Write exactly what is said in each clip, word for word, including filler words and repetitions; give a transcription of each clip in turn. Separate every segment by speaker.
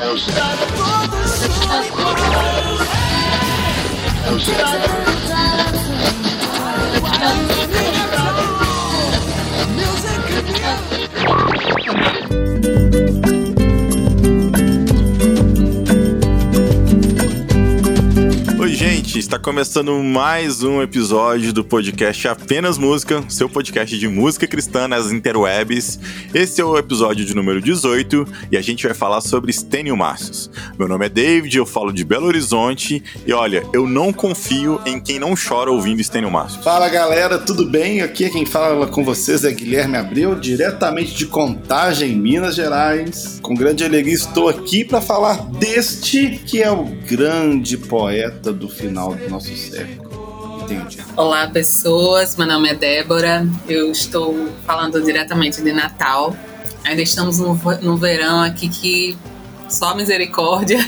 Speaker 1: Oi, gente, está começando mais um episódio do podcast Apenas Música, seu podcast de música cristã nas interwebs. Esse é o episódio de número dezoito e a gente vai falar sobre Stênio Márcios. Meu nome é David, eu falo de Belo Horizonte e olha, eu não confio em quem não chora ouvindo Stênio Márcios.
Speaker 2: Fala galera, tudo bem? Aqui quem fala com vocês é Guilherme Abreu, diretamente de Contagem, Minas Gerais. Com grande alegria estou aqui para falar deste que é o grande poeta do final do nosso século. Entendi.
Speaker 3: Olá pessoas, meu nome é Débora, eu estou falando diretamente de Natal. Ainda estamos no, no verão aqui que só misericórdia.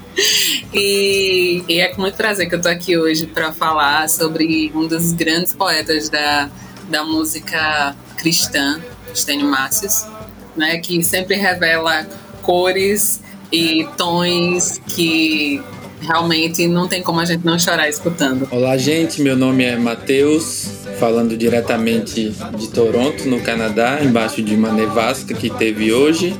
Speaker 3: E, e é com muito prazer que eu estou aqui hoje para falar sobre um dos grandes poetas da, da música cristã, Stênio Márcios, né, que sempre revela cores e tons que realmente não tem como a gente não chorar escutando.
Speaker 4: Olá, gente. Meu nome é Matheus, falando diretamente de Toronto, no Canadá, embaixo de uma nevasca que teve hoje.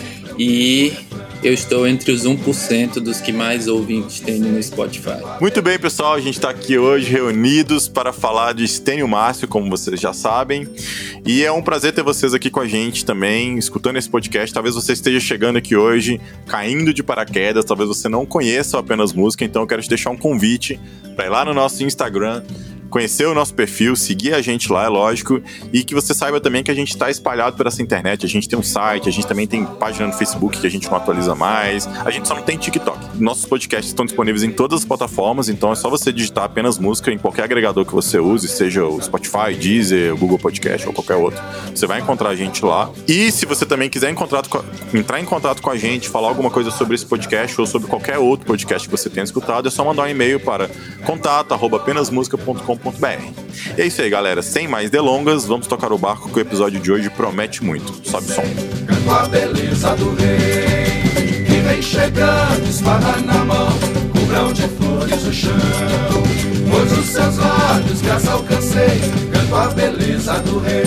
Speaker 4: E eu estou entre os um por cento dos que mais ouvem Stênio no Spotify.
Speaker 1: Muito bem, pessoal. A gente está aqui hoje reunidos para falar de Stênio Márcios, como vocês já sabem. E é um prazer ter vocês aqui com a gente também, escutando esse podcast. Talvez você esteja chegando aqui hoje, caindo de paraquedas. Talvez você não conheça o Apenas Música. Então eu quero te deixar um convite para ir lá no nosso Instagram, conhecer o nosso perfil, seguir a gente lá, é lógico, e que você saiba também que a gente está espalhado por essa internet. A gente tem um site, a gente também tem página no Facebook que a gente não atualiza mais, a gente só não tem TikTok. Nossos podcasts estão disponíveis em todas as plataformas, então é só você digitar Apenas Música em qualquer agregador que você use, seja o Spotify, Deezer, o Google Podcast ou qualquer outro. Você vai encontrar a gente lá. E se você também quiser entrar em contato com a gente, falar alguma coisa sobre esse podcast ou sobre qualquer outro podcast que você tenha escutado, é só mandar um e-mail para contato arroba apenas música ponto com ponto b r. E é isso aí, galera. Sem mais delongas, vamos tocar o barco que o episódio de hoje promete muito. Sobe o som.
Speaker 5: Canto a beleza do rei, que vem chegando, espada na mão, cobrão de flores o chão. Pois os seus lábios graça alcancei, canto a beleza do rei.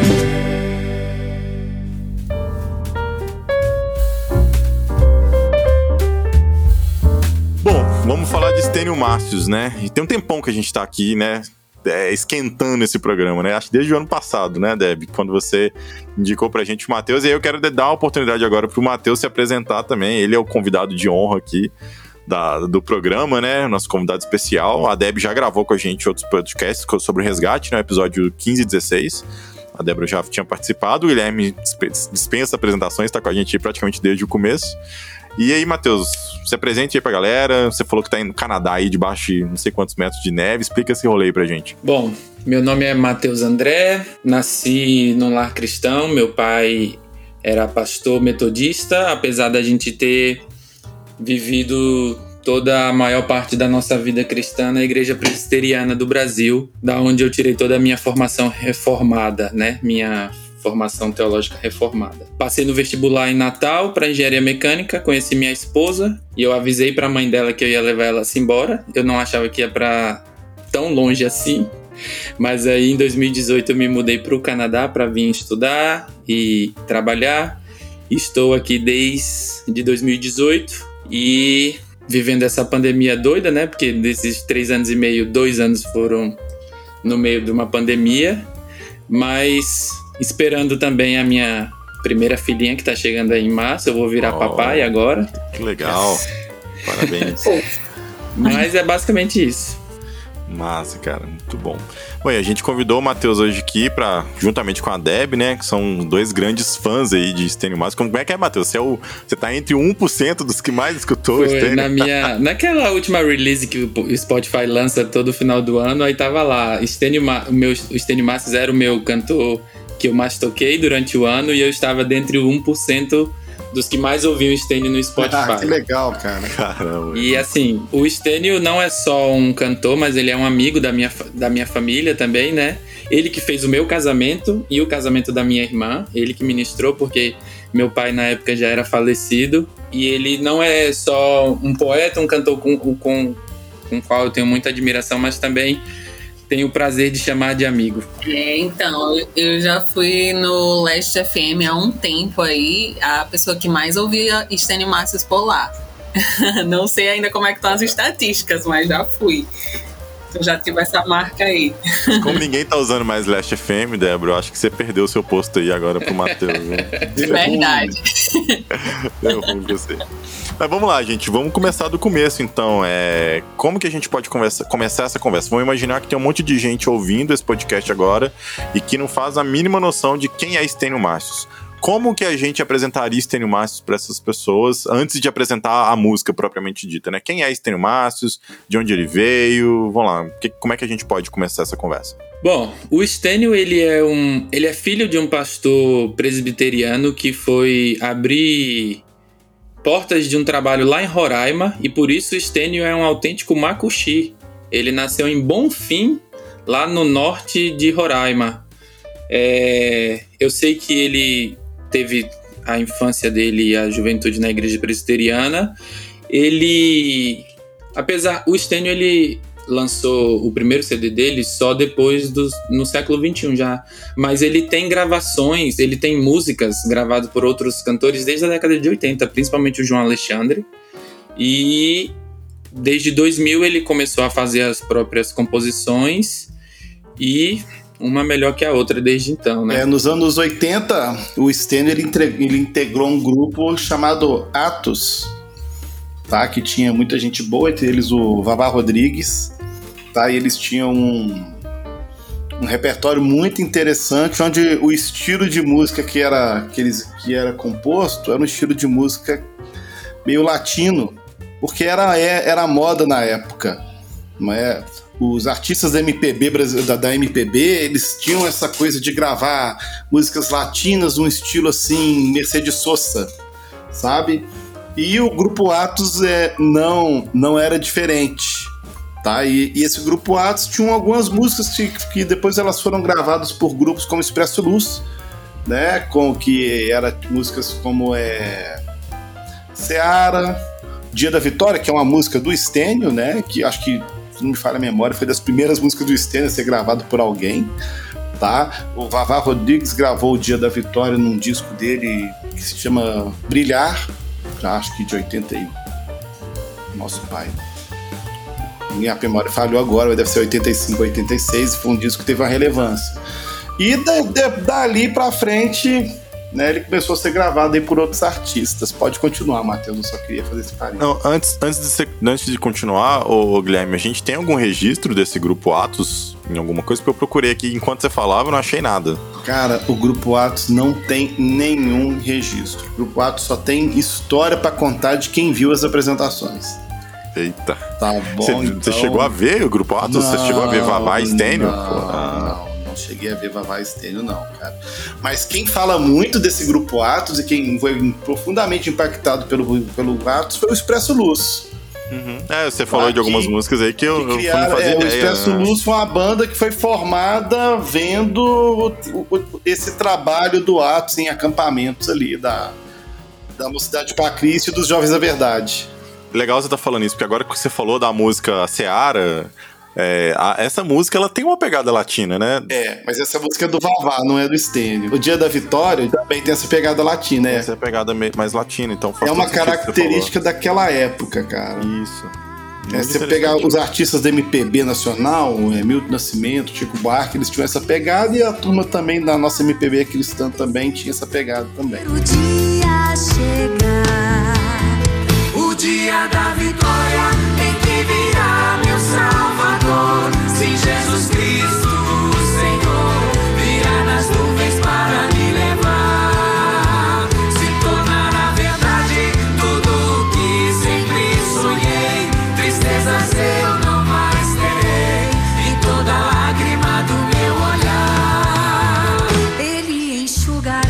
Speaker 1: Bom, vamos falar de Stênio Márcios, né? E tem um tempão que a gente tá aqui, né? É, esquentando esse programa, né? Acho que desde o ano passado, né, Deb? Quando você indicou pra gente o Matheus. E aí eu quero dar a oportunidade agora pro Matheus se apresentar também. Ele é o convidado de honra aqui da, do programa, né? Nosso convidado especial. A Deb já gravou com a gente outros podcasts sobre o resgate, né? Episódio quinze e dezesseis. A Débora já tinha participado. O Guilherme dispensa apresentações, tá com a gente praticamente desde o começo. E aí, Matheus, se apresente aí pra galera. Você falou que tá no Canadá aí, debaixo de não sei quantos metros de neve. Explica esse rolê aí pra gente.
Speaker 4: Bom, meu nome é Matheus André, nasci num lar cristão. Meu pai era pastor metodista, apesar da gente ter vivido toda a maior parte da nossa vida cristã na Igreja Presbiteriana do Brasil, da onde eu tirei toda a minha formação reformada, né? Minha formação teológica reformada. Passei no vestibular em Natal para engenharia mecânica, conheci minha esposa e eu avisei para a mãe dela que eu ia levar ela assim embora. Eu não achava que ia para tão longe assim, mas aí em dois mil e dezoito eu me mudei para o Canadá para vir estudar e trabalhar. Estou aqui desde dois mil e dezoito e vivendo essa pandemia doida, né? Porque desses três anos e meio, dois anos foram no meio de uma pandemia, mas esperando também a minha primeira filhinha que tá chegando aí em março. Eu vou virar oh, papai agora.
Speaker 1: Que legal. Parabéns.
Speaker 4: Mas é basicamente isso.
Speaker 1: Massa, cara. Muito bom. Bom, e a gente convidou o Matheus hoje aqui pra, juntamente com a Deb, né? Que são dois grandes fãs aí de Stênio Márcios. Como é que é, Matheus? Você, é o, você tá entre o um por cento dos que mais escutou o Stênio?
Speaker 4: Na minha, naquela última release que o Spotify lança todo final do ano, aí tava lá. Stênio, o, meu, o Stênio Márcios era o meu cantor que eu mais toquei durante o ano e eu estava dentre o um por cento dos que mais ouviam o Stênio no Spotify.
Speaker 2: Ah, que legal, cara.
Speaker 1: Caramba.
Speaker 4: E assim, o Stênio não é só um cantor, mas ele é um amigo da minha, da minha família também, né? Ele que fez o meu casamento e o casamento da minha irmã, ele que ministrou, porque Meu pai, na época, já era falecido. E ele não é só um poeta, um cantor com, com, com o qual eu tenho muita admiração, mas também tenho o prazer de chamar de amigo.
Speaker 3: É, então, eu já fui no Leste F M há um tempo aí, a pessoa que mais ouvia Estênio Márcios por lá. Não sei ainda como é que estão as estatísticas, mas já fui. Eu já tive essa marca aí.
Speaker 1: Como ninguém tá usando mais Leste F M, Débora, eu acho que você perdeu o seu posto aí agora pro Matheus.
Speaker 3: Verdade.
Speaker 1: Deu ruim pra você. Mas vamos lá, gente. Vamos começar do começo, então. É... Como que a gente pode conversa... começar essa conversa? Vamos imaginar que tem um monte de gente ouvindo esse podcast agora e que não faz a mínima noção de quem é Estênio Márcios. Como que a gente apresentaria Estênio Márcios para essas pessoas antes de apresentar a música propriamente dita, né? Quem é Estênio Márcios? De onde ele veio? Vamos lá. Que... Como é que a gente pode começar essa conversa?
Speaker 4: Bom, o Estênio, ele é, um... ele é filho de um pastor presbiteriano que foi abrir portas de um trabalho lá em Roraima, e por isso o Estênio é um autêntico macuxi. Ele nasceu em Bonfim, lá no norte de Roraima. É, eu sei que ele teve a infância dele e a juventude na igreja presbiteriana. Ele, apesar, o Estênio, ele lançou o primeiro C D dele só depois do, no século vinte e um já, mas ele tem gravações, ele tem músicas gravadas por outros cantores desde a década de oitenta, principalmente o João Alexandre, e desde dois mil ele começou a fazer as próprias composições, e uma melhor que a outra desde então, né?
Speaker 2: É, nos anos oitenta, o Estênio ele, ele integrou um grupo chamado Atos, tá? Que tinha muita gente boa, entre eles o Vavá Rodrigues, tá? E eles tinham um, um repertório muito interessante, onde o estilo de música que era, que eles, que era composto era um estilo de música meio latino, porque era, era moda na época, não é? Os artistas da M P B, da, da M P B, eles tinham essa coisa de gravar músicas latinas, um estilo assim, Mercedes Sosa, sabe? E o grupo Atos é, não, não era diferente, tá? E, e esse grupo Atos tinha algumas músicas que, que depois elas foram gravadas por grupos como Expresso Luz, né? Com, que era músicas como é, Seara, Dia da Vitória, que é uma música do Estênio, né? Que acho que, se não me falha a memória, foi das primeiras músicas do Estênio a ser gravado por alguém, tá? O Vavá Rodrigues gravou o Dia da Vitória num disco dele que se chama Brilhar, já acho que de oitenta e um. Nosso pai. Minha memória falhou agora, deve ser oitenta e cinco, oitenta e seis, foi um disco que teve uma relevância. E de, de, dali pra frente, né, ele começou a ser gravado aí por outros artistas. Pode continuar, Matheus, eu só queria fazer esse parênteses.
Speaker 1: Não, antes, antes, de ser, antes de continuar, ô, Guilherme, a gente tem algum registro desse grupo Atos em alguma coisa? Porque eu procurei aqui, enquanto você falava, eu não achei nada.
Speaker 2: Cara, o grupo Atos não tem nenhum registro. O grupo Atos só tem história pra contar de quem viu as apresentações.
Speaker 1: Eita.
Speaker 2: Tá bom,
Speaker 1: Você
Speaker 2: então...
Speaker 1: chegou a ver o grupo Atos? Não, você chegou a ver Vavá e Estênio?
Speaker 2: Não, não. Cheguei a ver Vavá e Estênio, não, cara. Mas quem fala muito desse grupo Atos e quem foi profundamente impactado pelo, pelo Atos foi o Expresso Luz.
Speaker 1: Uhum. É, você falou aqui, de algumas músicas aí que eu,
Speaker 2: que criaram,
Speaker 1: eu não fazia
Speaker 2: é,
Speaker 1: ideia.
Speaker 2: O Expresso
Speaker 1: né?
Speaker 2: Luz foi uma banda que foi formada vendo o, o, esse trabalho do Atos em acampamentos ali da, da Mocidade para Cristo e dos Jovens da Verdade.
Speaker 1: Legal você tá falando isso, porque agora que você falou da música Seara... É, a, essa música ela tem uma pegada latina, né?
Speaker 2: É, mas essa música é do Vavá, não é do Estênio. O Dia da Vitória também tem essa pegada latina, é.
Speaker 1: Essa é a pegada mais latina, então faz
Speaker 2: É uma característica daquela época, cara.
Speaker 1: Isso.
Speaker 2: É, se você pegar os artistas da M P B nacional, é, Milton Nascimento, Chico Buarque, eles tinham essa pegada, e a turma também da nossa M P B cristã também tinha essa pegada também.
Speaker 6: O dia chegar, o dia da vitória, em que virá meu Salvador. Sim, Jesus Cristo, o Senhor, virá nas nuvens para me levar. Se tornará verdade tudo o que sempre sonhei. Tristezas eu não mais terei, em toda lágrima do meu olhar Ele enxugará.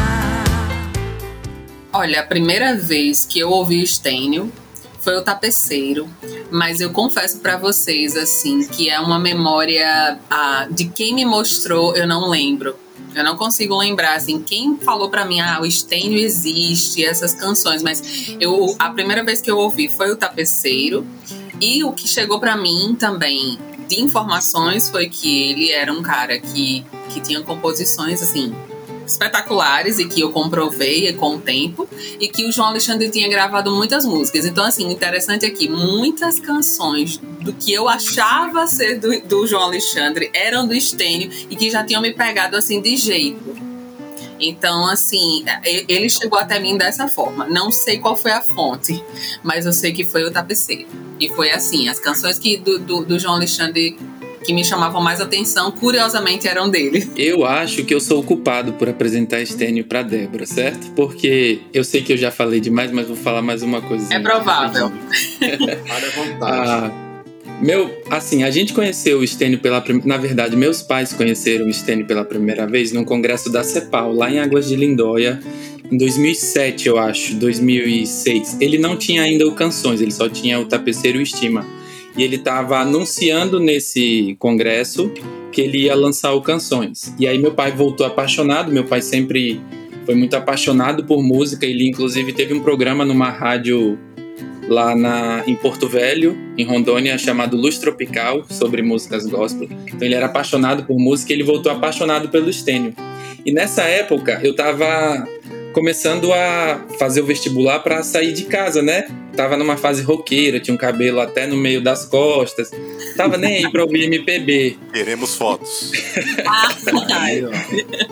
Speaker 3: Olha, a primeira vez que eu ouvi o Estênio foi o Tapeceiro, mas eu confesso pra vocês, assim, que é uma memória ah, de quem me mostrou, eu não lembro. Eu não consigo lembrar, assim, quem falou pra mim, ah, o Estênio existe, essas canções, mas eu, a primeira vez que eu ouvi foi o Tapeceiro, e o que chegou pra mim também de informações foi que ele era um cara que, que tinha composições, assim, espetaculares e que eu comprovei com o tempo, e que o João Alexandre tinha gravado muitas músicas. Então, assim, interessante aqui, muitas canções do que eu achava ser do, do João Alexandre eram do Estênio e que já tinham me pegado, assim, de jeito. Então, assim, ele chegou até mim dessa forma. Não sei qual foi a fonte, mas eu sei que foi o Tapeceiro. E foi assim, as canções que do, do, do João Alexandre que me chamavam mais atenção, curiosamente, eram dele.
Speaker 4: Eu acho que eu sou o culpado por apresentar Estênio pra Débora, certo? Porque eu sei que eu já falei demais, mas vou falar mais uma coisa.
Speaker 3: É provável.
Speaker 2: Olha a vontade.
Speaker 4: Ah, meu, assim, a gente conheceu o Estênio pela primeira... Na verdade, meus pais conheceram o Estênio pela primeira vez num congresso da CEPAL, lá em Águas de Lindóia, em dois mil e sete, eu acho, dois mil e seis. Ele não tinha ainda o Canções, ele só tinha o Tapeceiro e o Estima. E ele estava anunciando nesse congresso que ele ia lançar o Canções. E aí meu pai voltou apaixonado, meu pai sempre foi muito apaixonado por música, ele inclusive teve um programa numa rádio lá na, em Porto Velho, em Rondônia, chamado Luz Tropical, sobre músicas gospel. Então ele era apaixonado por música e ele voltou apaixonado pelo Estênio. E nessa época eu estava começando a fazer o vestibular para sair de casa, né? Tava numa fase roqueira, tinha um cabelo até no meio das costas. Tava nem aí pra ouvir M P B.
Speaker 1: Queremos fotos.
Speaker 2: Aí, ó.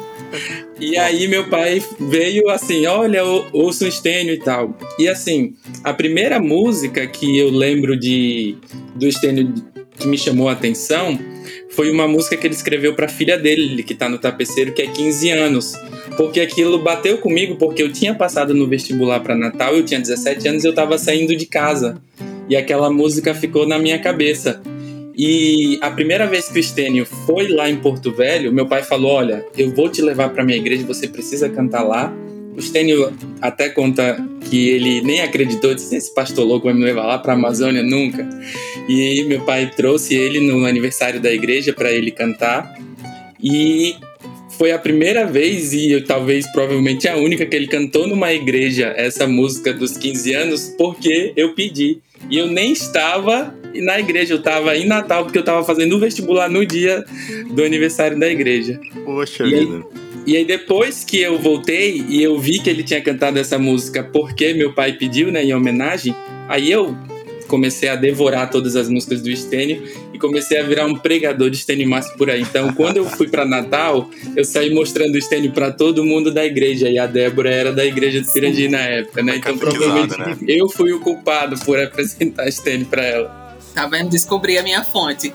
Speaker 4: E aí meu pai veio assim, olha, ouço o Estênio e tal. E assim, a primeira música que eu lembro de, do Estênio que me chamou a atenção foi uma música que ele escreveu pra filha dele, que tá no Tapeceiro, que é quinze anos. Porque aquilo bateu comigo, porque eu tinha passado no vestibular para Natal, eu tinha dezessete anos e eu estava saindo de casa. E aquela música ficou na minha cabeça. E a primeira vez que o Estênio foi lá em Porto Velho, meu pai falou, olha, eu vou te levar para minha igreja, você precisa cantar lá. O Estênio até conta que ele nem acreditou, disse, esse pastor louco vai me levar lá para a Amazônia, nunca. E aí meu pai trouxe ele no aniversário da igreja para ele cantar. E foi a primeira vez, e talvez provavelmente a única, que ele cantou numa igreja essa música dos quinze anos, porque eu pedi. E eu nem estava na igreja, eu estava em Natal, porque eu estava fazendo o vestibular no dia do aniversário da igreja.
Speaker 1: Poxa
Speaker 4: e
Speaker 1: vida.
Speaker 4: Aí, e aí depois que eu voltei e eu vi que ele tinha cantado essa música porque meu pai pediu, né, em homenagem, aí eu comecei a devorar todas as músicas do Estênio e comecei a virar um pregador de Estênio Márcio por aí. Então, quando eu fui para Natal, eu saí mostrando o Estênio para todo mundo da igreja, e a Débora era da igreja do Pirangi na época, né? Então, provavelmente,
Speaker 1: né?
Speaker 4: eu fui o culpado por apresentar Estênio para ela.
Speaker 3: Tá vendo? Descobri a minha fonte.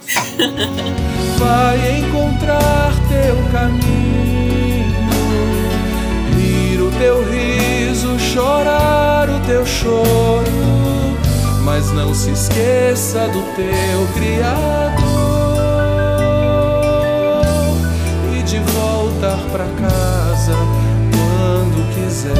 Speaker 5: Vai encontrar teu caminho, rir o teu riso, chorar o teu choro, mas não se esqueça do teu Criador e de voltar pra casa quando quiser.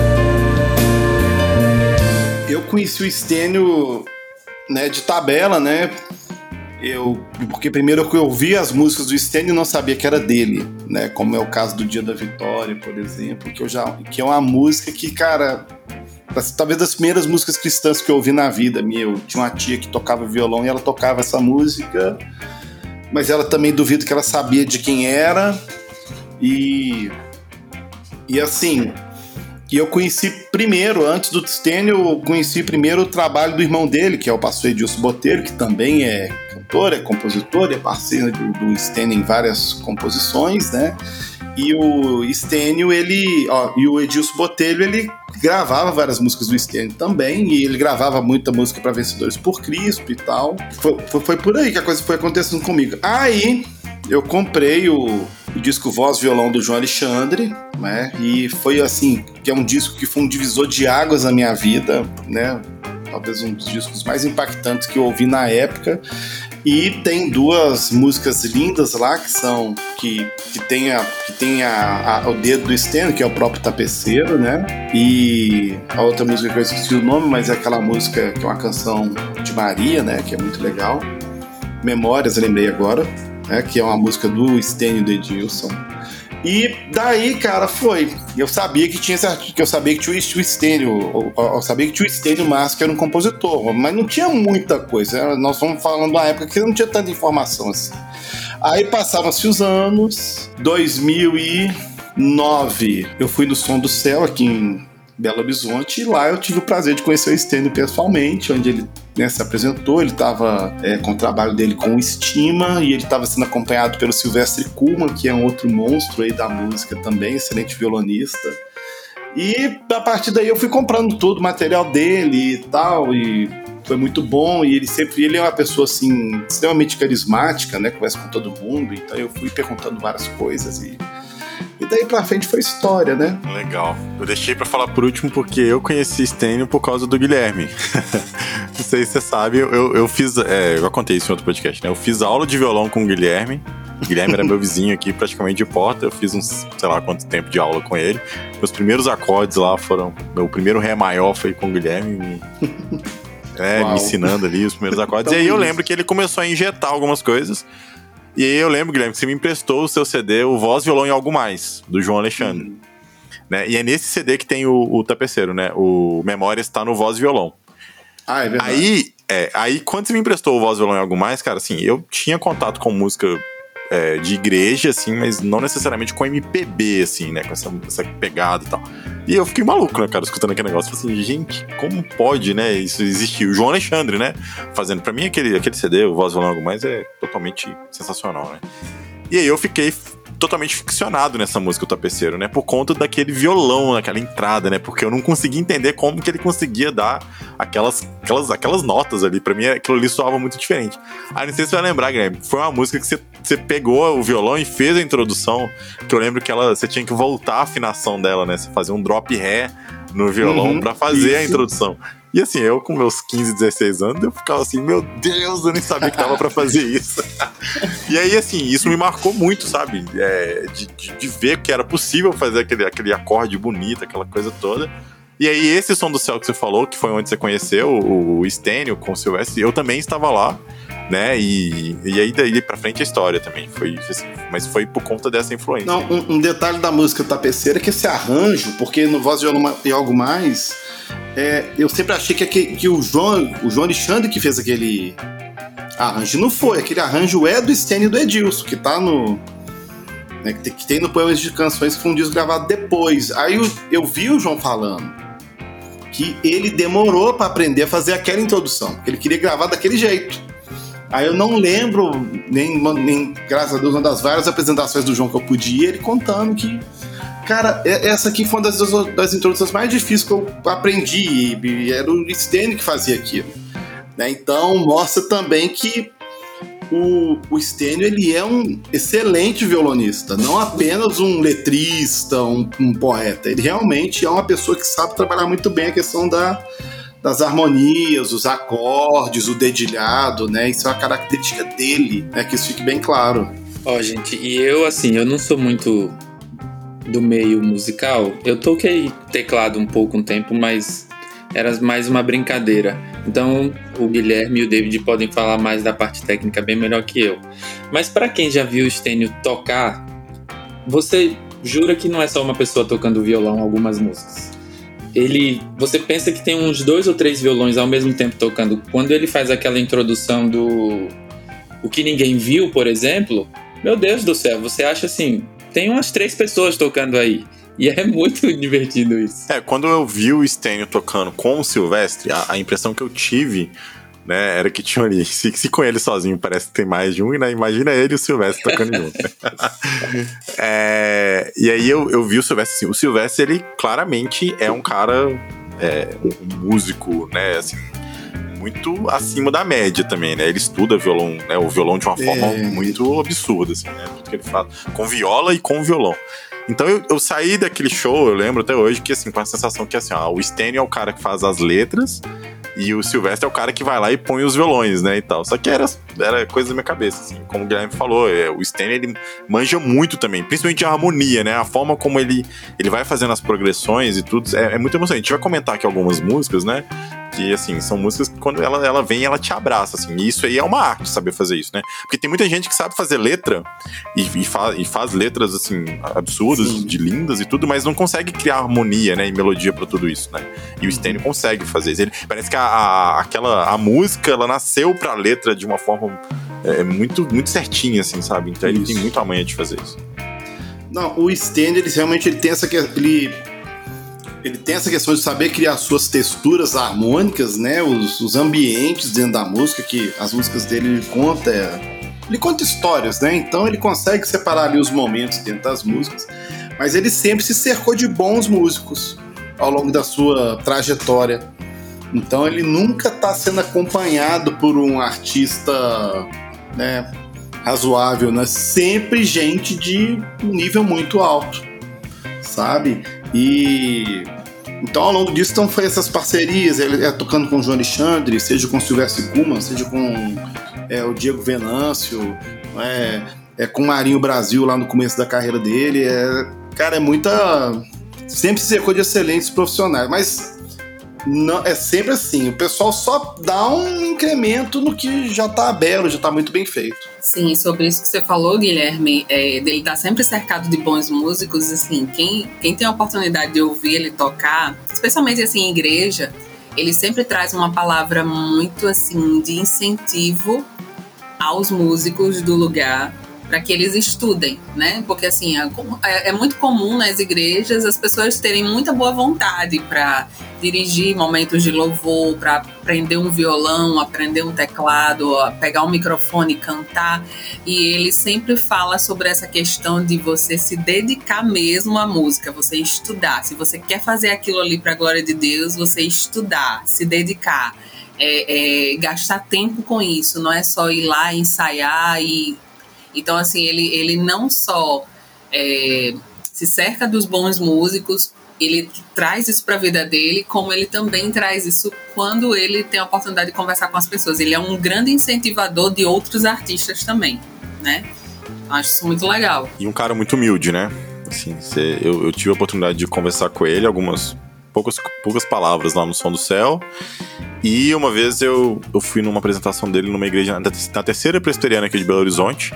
Speaker 2: Eu conheci o Estênio, né, de tabela, né? Eu, porque primeiro eu ouvi as músicas do Estênio e não sabia que era dele, né? Como é o caso do Dia da Vitória, por exemplo, que, eu já, que é uma música que, cara, talvez das primeiras músicas cristãs que eu ouvi na vida minha. Eu tinha uma tia que tocava violão e ela tocava essa música, mas ela também duvido que ela sabia de quem era. E, e assim, e eu conheci primeiro, antes do Estênio, eu conheci primeiro o trabalho do irmão dele, que é o pastor Edilson Botelho, que também é cantor, é compositor, é parceiro do, do Estênio em várias composições, né? E o Estênio, ele, ó, e o Edilson Botelho, ele gravava várias músicas do Estênio também, e ele gravava muita música para Vencedores por Cristo e tal. Foi, foi, foi por aí que a coisa foi acontecendo comigo. Aí eu comprei o, o disco Voz Violão do João Alexandre, né? E foi assim, que é um disco que foi um divisor de águas na minha vida, né? Talvez um dos discos mais impactantes que eu ouvi na época. E tem duas músicas lindas lá que são que, que tem, a, que tem a, a, o dedo do Estênio, que é o próprio Tapeceiro, né? E a outra música que eu esqueci o nome, mas é aquela música que é uma canção de Maria, né? Que é muito legal. Memórias, lembrei agora, né? Que é uma música do Estênio e do Edilson. E daí, cara, foi. Eu sabia que tinha esse artista, que eu sabia que tinha o Estênio, eu sabia que tinha o Estênio Márcio, que era um compositor, mas não tinha muita coisa. Nós estamos falando de uma época que não tinha tanta informação assim. Aí passavam-se os anos, dois mil e nove, eu fui no Som do Céu aqui em Belo Horizonte, e lá eu tive o prazer de conhecer o Estênio pessoalmente, onde ele, né, se apresentou. Ele estava é, com o trabalho dele com o Estima, e ele estava sendo acompanhado pelo Silvestre Kuhlmann, que é um outro monstro aí da música também, excelente violonista. E a partir daí eu fui comprando todo o material dele e tal, e foi muito bom. E ele sempre, ele é uma pessoa assim, extremamente carismática, né, conversa com todo mundo, então eu fui perguntando várias coisas e E daí pra frente foi história, né?
Speaker 1: Legal. Eu deixei pra falar por último porque eu conheci Estênio por causa do Guilherme. Não sei se você sabe, eu, eu fiz... É, eu já contei isso em outro podcast, né? Eu fiz aula de violão com o Guilherme. O Guilherme era meu vizinho aqui, praticamente de porta. Eu fiz uns, sei lá quanto tempo de aula com ele. Meus primeiros acordes lá foram... Meu primeiro Ré maior foi com o Guilherme, me, é, me ensinando ali os primeiros acordes. Então, e aí eu lembro que ele começou a injetar algumas coisas. E aí eu lembro, Guilherme, que você me emprestou o seu C D, o Voz, Violão e Algo Mais, do João Alexandre. Uhum. Né? E é nesse C D que tem o, o tapeceiro, né? O Memórias tá no Voz e Violão.
Speaker 2: Ah, é verdade.
Speaker 1: Aí, é, aí, quando você me emprestou o Voz, Violão e Algo Mais, cara, assim, eu tinha contato com música é, de igreja, assim, mas não necessariamente com M P B, assim, né? Com essa, essa pegada e tal. E eu fiquei maluco, né, cara, escutando aquele negócio. Falei assim, gente, como pode, né, isso existir? O João Alexandre, né, fazendo. Pra mim, aquele, aquele C D, o Voz, Violão, Algo Mais, é totalmente sensacional, né? E aí eu fiquei totalmente ficcionado nessa música, o Tapeceiro, né, por conta daquele violão, aquela entrada, né, porque eu não conseguia entender como que ele conseguia dar aquelas, aquelas, aquelas notas ali. Pra mim, aquilo ali soava muito diferente. Aí não sei se você vai lembrar, Guilherme, foi uma música que você, você pegou o violão e fez a introdução, que eu lembro que ela, você tinha que voltar a afinação dela, né, você fazia um drop ré no violão, uhum, pra fazer isso. A introdução. E assim, eu com meus quinze, dezesseis anos, eu ficava assim, meu Deus, eu nem sabia que dava pra fazer isso. E aí, assim, isso me marcou muito, sabe? É, de, de, de ver que era possível fazer aquele, aquele acorde bonito, aquela coisa toda. E aí, esse Som do Céu que você falou, que foi onde você conheceu o, o Estênio com o Silvestre, eu também estava lá, né? E, e aí, daí pra frente, a história também. Foi, assim, mas foi por conta dessa influência.
Speaker 2: Não, um, um detalhe da música Tapeceira é que esse arranjo, porque no Voz e Algo Mais... É, eu sempre achei que, que, que o, João, o João Alexandre que fez aquele arranjo. Não foi, aquele arranjo é do Estênio e do Edilson, que tá no. Né, que, que tem no Poemas de Canções, que foi um disco gravado depois. Aí eu, eu vi o João falando que ele demorou pra aprender a fazer aquela introdução, que ele queria gravar daquele jeito. Aí eu não lembro, nem, nem graças a Deus, uma das várias apresentações do João que eu pude ir, ele contando que. Cara, essa aqui foi uma das, das introduções mais difíceis que eu aprendi, e era o Estênio que fazia aquilo. Né? Então, mostra também que o, o Estênio, ele é um excelente violonista, não apenas um letrista, um, um poeta. Ele realmente é uma pessoa que sabe trabalhar muito bem a questão da, das harmonias, os acordes, o dedilhado, né? Isso é uma característica dele, né? Que isso fique bem claro.
Speaker 4: Ó, oh, gente, e eu, assim, eu não sou muito... do meio musical. Eu toquei teclado um pouco um tempo, mas era mais uma brincadeira. Então o Guilherme e o David podem falar mais da parte técnica bem melhor que eu. Mas para quem já viu o Estênio tocar, você jura que não é só uma pessoa tocando violão algumas músicas. Ele, você pensa que tem uns dois ou três violões ao mesmo tempo tocando. Quando ele faz aquela introdução do O Que Ninguém Viu, por exemplo, meu Deus do céu, você acha assim, tem umas três pessoas tocando aí. E é muito divertido isso.
Speaker 1: É, quando eu vi o Estênio tocando com o Silvestre, a, a impressão que eu tive, né, era que tinha ali, se, se com ele sozinho parece que tem mais de um, né, imagina ele e o Silvestre tocando junto. É, e aí eu, eu vi o Silvestre assim, o Silvestre, ele claramente é um cara, é, um músico, né, assim, muito acima da média também, né? Ele estuda violão, né? O violão de uma forma é. muito absurda, assim, né? Tudo que ele faz. Com viola e com violão. Então eu, eu saí daquele show, eu lembro até hoje, que assim, com a sensação que assim, ó, o Estênio é o cara que faz as letras e o Silvestre é o cara que vai lá e põe os violões, né, e tal. Só que era, era coisa da minha cabeça, assim. Como o Guilherme falou, é, o Estênio, ele manja muito também, principalmente a harmonia, né? A forma como ele, ele vai fazendo as progressões e tudo, é, é muito emocionante. A gente vai comentar aqui algumas músicas, né? que, assim, são músicas que quando ela, ela vem, ela te abraça, assim. E isso aí é uma arte, saber fazer isso, né? Porque tem muita gente que sabe fazer letra e, e, fa, e faz letras, assim, absurdas, Sim. de lindas e tudo, mas não consegue criar harmonia, né? E melodia pra tudo isso, né? E o Stênio uhum. consegue fazer isso. Ele, parece que a, a, aquela, a música, ela nasceu pra letra de uma forma é, muito, muito certinha, assim, sabe? Então isso. Ele tem muito a manha de fazer isso.
Speaker 2: Não, o Stênio, ele realmente ele tem essa... Ele... Ele tem essa questão de saber criar suas texturas harmônicas, né? Os, os ambientes dentro da música, que as músicas dele ele conta, ele conta histórias, né? Então ele consegue separar ali os momentos dentro das músicas, mas ele sempre se cercou de bons músicos ao longo da sua trajetória. Então ele nunca está sendo acompanhado por um artista, né, razoável, né? Sempre gente de um nível muito alto, sabe? E então ao longo disso então, foi essas parcerias, ele é tocando com o João Alexandre, seja com o Silvestre Kuhlmann, seja com é, o Diego Venâncio, é, é com o Marinho Brasil lá no começo da carreira dele. É, cara, é muita... Sempre se cercou de excelentes profissionais, mas não, é sempre assim, o pessoal só dá um incremento no que já tá belo, já tá muito bem feito.
Speaker 3: Sim, sobre isso que você falou, Guilherme, é, dele estar tá sempre cercado de bons músicos, assim, quem, quem tem a oportunidade de ouvir ele tocar, especialmente assim em igreja, ele sempre traz uma palavra muito assim de incentivo aos músicos do lugar, para que eles estudem, né? Porque assim, é, é muito comum nas igrejas as pessoas terem muita boa vontade para dirigir momentos de louvor, para aprender um violão, aprender um teclado, pegar um microfone e cantar. E ele sempre fala sobre essa questão de você se dedicar mesmo à música, você estudar. Se você quer fazer aquilo ali para a glória de Deus, você estudar, se dedicar, é, é, gastar tempo com isso. Não é só ir lá ensaiar e... Então, assim, ele, ele não só é, se cerca dos bons músicos, ele traz isso para a vida dele, como ele também traz isso quando ele tem a oportunidade de conversar com as pessoas. Ele é um grande incentivador de outros artistas também, né? Acho isso muito legal.
Speaker 1: E um cara muito humilde, né? Assim, cê, eu, eu tive a oportunidade de conversar com ele, algumas poucas, poucas palavras lá no Som do Céu. E uma vez eu, eu fui numa apresentação dele numa igreja na, na terceira presbiteriana aqui de Belo Horizonte.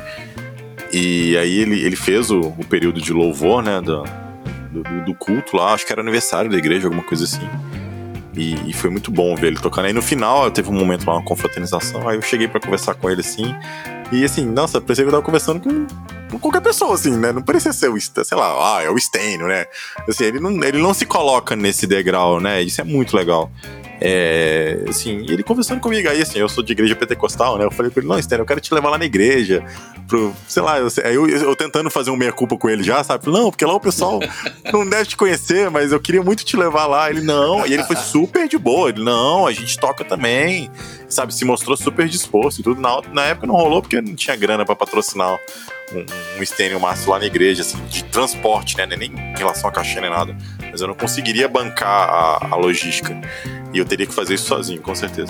Speaker 1: E aí ele, ele fez o, o período de louvor, né, do, do, do culto lá, acho que era aniversário da igreja, alguma coisa assim. E, e foi muito bom ver ele tocando. Aí no final teve um momento lá, uma confraternização, aí eu cheguei pra conversar com ele assim. E assim, nossa, parecia que eu tava conversando com, com qualquer pessoa, assim, né? Não parecia ser o, sei lá, ah, é o Stênio, né? Assim, ele não, ele não se coloca nesse degrau, né? Isso é muito legal. É, assim, e ele conversando comigo aí, assim, eu sou de igreja pentecostal, né? Eu falei pra ele, não, Stênio, eu quero te levar lá na igreja, pro, sei lá, eu, aí eu, eu tentando fazer um meia-culpa com ele já, sabe? Não, porque lá o pessoal não deve te conhecer, mas eu queria muito te levar lá. Ele, não, e ele foi super de boa, ele, não, a gente toca também, sabe? Se mostrou super disposto e tudo. Na, na época não rolou porque não tinha grana pra patrocinar um, um Stênio Márcio lá na igreja, assim, de transporte, né? Nem em relação a cachê nem nada, mas eu não conseguiria bancar a, a logística. E eu teria que fazer isso sozinho, com certeza.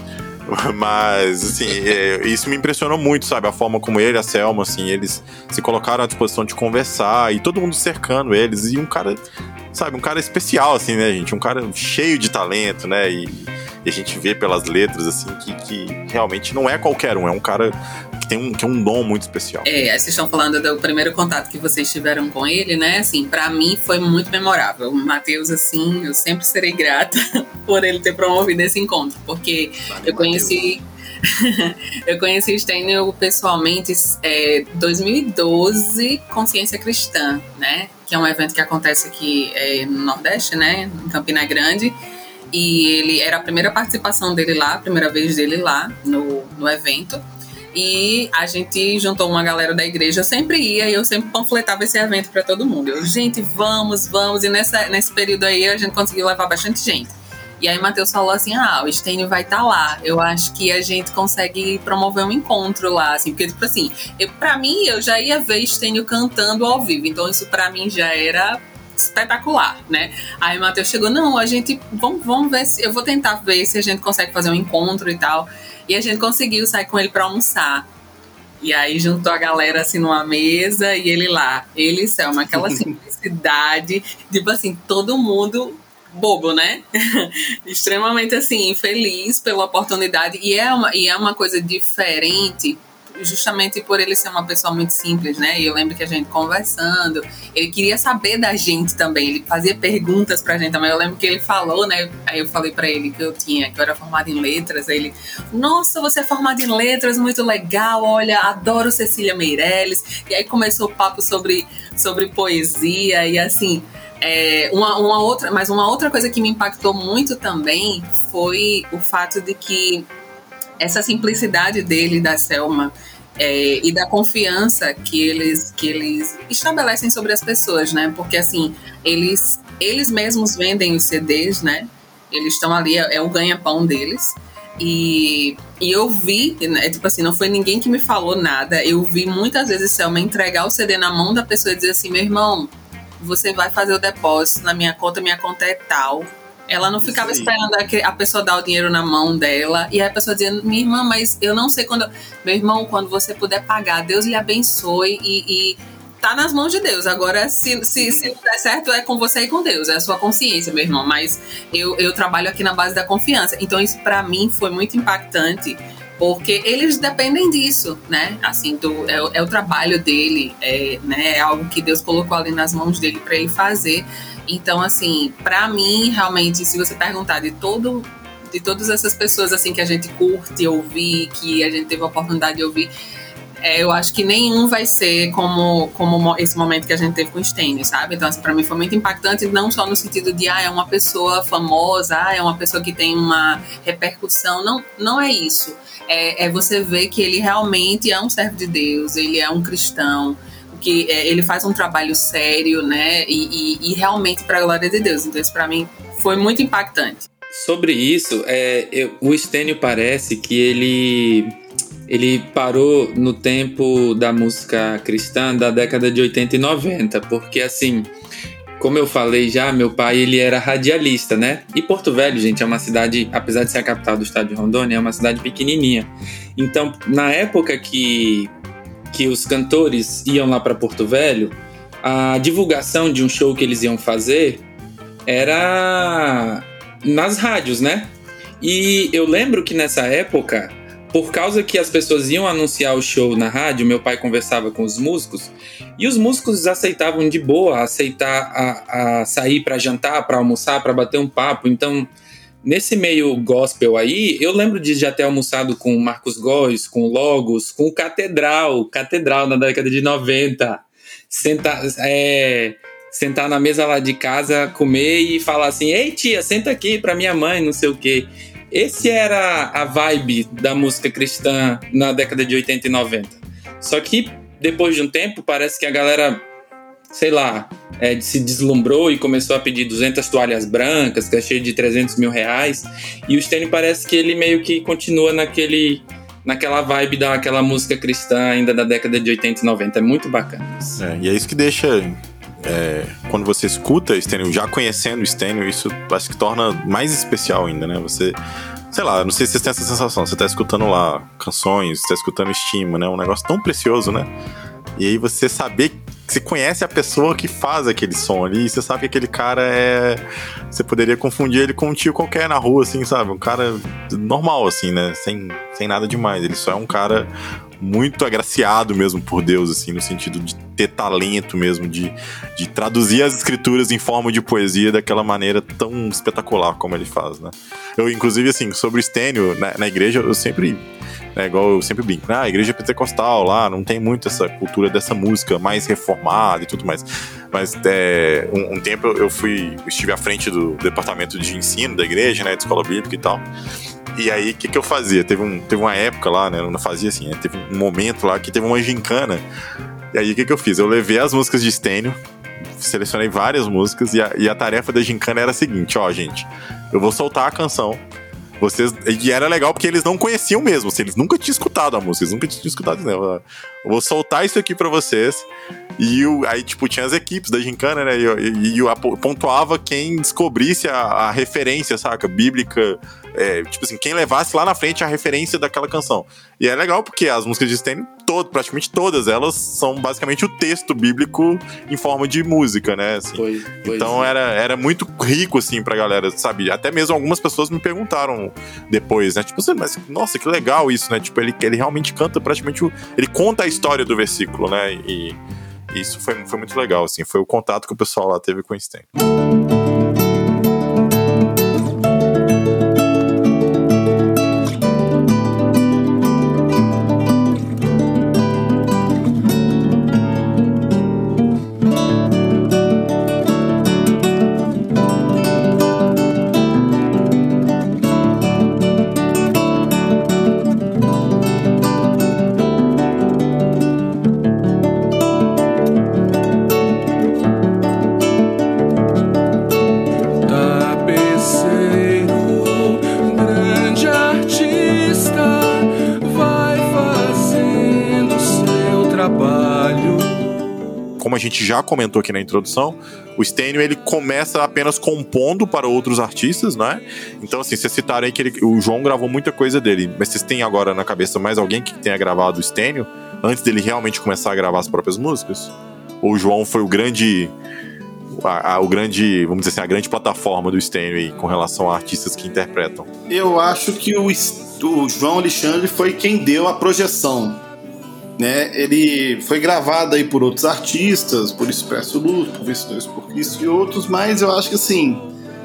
Speaker 1: Mas, assim, é, isso me impressionou muito, sabe? A forma como ele e a Selma, assim, eles se colocaram à disposição de conversar e todo mundo cercando eles. E um cara, sabe, um cara especial, assim, né, gente? Um cara cheio de talento, né? E, e a gente vê pelas letras, assim, que, que realmente não é qualquer um. É um cara que tem um, que tem um dom muito especial.
Speaker 3: É, vocês estão falando do primeiro contato que vocês tiveram com ele, né? Assim, pra mim foi muito memorável. O Matheus, assim, eu sempre serei grata por ele ter promovido esse encontro, porque Valeu, eu conheci... eu conheci o Stênio pessoalmente em é, dois mil e doze, Consciência Cristã, né? Que é um evento que acontece aqui é, no Nordeste, né? Em Campina Grande. E ele era a primeira participação dele lá, a primeira vez dele lá no, no evento. E a gente juntou uma galera da igreja, eu sempre ia e eu sempre panfletava esse evento para todo mundo. Eu, gente, vamos, vamos. E nessa, nesse período aí a gente conseguiu levar bastante gente. E aí o Matheus falou assim, ah, o Stênio vai estar tá lá. Eu acho que a gente consegue promover um encontro lá, assim. Porque, tipo assim, eu, pra mim, eu já ia ver Stênio cantando ao vivo. Então isso pra mim já era espetacular, né? Aí o Matheus chegou, não, a gente, vamos, vamos ver se, eu vou tentar ver se a gente consegue fazer um encontro e tal. E a gente conseguiu sair com ele pra almoçar. E aí juntou a galera assim numa mesa e ele lá. Ele e Selma, aquela simplicidade. Tipo assim, todo mundo bobo, né? Extremamente, assim, feliz pela oportunidade. E é, uma, e é uma coisa diferente, justamente por ele ser uma pessoa muito simples, né? E eu lembro que a gente conversando, ele queria saber da gente também, ele fazia perguntas pra gente também. Eu lembro que ele falou, né? Aí eu falei pra ele que eu tinha, que eu era formada em letras. Aí ele, nossa, você é formada em letras, muito legal, olha, adoro Cecília Meirelles. E aí começou o papo sobre, sobre poesia e assim... É, uma, uma outra, mas uma outra coisa que me impactou muito também foi o fato de que essa simplicidade dele, da Selma, é, e da confiança que eles, que eles estabelecem sobre as pessoas, né? Porque, assim, eles, eles mesmos vendem os C Ds, né? Eles estão ali, é, é o ganha-pão deles. E, e eu vi, né, tipo assim, não foi ninguém que me falou nada. Eu vi muitas vezes Selma entregar o C D na mão da pessoa e dizer assim, meu irmão, você vai fazer o depósito na minha conta, minha conta é tal. Ela não ficava esperando a pessoa dar o dinheiro na mão dela. E aí a pessoa dizendo, minha irmã, mas eu não sei quando... Meu irmão, quando você puder pagar, Deus lhe abençoe e, e tá nas mãos de Deus. Agora, se, se, se não der certo, é com você e com Deus. É a sua consciência, meu irmão. Mas eu, eu trabalho aqui na base da confiança. Então isso pra mim foi muito impactante, porque eles dependem disso, né? Assim, do, é, é o trabalho dele, é, né? É algo que Deus colocou ali nas mãos dele para ele fazer. Então, assim, para mim, realmente, se você perguntar de todo, de todas essas pessoas assim que a gente curte ouvir, que a gente teve a oportunidade de ouvir, é, eu acho que nenhum vai ser como, como esse momento que a gente teve com o Stênio, sabe? Então, assim, para mim foi muito impactante, não só no sentido de, ah, é uma pessoa famosa, ah, é uma pessoa que tem uma repercussão. Não, não é isso. É, é você ver que ele realmente é um servo de Deus, ele é um cristão, que é, ele faz um trabalho sério, né? E, e, e realmente para a glória de Deus. Então, isso para mim foi muito impactante.
Speaker 4: Sobre isso, é, eu, o Stênio parece que ele... ele parou no tempo da música cristã da década de oitenta e noventa, porque assim, como eu falei já, meu pai ele era radialista, né? E Porto Velho, gente, é uma cidade, apesar de ser a capital do estado de Rondônia, é uma cidade pequenininha. Então, na época que, que os cantores iam lá para Porto Velho, a divulgação de um show que eles iam fazer era nas rádios, né? E eu lembro que nessa época, por causa que as pessoas iam anunciar o show na rádio, meu pai conversava com os músicos e os músicos aceitavam de boa, aceitar a, a sair para jantar, para almoçar, para bater um papo. Então, nesse meio gospel aí, eu lembro de já ter almoçado com o Marcos Góes, com o Logos, com o Catedral, Catedral na década de noventa. Sentar, é, sentar na mesa lá de casa, comer e falar assim, ei tia, senta aqui para minha mãe, não sei o quê. Esse era a vibe da música cristã na década de oitenta e noventa. Só que, depois de um tempo, parece que a galera, sei lá, é, se deslumbrou e começou a pedir duzentas toalhas brancas, que é cheio de trezentos mil reais. E o Stênio parece que ele meio que continua naquele, naquela vibe daquela música cristã ainda da década de oitenta e noventa. É muito bacana isso.
Speaker 1: É, e é isso que deixa... É, quando você escuta Stênio, já conhecendo o Stênio, isso acho que torna mais especial ainda, né? Você, sei lá, não sei se vocês têm essa sensação, você tá escutando lá canções, você tá escutando Estima, né? Um negócio tão precioso, né? E aí você saber que você conhece a pessoa que faz aquele som ali, e você sabe que aquele cara é... Você poderia confundir ele com um tio qualquer na rua, assim, sabe? Um cara normal, assim, né? Sem, sem nada demais. Ele só é um cara muito agraciado mesmo por Deus, assim, no sentido de ter talento mesmo, de, de traduzir as escrituras em forma de poesia daquela maneira tão espetacular como ele faz, né? Eu, inclusive, assim, sobre o Stênio, na, na igreja, eu sempre... É igual eu sempre brinco, ah, a igreja pentecostal lá, não tem muito essa cultura dessa música mais reformada e tudo mais. Mas é, um, um tempo eu fui, eu estive à frente do departamento de ensino da igreja, né, de escola bíblica e tal. E aí, o que, que eu fazia? Teve, um, teve uma época lá, né, eu não fazia assim, né, teve um momento lá que teve uma gincana. E aí, o que, que eu fiz? Eu levei as músicas de Stênio, selecionei várias músicas, e a, e a tarefa da gincana era a seguinte, ó, gente, eu vou soltar a canção. Vocês, e era legal porque eles não conheciam mesmo, assim, eles nunca tinham escutado a música, eles nunca tinham escutado, né? Eu vou soltar isso aqui pra vocês. E eu, aí, tipo, tinha as equipes da gincana, né? E eu, e eu pontuava quem descobrisse a, a referência, saca? Bíblica, é, tipo assim, quem levasse lá na frente a referência daquela canção. E é legal porque as músicas de Stênio todo, praticamente todas elas são basicamente o texto bíblico em forma de música, né? Assim.
Speaker 4: Pois, pois
Speaker 1: então
Speaker 4: é.
Speaker 1: era, era muito rico, assim, pra galera, sabe? Até mesmo algumas pessoas me perguntaram depois, né? Tipo assim, mas nossa, que legal isso, né? Tipo, ele, ele realmente canta praticamente o... Ele conta a história do versículo, né? E, e isso foi, foi muito legal, assim. Foi o contato que o pessoal lá teve com o Stênio. Como a gente já comentou aqui na introdução, o Stênio, ele começa apenas compondo para outros artistas, né? Então, assim, vocês citaram aí que ele, o João gravou muita coisa dele, mas vocês têm agora na cabeça mais alguém que tenha gravado o Stênio antes dele realmente começar a gravar as próprias músicas? Ou o João foi o grande... A, a, o grande, vamos dizer assim, a grande plataforma do Stênio aí com relação a artistas que interpretam?
Speaker 2: Eu acho que o, o João Alexandre foi quem deu a projeção, né? Ele foi gravado aí por outros artistas, por Expresso Luz, por Vencedores por Cristo e outros, mas eu acho que assim,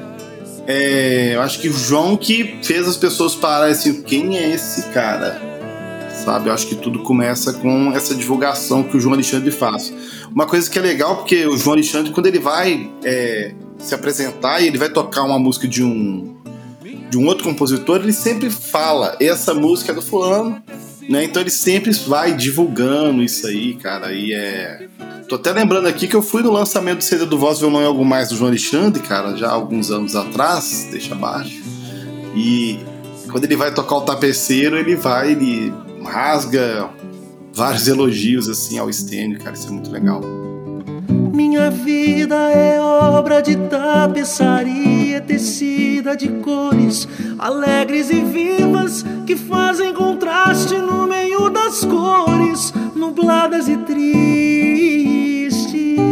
Speaker 2: é, eu acho que o João que fez as pessoas pararem assim, quem é esse cara? Sabe? Eu acho que tudo começa com essa divulgação que o João Alexandre faz. Uma coisa que é legal, porque o João Alexandre, quando ele vai é, se apresentar e ele vai tocar uma música de um, de um outro compositor, ele sempre fala, essa música é do fulano, né? Então ele sempre vai divulgando isso aí, cara. E é... Tô até lembrando aqui que eu fui no lançamento do C D do Voz, Violão e Algo Mais do João Alexandre, cara, já há alguns anos atrás, deixa abaixo. E quando ele vai tocar o Tapeceiro, ele vai, ele rasga vários elogios assim ao Stênio, cara, isso é muito legal.
Speaker 7: Minha vida é obra de tapeçaria tecida de cores alegres e vivas que fazem contraste no meio das cores nubladas e tristes.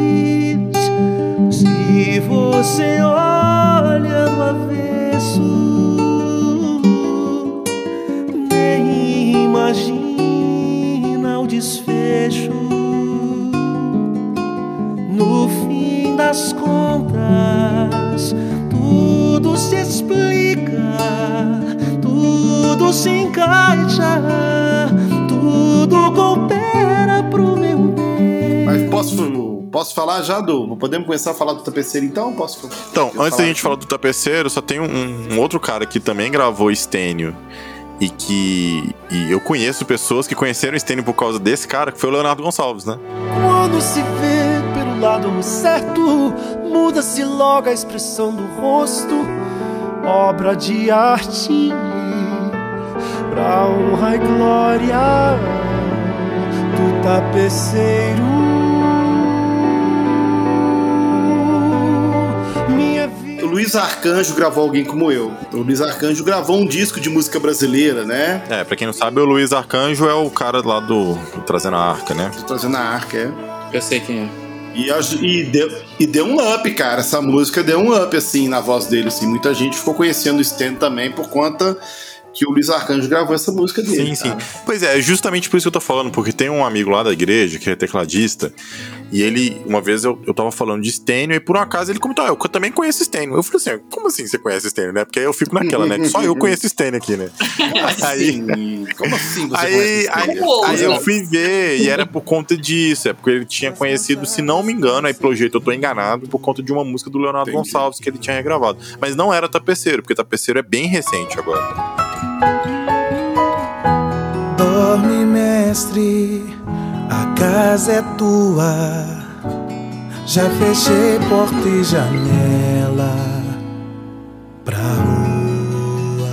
Speaker 7: Se você olha do avesso, nem imagina o desfecho. No fim das contas, tudo se explica, tudo se encaixa, tudo coopera pro meu bem.
Speaker 2: Mas posso, posso falar já do... Podemos começar a falar do Tapeceiro então? Posso,
Speaker 1: então, antes da gente
Speaker 2: aqui?
Speaker 1: falar do Tapeceiro, só tem um, um outro cara que também gravou Stênio e que e eu conheço pessoas que conheceram o Stênio por causa desse cara, que foi o Leonardo Gonçalves, né?
Speaker 7: Quando se vê pelo lado certo, muda-se logo a expressão do rosto. Obra de arte pra honra e glória do tapeceiro. Minha vida...
Speaker 2: O Luiz Arcanjo gravou Alguém Como Eu. O Luiz Arcanjo gravou um disco de música brasileira, né?
Speaker 1: É, pra quem não sabe, o Luiz Arcanjo é o cara lá do, do Trazendo a Arca, né?
Speaker 2: Tô trazendo a arca, é.
Speaker 4: Eu sei quem é.
Speaker 2: E, e, deu, e deu um up, cara. Essa música deu um up, assim, na voz dele, assim. Muita gente ficou conhecendo o Stênio também por conta que o Luiz Arcanjo gravou essa música dele.
Speaker 1: Sim,
Speaker 2: cara.
Speaker 1: sim. Pois é, é justamente por isso que eu tô falando, porque tem um amigo lá da igreja, que é tecladista, e ele, uma vez eu, eu tava falando de Stênio, e por um acaso ele comentou, ah, eu também conheço Stênio. Eu falei assim, como assim você conhece Stênio, né? Porque aí eu fico naquela, né? Que só eu conheço Stênio aqui, né?
Speaker 2: Assim, como assim você
Speaker 1: aí,
Speaker 2: conhece
Speaker 1: aí,
Speaker 2: Stênio?
Speaker 1: aí eu fui ver, e era por conta disso, é porque ele tinha conhecido, se não me engano, aí pelo jeito eu tô enganado, por conta de uma música do Leonardo
Speaker 2: Entendi.
Speaker 1: Gonçalves que ele tinha regravado. Mas não era Tapeceiro, porque Tapeceiro é bem recente agora.
Speaker 7: Dorme, mestre, a casa é tua. Já fechei porta e janela pra rua.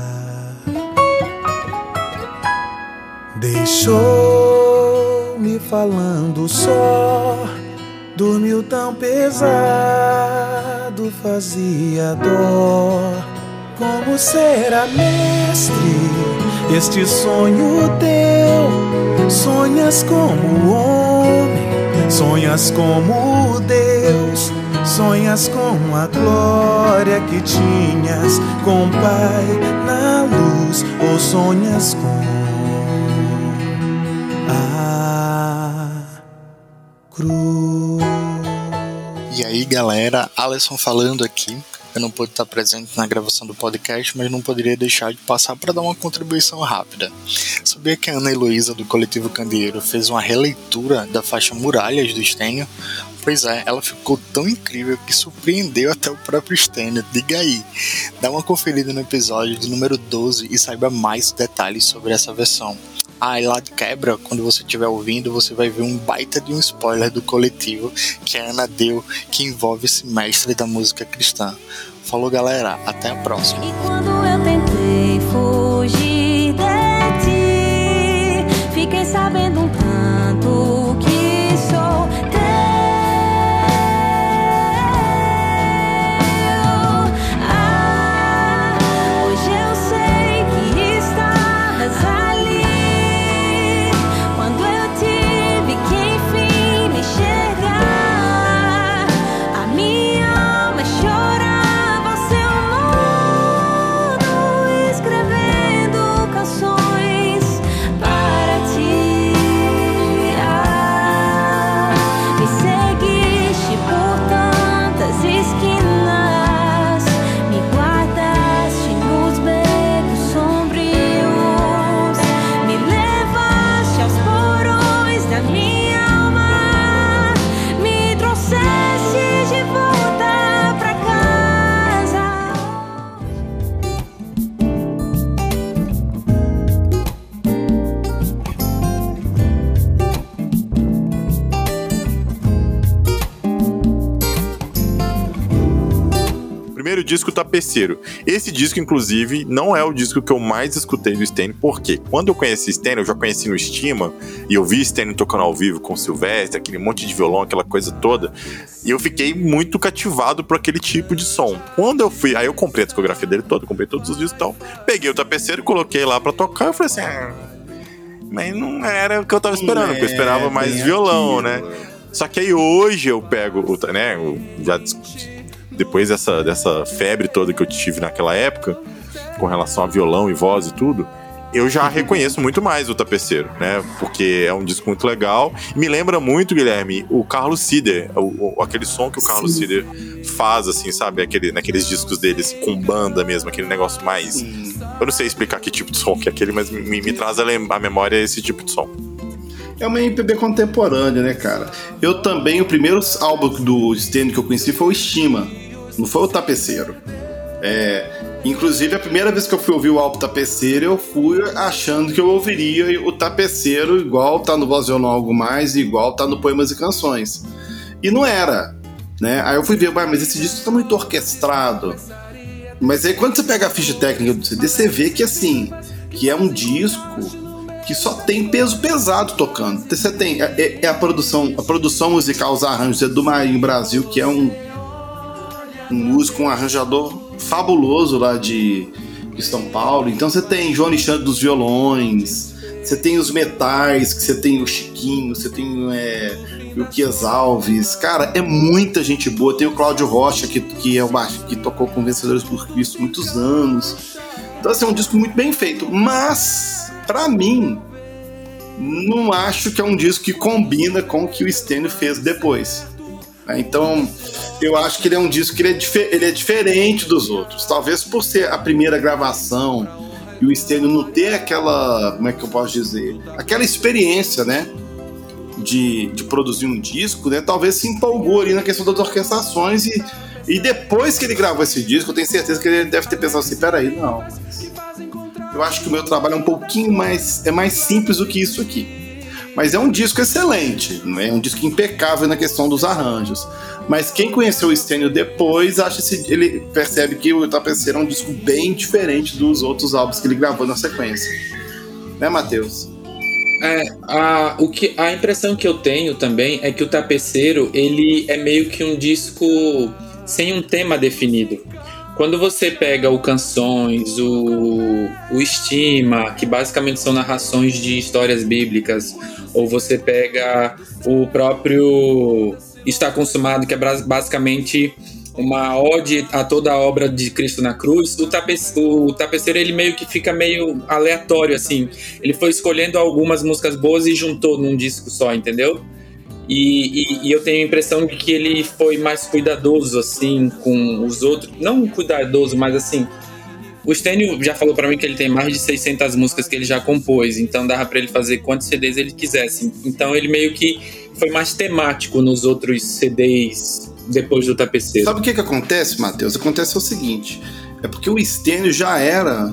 Speaker 7: Deixou-me falando só. Dormiu tão pesado, fazia dó. Como será, mestre, este sonho teu? Sonhas como homem, sonhas como Deus, sonhas com a glória que tinhas com o Pai na luz, ou sonhas com a cruz.
Speaker 8: E aí galera, Alisson falando aqui. Eu não pude estar presente na gravação do podcast, mas não poderia deixar de passar para dar uma contribuição rápida. Sabia que a Ana Heloísa do Coletivo Candeeiro fez uma releitura da faixa Muralhas do Stênio? Pois é, ela ficou tão incrível que surpreendeu até o próprio Stênio. Diga aí, dá uma conferida no episódio de número doze e saiba mais detalhes sobre essa versão. Ah, e lá de quebra, quando você estiver ouvindo, você vai ver um baita de um spoiler do coletivo que a Ana deu, que envolve esse mestre da música cristã. Falou galera, até a próxima.
Speaker 6: E quando eu tentei fugir de ti, fiquei sabendo um tanto que sou teu. Ah, hoje eu sei que estás ali. Quando eu tive que enfim me enxergar, a minha alma chorava ao seu mundo, escrevendo canções para ti. Ah, me seguiste por tantas esquinas, me guardaste nos becos sombrios, me levaste aos porões da minha alma, me trouxeste de volta pra casa.
Speaker 1: Primeiro disco, Tapeceiro. Esse disco, inclusive, não é o disco que eu mais escutei do Stênio, porque quando eu conheci Stênio, eu já conheci no Estima, e eu vi Stênio tocando ao vivo com o Silvestre, aquele monte de violão, aquela coisa toda, e eu fiquei muito cativado por aquele tipo de som. Quando eu fui, aí eu comprei a discografia dele toda, comprei todos os discos e tal, peguei o Tapeceiro, coloquei lá pra tocar, e eu falei assim, ah, mas não era o que eu tava esperando, porque eu esperava mais
Speaker 2: bem
Speaker 1: violão,
Speaker 2: aquilo.
Speaker 1: né? Só que aí hoje eu pego, o, né, eu já dis- depois dessa, dessa febre toda que eu tive naquela época, com relação a violão e voz e tudo, eu já reconheço muito mais o Tapeceiro, né? Porque é um disco muito legal. Me lembra muito, Guilherme, o Carlos Sider, o, o- aquele som que o Carlos
Speaker 2: Sim.
Speaker 1: Sider faz, assim, sabe? Aquele, naqueles discos deles com banda mesmo, aquele negócio mais...
Speaker 2: Sim.
Speaker 1: Eu não sei explicar que tipo de som que é aquele, mas me, me traz a, lem- a memória esse tipo de som.
Speaker 2: É uma M P B contemporânea, né, cara? Eu também, o primeiro álbum do Stênio que eu conheci foi o Estima, não foi o Tapeceiro. É, inclusive, a primeira vez que eu fui ouvir o álbum Tapeceiro, eu fui achando que eu ouviria o Tapeceiro igual tá no Voz e Violão Algo Mais, igual tá no Poemas e Canções. E não era, né? Aí eu fui ver, mas esse disco tá muito orquestrado. Mas aí quando você pega a ficha técnica do C D, você vê que assim, que é um disco que só tem peso pesado tocando. Você tem é, é a produção, a produção musical, os arranjos é do Marinho Brasil, que é um, um músico, um arranjador fabuloso lá de, de São Paulo. Então você tem João Alexandre dos violões, você tem os metais, que você tem o Chiquinho, você tem é, o Quias Alves. Cara, é muita gente boa. Tem o Cláudio Rocha, que, que, é o baixo, que tocou com Vencedores por Cristo muitos anos. Então assim, é um disco muito bem feito. Mas, pra mim, não acho que é um disco que combina com o que o Stênio fez depois. Então, eu acho que ele é um disco que ele é, difer- ele é diferente dos outros. Talvez por ser a primeira gravação e o Stênio não ter aquela, como é que eu posso dizer, aquela experiência, né, de, de produzir um disco, né, talvez se empolgou ali na questão das orquestrações e, e depois que ele gravou esse disco, eu tenho certeza que ele deve ter pensado assim, peraí, não, mas eu acho que o meu trabalho é um pouquinho mais, é mais simples do que isso aqui. Mas é um disco excelente, não é? É um disco impecável na questão dos arranjos. Mas quem conheceu o Stênio depois, acha esse, ele percebe que o Tapeceiro é um disco bem diferente dos outros álbuns que ele gravou na sequência. Né, Matheus?
Speaker 4: É, a, o que, a impressão que eu tenho também é que o Tapeceiro, ele é meio que um disco sem um tema definido. quando você pega o Canções, o, o Estima, que basicamente são narrações de histórias bíblicas, ou você pega o próprio Está Consumado, que é basicamente uma ode a toda a obra de Cristo na cruz, o, tape, o tapeceiro ele meio que fica meio aleatório, assim. Ele foi escolhendo algumas músicas boas e juntou num disco só, entendeu? E, e, e eu tenho a impressão de que ele foi mais cuidadoso, assim, com os outros. Não cuidadoso, mas assim... O Stênio já falou pra mim que ele tem mais de seiscentas músicas que ele já compôs, então dava pra ele fazer quantos C Ds ele quisesse. Então ele meio que foi mais temático nos outros C Ds depois do Tapeceiro.
Speaker 2: Sabe o que que acontece, Matheus? Acontece o seguinte, é porque o Stênio já era...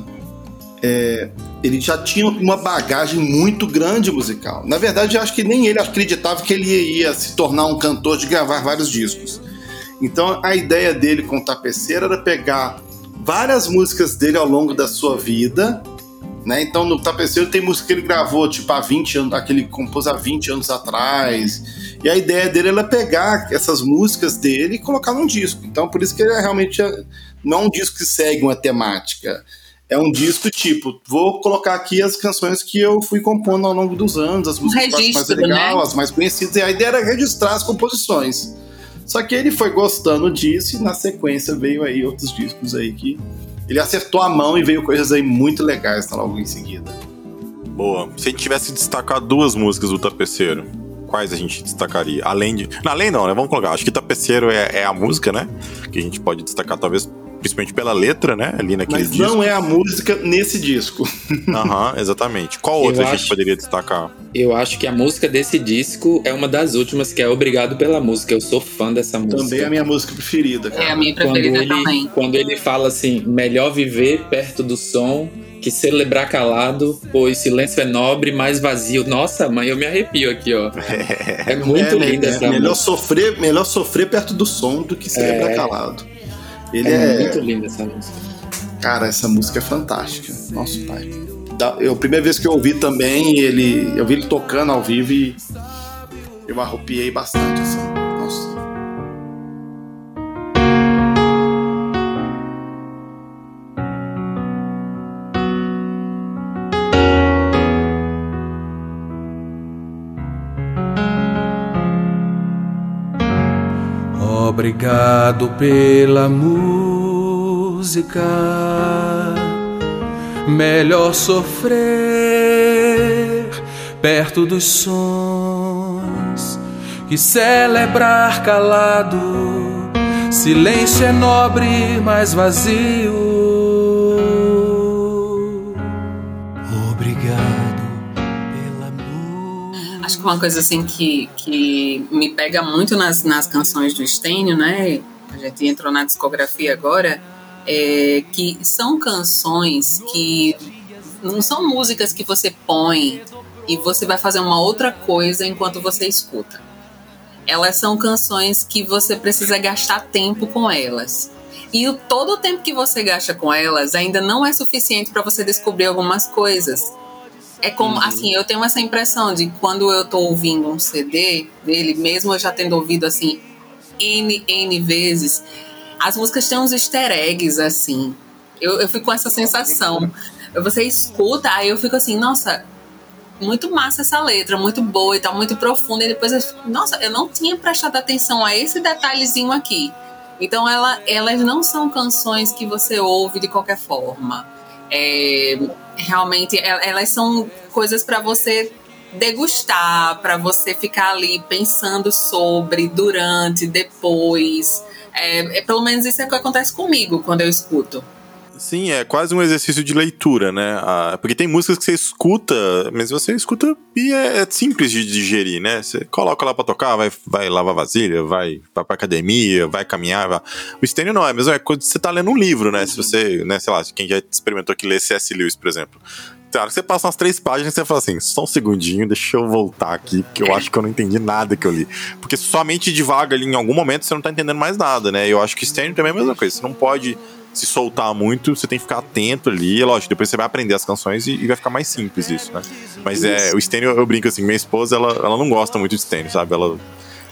Speaker 2: É, ele já tinha uma bagagem muito grande musical. Na verdade, eu acho que nem ele acreditava que ele ia se tornar um cantor de gravar vários discos. Então, a ideia dele com o Tapeceiro era pegar várias músicas dele ao longo da sua vida, né? Então, no Tapeceiro tem música que ele gravou tipo há vinte anos, que ele compôs há vinte anos atrás. E a ideia dele era pegar essas músicas dele e colocar num disco. Então, por isso que ele é realmente não é um disco que segue uma temática. É um disco tipo, vou colocar aqui as canções que eu fui compondo ao longo dos anos, as músicas que eu acho mais legal, né? As mais conhecidas, e a ideia era registrar as composições. Só que ele foi gostando disso e na sequência veio aí outros discos aí que ele acertou a mão e veio coisas aí muito legais logo em seguida.
Speaker 1: Boa. Se a gente tivesse que destacar duas músicas do Tapeceiro, quais a gente destacaria? Além de... Não, além não, né? Vamos colocar. Acho que Tapeceiro é, é a música, né? Que a gente pode destacar talvez... principalmente pela letra, né? Ali naquele
Speaker 2: Mas
Speaker 1: disco.
Speaker 2: Não é a música nesse disco.
Speaker 1: Aham, uhum, exatamente. Qual outra eu a gente acho, poderia destacar?
Speaker 4: Eu acho que a música desse disco é uma das últimas, que é Obrigado pela Música. Eu sou fã dessa música.
Speaker 2: Também é a minha música preferida, cara.
Speaker 3: É a minha preferida
Speaker 4: quando ele,
Speaker 3: também.
Speaker 4: Quando ele fala assim, melhor viver perto do som que celebrar calado, pois silêncio é nobre, mais vazio. Nossa, mãe, eu me arrepio aqui, ó. É, é muito é, linda é, essa
Speaker 2: melhor
Speaker 4: música.
Speaker 2: Sofrer, melhor sofrer perto do som do que celebrar é. calado. Ele
Speaker 4: é,
Speaker 2: é
Speaker 4: muito linda essa música.
Speaker 2: Cara, essa música é fantástica. Nosso pai. Eu, a primeira vez que eu ouvi também, ele, eu vi ele tocando ao vivo e eu arrupiei bastante, assim. Nossa.
Speaker 7: Obrigado pela música, melhor sofrer perto dos sons que celebrar calado. Silêncio é nobre, mas vazio. Obrigado pela música.
Speaker 3: Acho que uma coisa assim que, que me pega muito nas, nas canções do Stênio, né? A gente entrou na discografia agora, é que são canções que não são músicas que você põe e você vai fazer uma outra coisa enquanto você escuta. Elas são canções que você precisa gastar tempo com elas. E o, todo o tempo que você gasta com elas ainda não é suficiente para você descobrir algumas coisas. É como, uhum. assim, eu tenho essa impressão de quando eu tô ouvindo um C D dele, mesmo eu já tendo ouvido, assim, N, N vezes, as músicas têm uns easter eggs, assim. Eu, eu fico com essa sensação. Você escuta, aí eu fico assim, nossa, muito massa essa letra, muito boa e tal, muito profunda. E depois eu fico, nossa, eu não tinha prestado atenção a esse detalhezinho aqui. Então ela, elas não são canções que você ouve de qualquer forma. É, realmente elas são coisas para você degustar, para você ficar ali pensando sobre, durante, depois. É, é, pelo menos isso é o que acontece comigo quando eu escuto.
Speaker 1: Sim, é quase um exercício de leitura, né? Ah, porque tem músicas que você escuta, mas você escuta e é, é simples de digerir, né? Você coloca lá pra tocar, vai, vai lavar vasilha, vai, vai pra academia, vai caminhar. Vai... O Stênio não é, mas é quando você tá lendo um livro, né? Se você, né, sei lá, quem já experimentou que lê C S Lewis, por exemplo. Claro, você passa umas três páginas e você fala assim, só um segundinho, deixa eu voltar aqui, porque eu acho que eu não entendi nada que eu li. Porque somente divaga ali em algum momento você não tá entendendo mais nada, né? Eu acho que Stênio também é a mesma coisa, você não pode se soltar muito, você tem que ficar atento ali, lógico, depois você vai aprender as canções e, e vai ficar mais simples isso, né? Mas é, o Stênio, eu brinco assim, minha esposa, ela, ela não gosta muito de Stênio, sabe? Ela,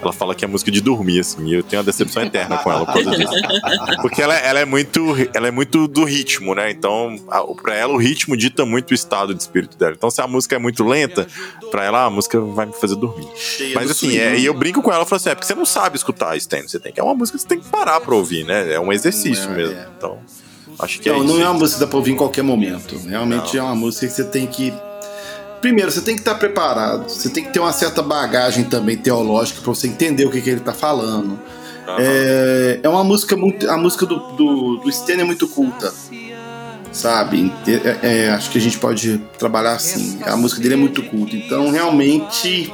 Speaker 1: ela fala que é música de dormir, assim, e eu tenho uma decepção eterna com ela por causa disso. Porque ela, ela, é muito, ela é muito do ritmo, né? Então, a, pra ela, o ritmo dita muito o estado de espírito dela. Então, se a música é muito lenta, pra ela, a música vai me fazer dormir.
Speaker 2: Cheia
Speaker 1: Mas
Speaker 2: do
Speaker 1: assim,
Speaker 2: swing.
Speaker 1: é, e eu brinco com ela, eu falo assim, é porque você não sabe escutar Stênio, você tem que, é uma música que você tem que parar pra ouvir, né? É um exercício
Speaker 2: É,
Speaker 1: mesmo.
Speaker 2: é.
Speaker 1: Então, acho que
Speaker 2: Não,
Speaker 1: é isso.
Speaker 2: não é uma música que dá pra ouvir em qualquer momento. Realmente
Speaker 1: Não.
Speaker 2: é uma música que você tem que... Primeiro, você tem que estar preparado. Você tem que ter uma certa bagagem também teológica pra você entender o que, que ele tá falando.
Speaker 1: Uhum.
Speaker 2: É, é uma música muito... A música do, do, do Stênio é muito culta. Sabe? É, é, acho que a gente pode trabalhar assim. A música dele é muito culta. Então, realmente...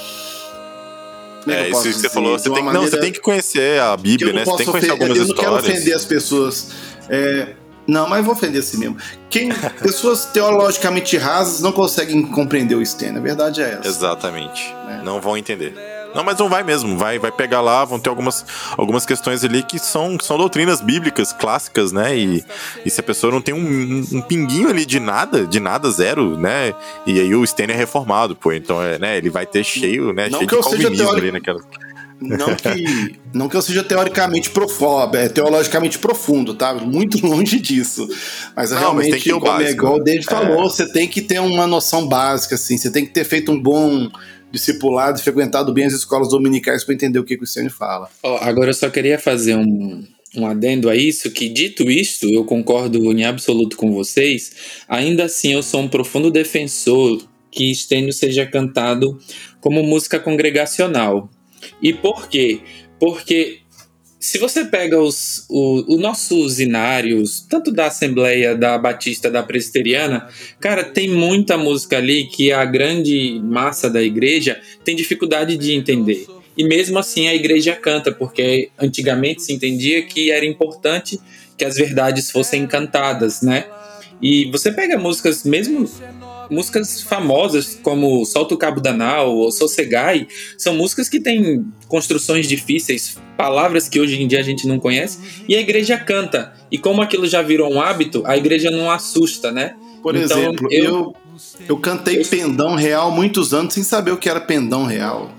Speaker 2: Como
Speaker 1: É,
Speaker 2: que eu
Speaker 1: isso
Speaker 2: posso
Speaker 1: que você
Speaker 2: dizer?
Speaker 1: falou.
Speaker 2: De
Speaker 1: Você
Speaker 2: uma
Speaker 1: tem, que- não,
Speaker 2: maneira
Speaker 1: você tem que conhecer a
Speaker 2: que
Speaker 1: Bíblia,
Speaker 2: eu não
Speaker 1: né? Você tem
Speaker 2: posso
Speaker 1: que conhecer
Speaker 2: ofender,
Speaker 1: algumas
Speaker 2: eu não quero
Speaker 1: histórias.
Speaker 2: ofender as pessoas. É, não, mas vou ofender assim mesmo. Quem, pessoas teologicamente rasas não conseguem compreender o Stênio. A verdade é essa.
Speaker 1: Exatamente.
Speaker 2: É.
Speaker 1: Não vão entender. Não, mas não vai mesmo. Vai, vai pegar lá, vão ter algumas, algumas questões ali que são, são doutrinas bíblicas clássicas, né? E, e se a pessoa não tem um, um, um pinguinho ali de nada, de nada, zero, né? E aí o Stênio é reformado, pô. Então, é, né? Ele vai ter cheio, né?
Speaker 2: Não
Speaker 1: cheio
Speaker 2: que
Speaker 1: de
Speaker 2: eu seja
Speaker 1: calvinismo
Speaker 2: teórico.
Speaker 1: ali naquela...
Speaker 2: Não que, não que eu seja teoricamente profundo, é, teologicamente profundo, tá? Muito longe disso. Mas
Speaker 1: Não,
Speaker 2: realmente,
Speaker 1: mas tem que ter o
Speaker 2: como é
Speaker 1: básico,
Speaker 2: igual o
Speaker 1: né?
Speaker 2: David
Speaker 1: É.
Speaker 2: falou, você tem que ter uma noção básica, assim. Você tem que ter feito um bom discipulado, frequentado bem as escolas dominicais para entender o que, que o Stênio fala.
Speaker 4: Ó, agora eu só queria fazer um, um adendo a isso, que dito isto, eu concordo em absoluto com vocês, ainda assim eu sou um profundo defensor que Stênio seja cantado como música congregacional. E por quê? Porque se você pega os, o, os nossos inários, tanto da Assembleia, da Batista, da Presbiteriana, cara, tem muita música ali que a grande massa da igreja tem dificuldade de entender. E mesmo assim a igreja canta, porque antigamente se entendia que era importante que as verdades fossem cantadas, né? E você pega músicas, mesmo músicas famosas como Solta o Cabo da Nau ou Sossegai, são músicas que têm construções difíceis, palavras que hoje em dia a gente não conhece, e a igreja canta. E como aquilo já virou um hábito, a igreja não assusta, né?
Speaker 2: Por
Speaker 4: Então,
Speaker 2: exemplo,
Speaker 4: eu-
Speaker 2: eu, eu cantei Pendão Real muitos anos sem saber o que era Pendão Real.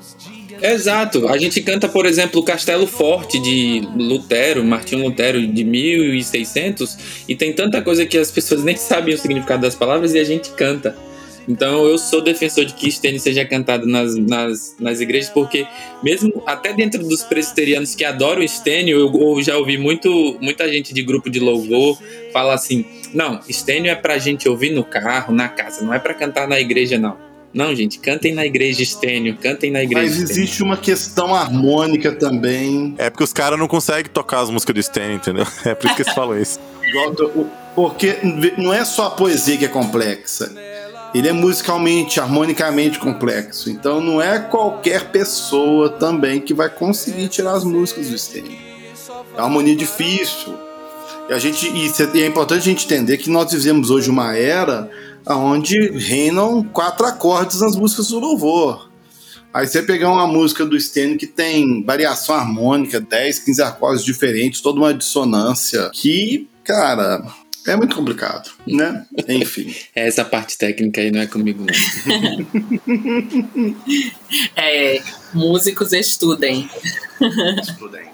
Speaker 4: Exato. A gente canta, por exemplo, o Castelo Forte de Lutero, Martinho Lutero, de mil e seiscentos, e tem tanta coisa que as pessoas nem sabem o significado das palavras e a gente canta. Então eu sou defensor de que Stênio seja cantado nas, nas, nas igrejas, porque mesmo até dentro dos presbiterianos que adoram Stênio, eu, eu já ouvi muito, muita gente de grupo de louvor falar assim, não, Stênio é pra gente ouvir no carro, na casa, não é pra cantar na igreja, não. Não, gente, cantem na igreja Stênio, cantem na igreja
Speaker 2: Mas
Speaker 4: Stênio.
Speaker 2: existe uma questão harmônica também.
Speaker 1: É porque os caras não conseguem tocar as músicas do Stênio, entendeu? É por isso que eles falam isso.
Speaker 2: Igual do- Porque não é só a poesia que é complexa. Ele é musicalmente, harmonicamente complexo. Então não é qualquer pessoa também que vai conseguir tirar as músicas do Stênio. É uma harmonia difícil. E, a gente, e é importante a gente entender que nós vivemos hoje uma era onde reinam quatro acordes nas músicas do louvor. Aí você pegar uma música do Stênio que tem variação harmônica, dez, quinze acordes diferentes, toda uma dissonância, que, cara, é muito complicado, né? Enfim.
Speaker 4: Essa parte técnica aí não é comigo, não.
Speaker 3: É, músicos estudem.
Speaker 2: Estudem.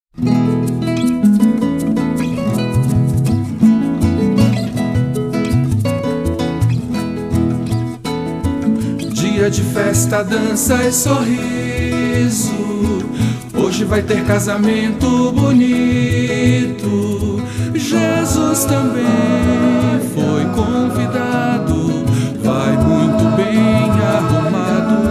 Speaker 5: Dia de festa, dança e sorriso. Hoje vai ter casamento bonito. Jesus também foi convidado. Vai muito bem arrumado.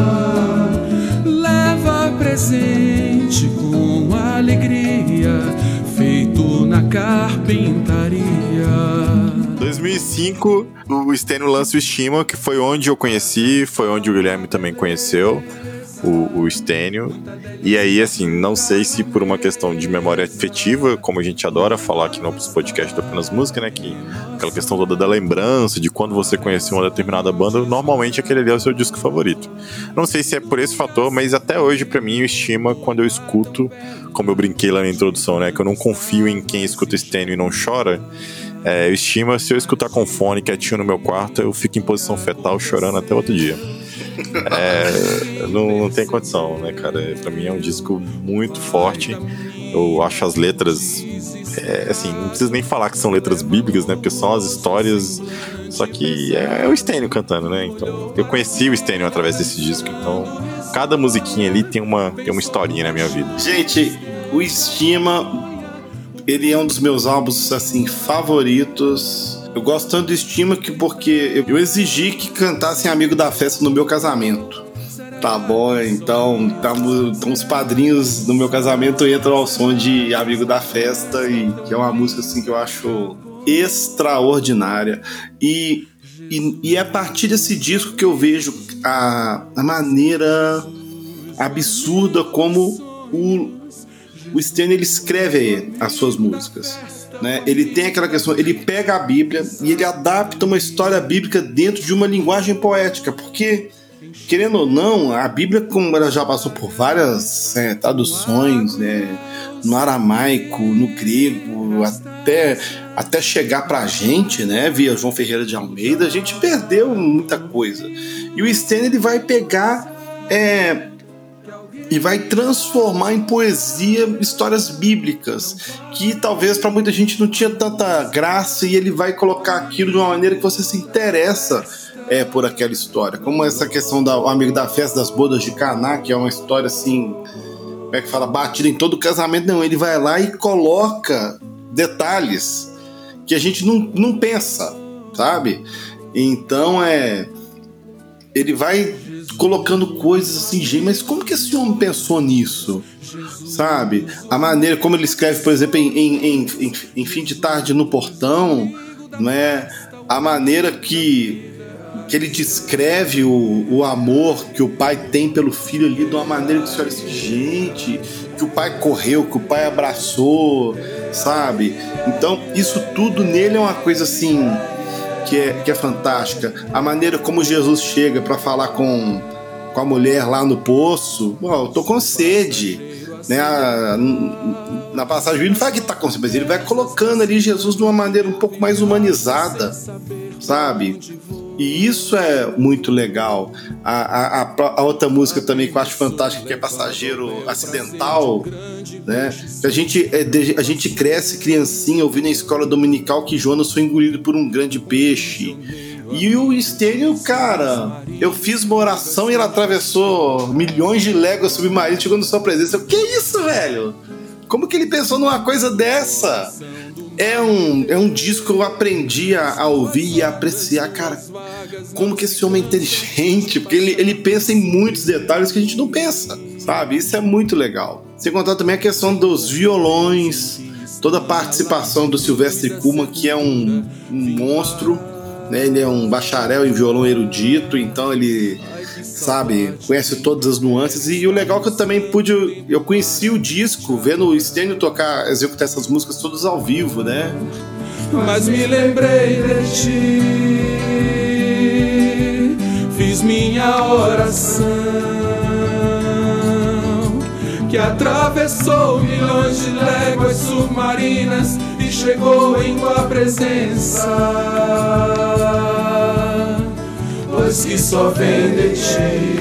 Speaker 5: Leva presente com alegria, feito na carpintaria.
Speaker 1: dois mil e cinco, o Stênio lança o Estima, que foi onde eu conheci, foi onde o Guilherme também conheceu o, o Stênio. E aí, assim, não sei se por uma questão de memória afetiva, como a gente adora falar aqui no podcast do Apenas Música, né, que aquela questão toda da lembrança, de quando você conheceu uma determinada banda, normalmente aquele ali é o seu disco favorito. Não sei se é por esse fator, mas até hoje, pra mim, o Estima, quando eu escuto, como eu brinquei lá na introdução, né, que eu não confio em quem escuta Stênio e não chora. É, Estima, se eu escutar com fone quietinho no meu quarto, eu fico em posição fetal chorando até outro dia. É, não, não tem condição, né, cara? Pra mim é um disco muito forte. Eu acho as letras, é, assim, não preciso nem falar que são letras bíblicas, né? Porque são as histórias. Só que é, é o Stênio cantando, né? Então, eu conheci o Stênio através desse disco. Então, cada musiquinha ali tem uma, tem uma historinha na minha vida.
Speaker 2: Gente, o Estima, ele é um dos meus álbuns, assim, favoritos. Eu gosto tanto do Estima que porque eu exigi que cantassem Amigo da Festa no meu casamento. Tá bom, então, tá, então os padrinhos do meu casamento entram ao som de Amigo da Festa, e que é uma música assim que eu acho extraordinária. E, e, e é a partir desse disco que eu vejo a, a maneira absurda como o, o Stênio, ele escreve as suas músicas. Né? Ele tem aquela questão, ele pega a Bíblia e ele adapta uma história bíblica dentro de uma linguagem poética, porque, querendo ou não, a Bíblia, como ela já passou por várias é, traduções, né, no aramaico, no grego, até, até chegar pra gente, né, via João Ferreira de Almeida, a gente perdeu muita coisa. E o Stênio, ele vai pegar é, e vai transformar em poesia histórias bíblicas que talvez para muita gente não tinha tanta graça, e ele vai colocar aquilo de uma maneira que você se interessa é, por aquela história, como essa questão do Amigo da Festa das Bodas de Caná, que é uma história assim, como é que fala, batida em todo casamento. Não, ele vai lá e coloca detalhes que a gente não, não pensa, sabe? Então é, ele vai colocando coisas assim, gente, mas como que esse homem pensou nisso? Sabe? A maneira como ele escreve, por exemplo, em, em, em, em Fim de Tarde no Portão, não é? A maneira que, que ele descreve o, o amor que o pai tem pelo filho ali, de uma maneira que você olha assim, gente, que o pai correu, que o pai abraçou, sabe? Então, isso tudo nele é uma coisa assim que é, que é fantástica. A maneira como Jesus chega para falar com, com a mulher lá no poço, oh, eu tô com sede, né? A, na passagem ele não fala que tá com sede, mas ele vai colocando ali Jesus de uma maneira um pouco mais humanizada, sabe? E isso é muito legal. A, a, a outra música também que eu acho fantástica, que é Passageiro Acidental, né? A gente, a gente cresce criancinha ouvindo na escola dominical que Jonas foi engolido por um grande peixe. E o Stênio, cara, eu fiz uma oração e ela atravessou milhões de léguas submarinas, chegou na sua presença. Que isso, velho? Como que ele pensou numa coisa dessa? É um, é um disco que eu aprendi a, a ouvir e a apreciar, cara. Como que esse homem é inteligente, porque ele, ele pensa em muitos detalhes que a gente não pensa, sabe? Isso é muito legal. Sem contar também a questão dos violões, toda a participação do Silvestre Kuhlmann, que é um, um monstro, né? Ele é um bacharel em violão erudito, então ele, sabe, conhece todas as nuances. E o legal é que eu também pude, eu conheci o disco vendo o Stênio tocar, executar essas músicas todas ao vivo, né?
Speaker 5: Mas me lembrei de ti, fiz minha oração, que atravessou milhões de léguas submarinas e chegou em tua presença, pois que só vem de ti,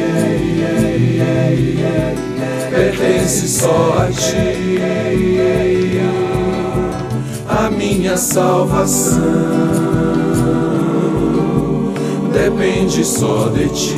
Speaker 5: pertence só a ti, a minha salvação depende só de ti.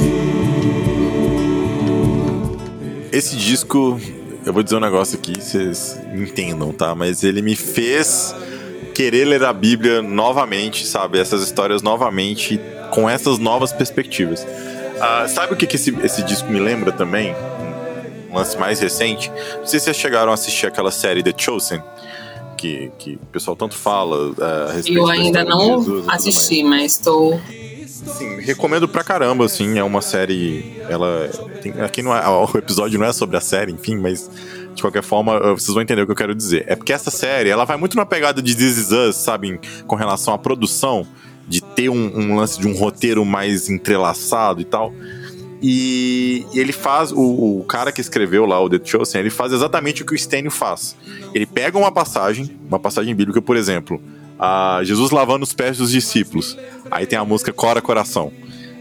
Speaker 1: Esse disco, eu vou dizer um negócio aqui, vocês entendam, tá? Mas ele me fez querer ler a Bíblia novamente, sabe? Essas histórias novamente, com essas novas perspectivas. Uh, sabe o que, que esse, esse disco me lembra também? Um lance mais recente. Não sei se vocês chegaram a assistir aquela série The Chosen, que, que o pessoal tanto fala uh, a respeito.
Speaker 3: Eu ainda não assisti, mas estou...
Speaker 1: Sim, recomendo pra caramba, assim, é uma série, ela, tem, aqui não é, o episódio não é sobre a série, enfim, mas de qualquer forma, vocês vão entender o que eu quero dizer. É porque essa série, ela vai muito na pegada de This Is Us, sabe, com relação à produção, de ter um, um lance de um roteiro mais entrelaçado e tal, e ele faz, o, o cara que escreveu lá o The Chosen, ele faz exatamente o que o Stênio faz. Ele pega uma passagem, uma passagem bíblica, por exemplo, a Jesus lavando os pés dos discípulos. Aí tem a música Cora Coração,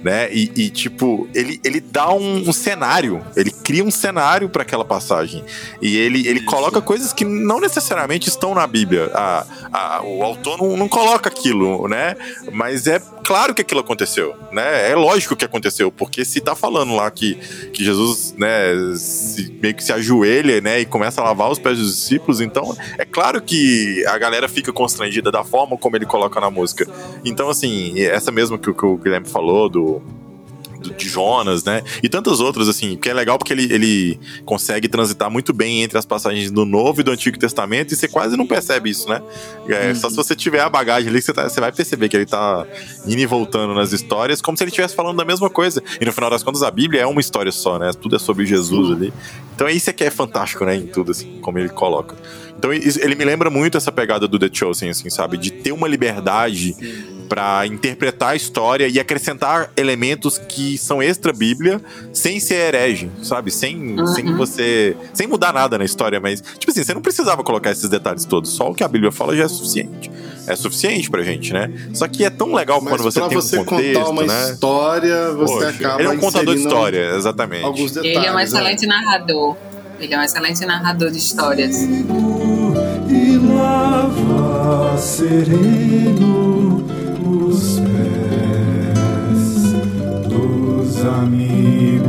Speaker 1: né? E, e tipo, ele, ele dá um, um cenário, ele cria um cenário para aquela passagem. E ele, ele coloca coisas que não necessariamente estão na Bíblia. A, a, o autor não, não coloca aquilo, né? Mas é claro que aquilo aconteceu, né? É lógico que aconteceu, porque se tá falando lá que, que Jesus, né, se, meio que se ajoelha, né, e começa a lavar os pés dos discípulos, então é claro que a galera fica constrangida da forma como ele coloca na música. Então, assim, essa mesmo que, que o Guilherme falou, do de Jonas, né, e tantas outras, assim, que é legal porque ele, ele consegue transitar muito bem entre as passagens do Novo e do Antigo Testamento, e você quase não percebe isso, né, é, uhum. Só se você tiver a bagagem ali, que você, tá, você vai perceber que ele tá indo e voltando nas histórias, como se ele estivesse falando da mesma coisa, e no final das contas a Bíblia é uma história só, né, tudo é sobre Jesus ali, então isso é que é fantástico, né, em tudo, assim, como ele coloca. Então ele me lembra muito essa pegada do The Chosen, assim, sabe, de ter uma liberdade pra interpretar a história e acrescentar elementos que são extra-bíblia sem ser herege, sabe? Sem, uhum. sem você... Sem mudar nada na história, mas... Tipo assim, você não precisava colocar esses detalhes todos. Só o que a Bíblia fala já é suficiente. É suficiente pra gente, né? Só que é tão legal mas quando você tem você um contexto, né? Pra você contar uma
Speaker 2: história, você Poxa, acaba
Speaker 1: ele é um contador de história, exatamente.
Speaker 2: Alguns detalhes,
Speaker 3: ele é um excelente
Speaker 2: né?
Speaker 3: narrador. Ele é um excelente narrador de histórias.
Speaker 5: E lava sereno os pés dos amigos.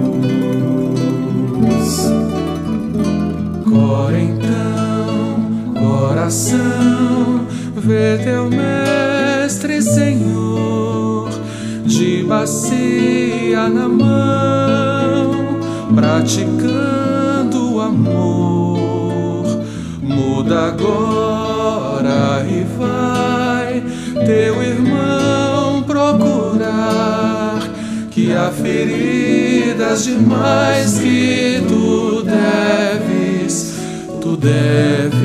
Speaker 5: Cora então, coração, vê teu mestre, Senhor, de bacia na mão, praticando o amor. Muda agora e vai teu irmão procurar, que há feridas demais que tu deves, tu deves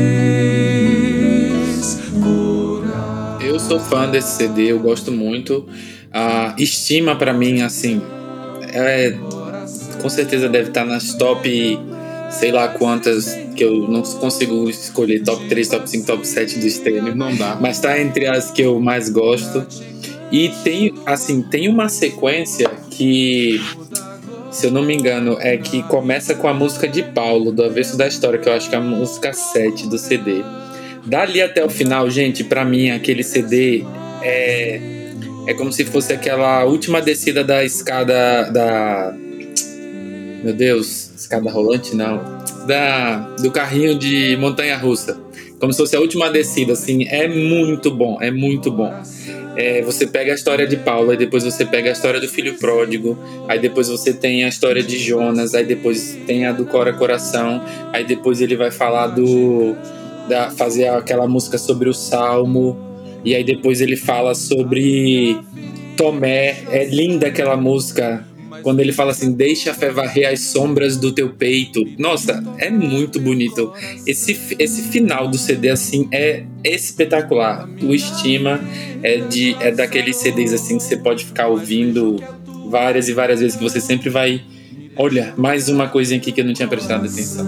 Speaker 5: curar.
Speaker 4: Eu sou fã desse C D, eu gosto muito. A Estima, pra mim, assim, é, com certeza deve estar nas top, sei lá quantas, que eu não consigo escolher top três, top cinco, top sete do Stênio.
Speaker 2: Não dá.
Speaker 4: Mas tá entre as que eu mais gosto. E tem, assim, tem uma sequência que, se eu não me engano, é que começa com a música de Paulo, do Avesso da História, que eu acho que é a música sete do C D. Dali até o final, gente, pra mim, aquele C D é, é como se fosse aquela última descida da escada da... Meu Deus, escada rolante não... Da, do carrinho de montanha-russa, como se fosse a última descida, assim, é muito bom, é muito bom. É, você pega a história de Paulo, aí depois você pega a história do filho pródigo, aí depois você tem a história de Jonas, aí depois tem a do Cora Coração, aí depois ele vai falar do da, fazer aquela música sobre o Salmo, e aí depois ele fala sobre Tomé. É linda aquela música quando ele fala assim, deixa a fé varrer as sombras do teu peito. Nossa, é muito bonito. Esse, esse final do C D, assim, é espetacular. O Estima é, de, é daqueles C Ds, assim, que você pode ficar ouvindo várias e várias vezes, que você sempre vai... Olha, mais uma coisinha aqui que eu não tinha prestado atenção.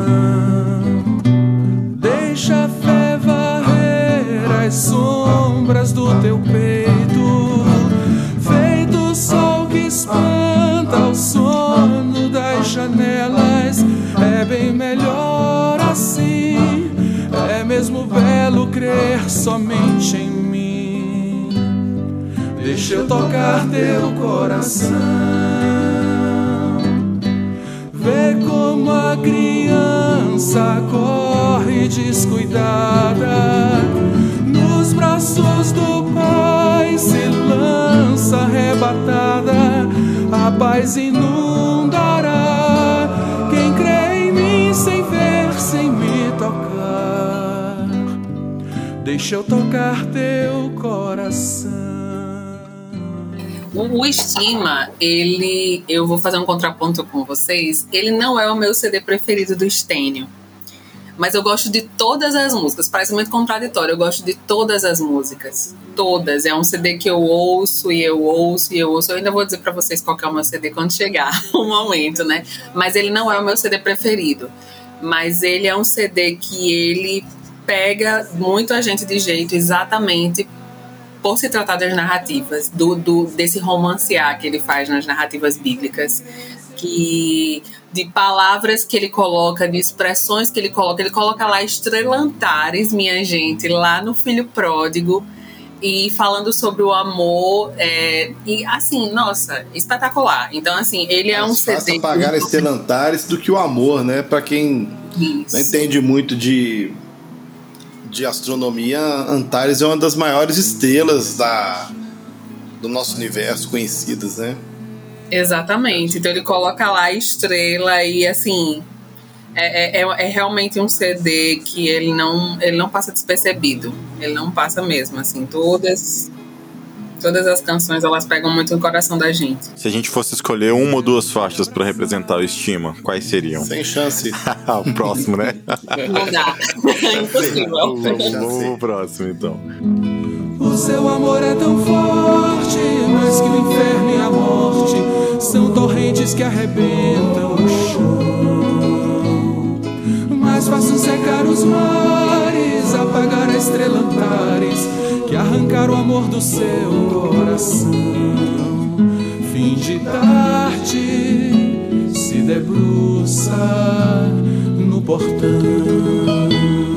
Speaker 5: Deixa a fé varrer as sombras do teu peito, feito o sol que espanta o sono das janelas. É bem melhor assim, é mesmo belo crer somente em mim. Deixa eu tocar teu coração, vê como a criança corre descuidada, nos braços do Pai se lança arrebatada. A paz inundará quem crê em mim, sem ver, sem me tocar. Deixa eu tocar teu coração.
Speaker 3: O Estima, ele, eu vou fazer um contraponto com vocês. Ele não é o meu C D preferido do Stênio, mas eu gosto de todas as músicas. Parece muito contraditório, eu gosto de todas as músicas. Todas. É um C D que eu ouço e eu ouço e eu ouço. Eu ainda vou dizer pra vocês qual que é o meu C D quando chegar o momento, né? Mas ele não é o meu C D preferido. Mas ele é um C D que ele pega muito a gente de jeito exatamente por se tratar das narrativas, do, do, desse romancear que ele faz nas narrativas bíblicas, que, de palavras que ele coloca, de expressões que ele coloca. Ele coloca lá estrelantares, minha gente, lá no Filho Pródigo, e falando sobre o amor, é, e assim, nossa, espetacular. Então, assim, ele é um C D...
Speaker 2: Mais fácil apagar estrelantares do que o amor, né? Pra quem Isso. não entende muito de, de astronomia, Antares é uma das maiores estrelas da, do nosso universo conhecidas, né?
Speaker 3: Exatamente. Então ele coloca lá a estrela e, assim... É, é, é realmente um C D que ele não, ele não passa despercebido. Ele não passa mesmo, assim. Todas, todas as canções, elas pegam muito no coração da gente.
Speaker 1: Se a gente fosse escolher uma ou duas faixas pra representar o Estima, quais seriam?
Speaker 2: Sem chance.
Speaker 1: O próximo, né?
Speaker 3: Não dá. É impossível.
Speaker 1: Vamos pro próximo, então.
Speaker 5: O seu amor é tão forte, mais que o inferno e a morte são torrentes que arrebentam o chão. Mais fácil secar os mares, apagar a estrela Antares, que arrancar o amor do seu coração. Fim de tarde, se debruça no portão.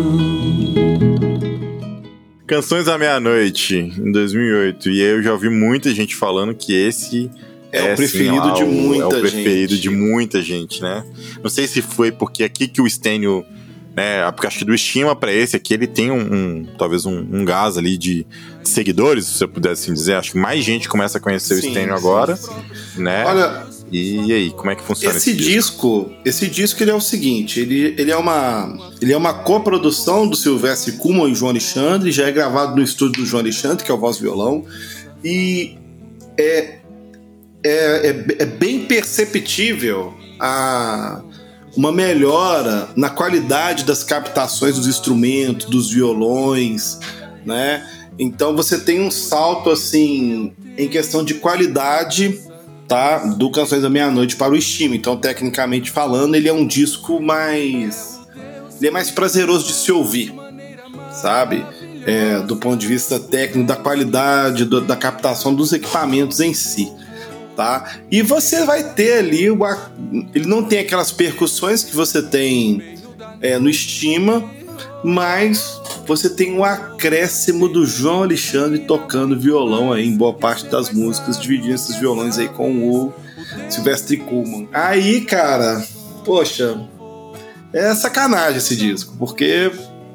Speaker 1: Canções à Meia-Noite, em dois mil e oito, e eu já ouvi muita gente falando que esse...
Speaker 2: É, é o preferido assim, de muita gente.
Speaker 1: É o preferido gente. de muita gente, né? Não sei se foi porque aqui que o Stênio, né? Porque acho que do Estima pra esse aqui, ele tem um, um talvez um, um gás ali de, de seguidores, se eu pudesse assim dizer. Acho que mais gente começa a conhecer sim, o Stênio agora, sim. né?
Speaker 2: Olha,
Speaker 1: e aí, como é que funciona
Speaker 2: esse, esse disco? disco? Esse disco ele é o seguinte, ele, ele, é uma, ele é uma coprodução do Sylvestre Kuhlmann e João Alexandre, já é gravado no estúdio do João Alexandre, que é o voz e violão, e é É, é, é bem perceptível a, uma melhora na qualidade das captações dos instrumentos, dos violões, né? Então você tem um salto assim em questão de qualidade, tá? Do Canções da Meia-Noite para o Estima. Então, tecnicamente falando, ele é um disco mais... ele é mais prazeroso de se ouvir, sabe? É, do ponto de vista técnico, da qualidade, do, da captação dos equipamentos em si. Tá? E você vai ter ali uma, ele não tem aquelas percussões que você tem é, no Estima, mas você tem um acréscimo do João Alexandre tocando violão aí em boa parte das músicas, dividindo esses violões aí com o Sylvestre Kuhlmann. Aí, cara, poxa, é sacanagem esse disco, porque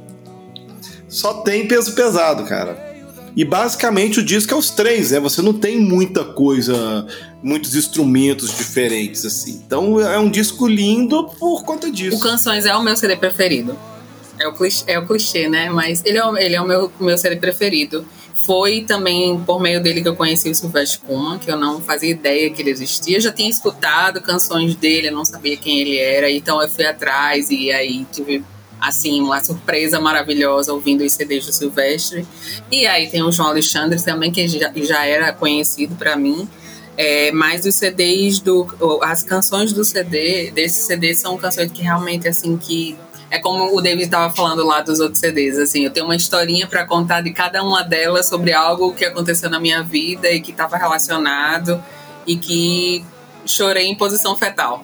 Speaker 2: só tem peso pesado, cara. E basicamente o disco é os três, né? Você não tem muita coisa, muitos instrumentos diferentes, assim. Então é um disco lindo por conta disso.
Speaker 3: O Canções é o meu C D preferido. É o clichê, é o clichê né? Mas ele é, o, ele é o meu, meu C D preferido. Foi também por meio dele que eu conheci o Sylvestre Kuhlmann, que eu não fazia ideia que ele existia. Eu já tinha escutado canções dele, eu não sabia quem ele era. Então eu fui atrás e aí tive... assim, uma surpresa maravilhosa ouvindo os C Ds do Sylvestre. E aí tem o João Alexandre também, que já, já era conhecido para mim. É, mas os C Ds, do, as canções do C D, desse C D são canções que realmente, assim, que... é como o David estava falando lá dos outros C Ds, assim, eu tenho uma historinha para contar de cada uma delas sobre algo que aconteceu na minha vida e que estava relacionado e que... chorei em posição fetal.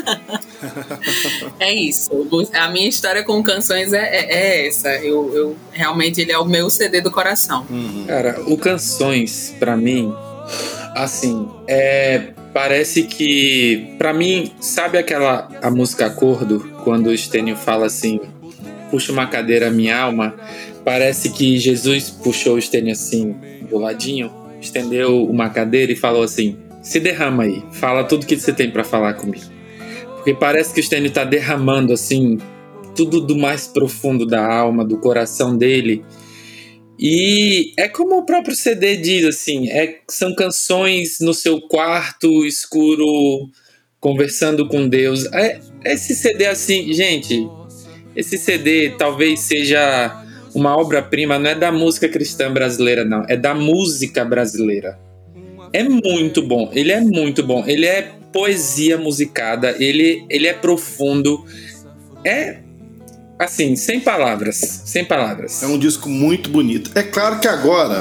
Speaker 3: É isso. A minha história com Canções é, é, é essa. Eu, eu, realmente, ele é o meu C D do coração.
Speaker 4: Uhum. Cara, o Canções, pra mim, assim, é, parece que... Pra mim, sabe aquela a música Acordo? Quando o Stênio fala assim, puxa uma cadeira minha alma. Parece que Jesus puxou o Stênio assim, do ladinho, estendeu uma cadeira e falou assim, se derrama aí, fala tudo que você tem pra falar comigo. Porque parece que o Stênio tá derramando, assim, tudo do mais profundo da alma, do coração dele. E é como o próprio C D diz, assim, é, são canções no seu quarto escuro, conversando com Deus. É, esse C D, assim, gente, esse C D talvez seja uma obra-prima, não é da música cristã brasileira, não, é da música brasileira. É muito bom, ele é muito bom, ele é poesia musicada, ele, ele é profundo, é assim, sem palavras, sem palavras.
Speaker 2: É um disco muito bonito. É claro que agora,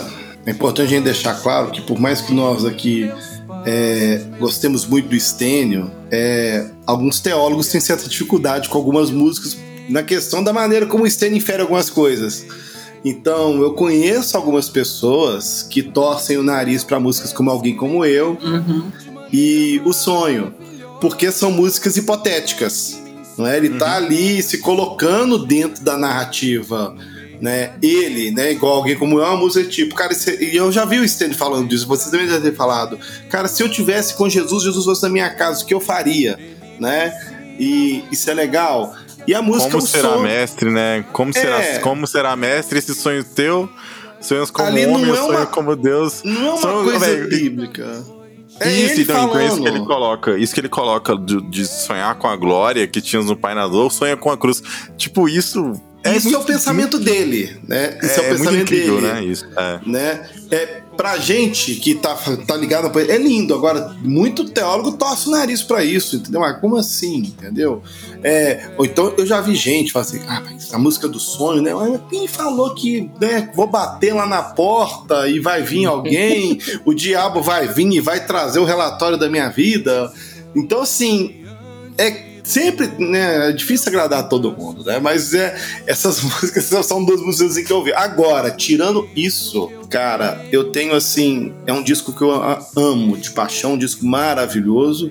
Speaker 2: é importante a gente deixar claro que por mais que nós aqui é, gostemos muito do Stênio, é, alguns teólogos têm certa dificuldade com algumas músicas na questão da maneira como o Stênio infere algumas coisas. Então, eu conheço algumas pessoas que torcem o nariz para músicas como Alguém Como Eu uhum. e O Sonho, porque são músicas hipotéticas, não é? Ele uhum. tá ali se colocando dentro da narrativa, né? Ele, né? Igual Alguém Como Eu é uma música tipo, cara, e eu já vi o Stênio falando disso, vocês também devem ter falado, cara, se eu tivesse com Jesus, Jesus fosse na minha casa, o que eu faria, né? E isso é legal. E a música
Speaker 1: Como será sonho... mestre, né? Como, é... será, como será mestre esse sonho teu? Sonhos como ali homem, não é uma... sonho como Deus.
Speaker 2: Não é uma
Speaker 1: sonho...
Speaker 2: coisa
Speaker 1: Véio,
Speaker 2: bíblica.
Speaker 1: É isso, então, então, isso que ele coloca. Isso que ele coloca de, de sonhar com a glória que tínhamos no Pai na dor, sonha com a cruz. Tipo, isso. É
Speaker 2: isso é o pensamento muito... dele, né? Isso é, é o pensamento
Speaker 1: muito incrível,
Speaker 2: dele.
Speaker 1: Né? Isso, é.
Speaker 2: Né? É, pra gente que tá, tá ligado, é lindo. Agora, muito teólogo torce o nariz pra isso, entendeu? Mas como assim, entendeu? É, ou então eu já vi gente falar assim, ah, a música do sonho, né? Mas quem falou que, né, vou bater lá na porta e vai vir alguém, o diabo vai vir e vai trazer o relatório da minha vida. Então, assim, é sempre, né, é difícil agradar a todo mundo, né? Mas é, essas músicas são duas músicas que eu ouvi. Agora, tirando isso, cara, eu tenho assim, é um disco que eu amo de paixão, um disco maravilhoso.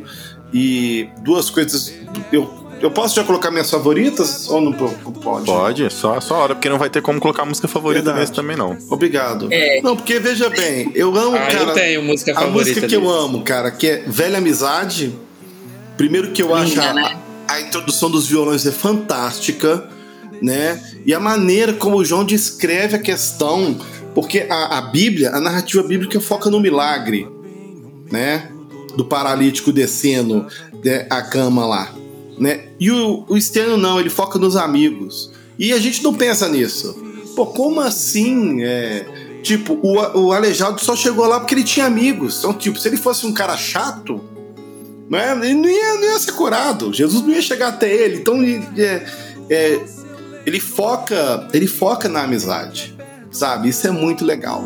Speaker 2: E duas coisas, eu, eu posso já colocar minhas favoritas ou não pode?
Speaker 1: Pode, só, só a hora, porque não vai ter como colocar música favorita nesse também não.
Speaker 2: Obrigado.
Speaker 3: É.
Speaker 2: Não, porque veja bem, eu amo,
Speaker 4: ah,
Speaker 2: cara,
Speaker 4: eu tenho música
Speaker 2: a
Speaker 4: favorita
Speaker 2: música que
Speaker 4: dele.
Speaker 2: eu amo, cara, que é Velha Amizade. Primeiro que eu acho a,
Speaker 3: né?
Speaker 2: a introdução dos violões é fantástica, né? E a maneira como o João descreve a questão, porque a, a Bíblia, a narrativa bíblica foca no milagre, né? Do paralítico descendo, né, a cama lá, né? E o, o Stênio não, ele foca nos amigos. E a gente não pensa nisso. Pô, como assim? É, tipo, o, o aleijado só chegou lá porque ele tinha amigos. Então, tipo, se ele fosse um cara chato, não é? Ele não ia, não ia ser curado. Jesus não ia chegar até ele. Então é, é, ele foca ele foca na amizade, sabe? Isso é muito legal.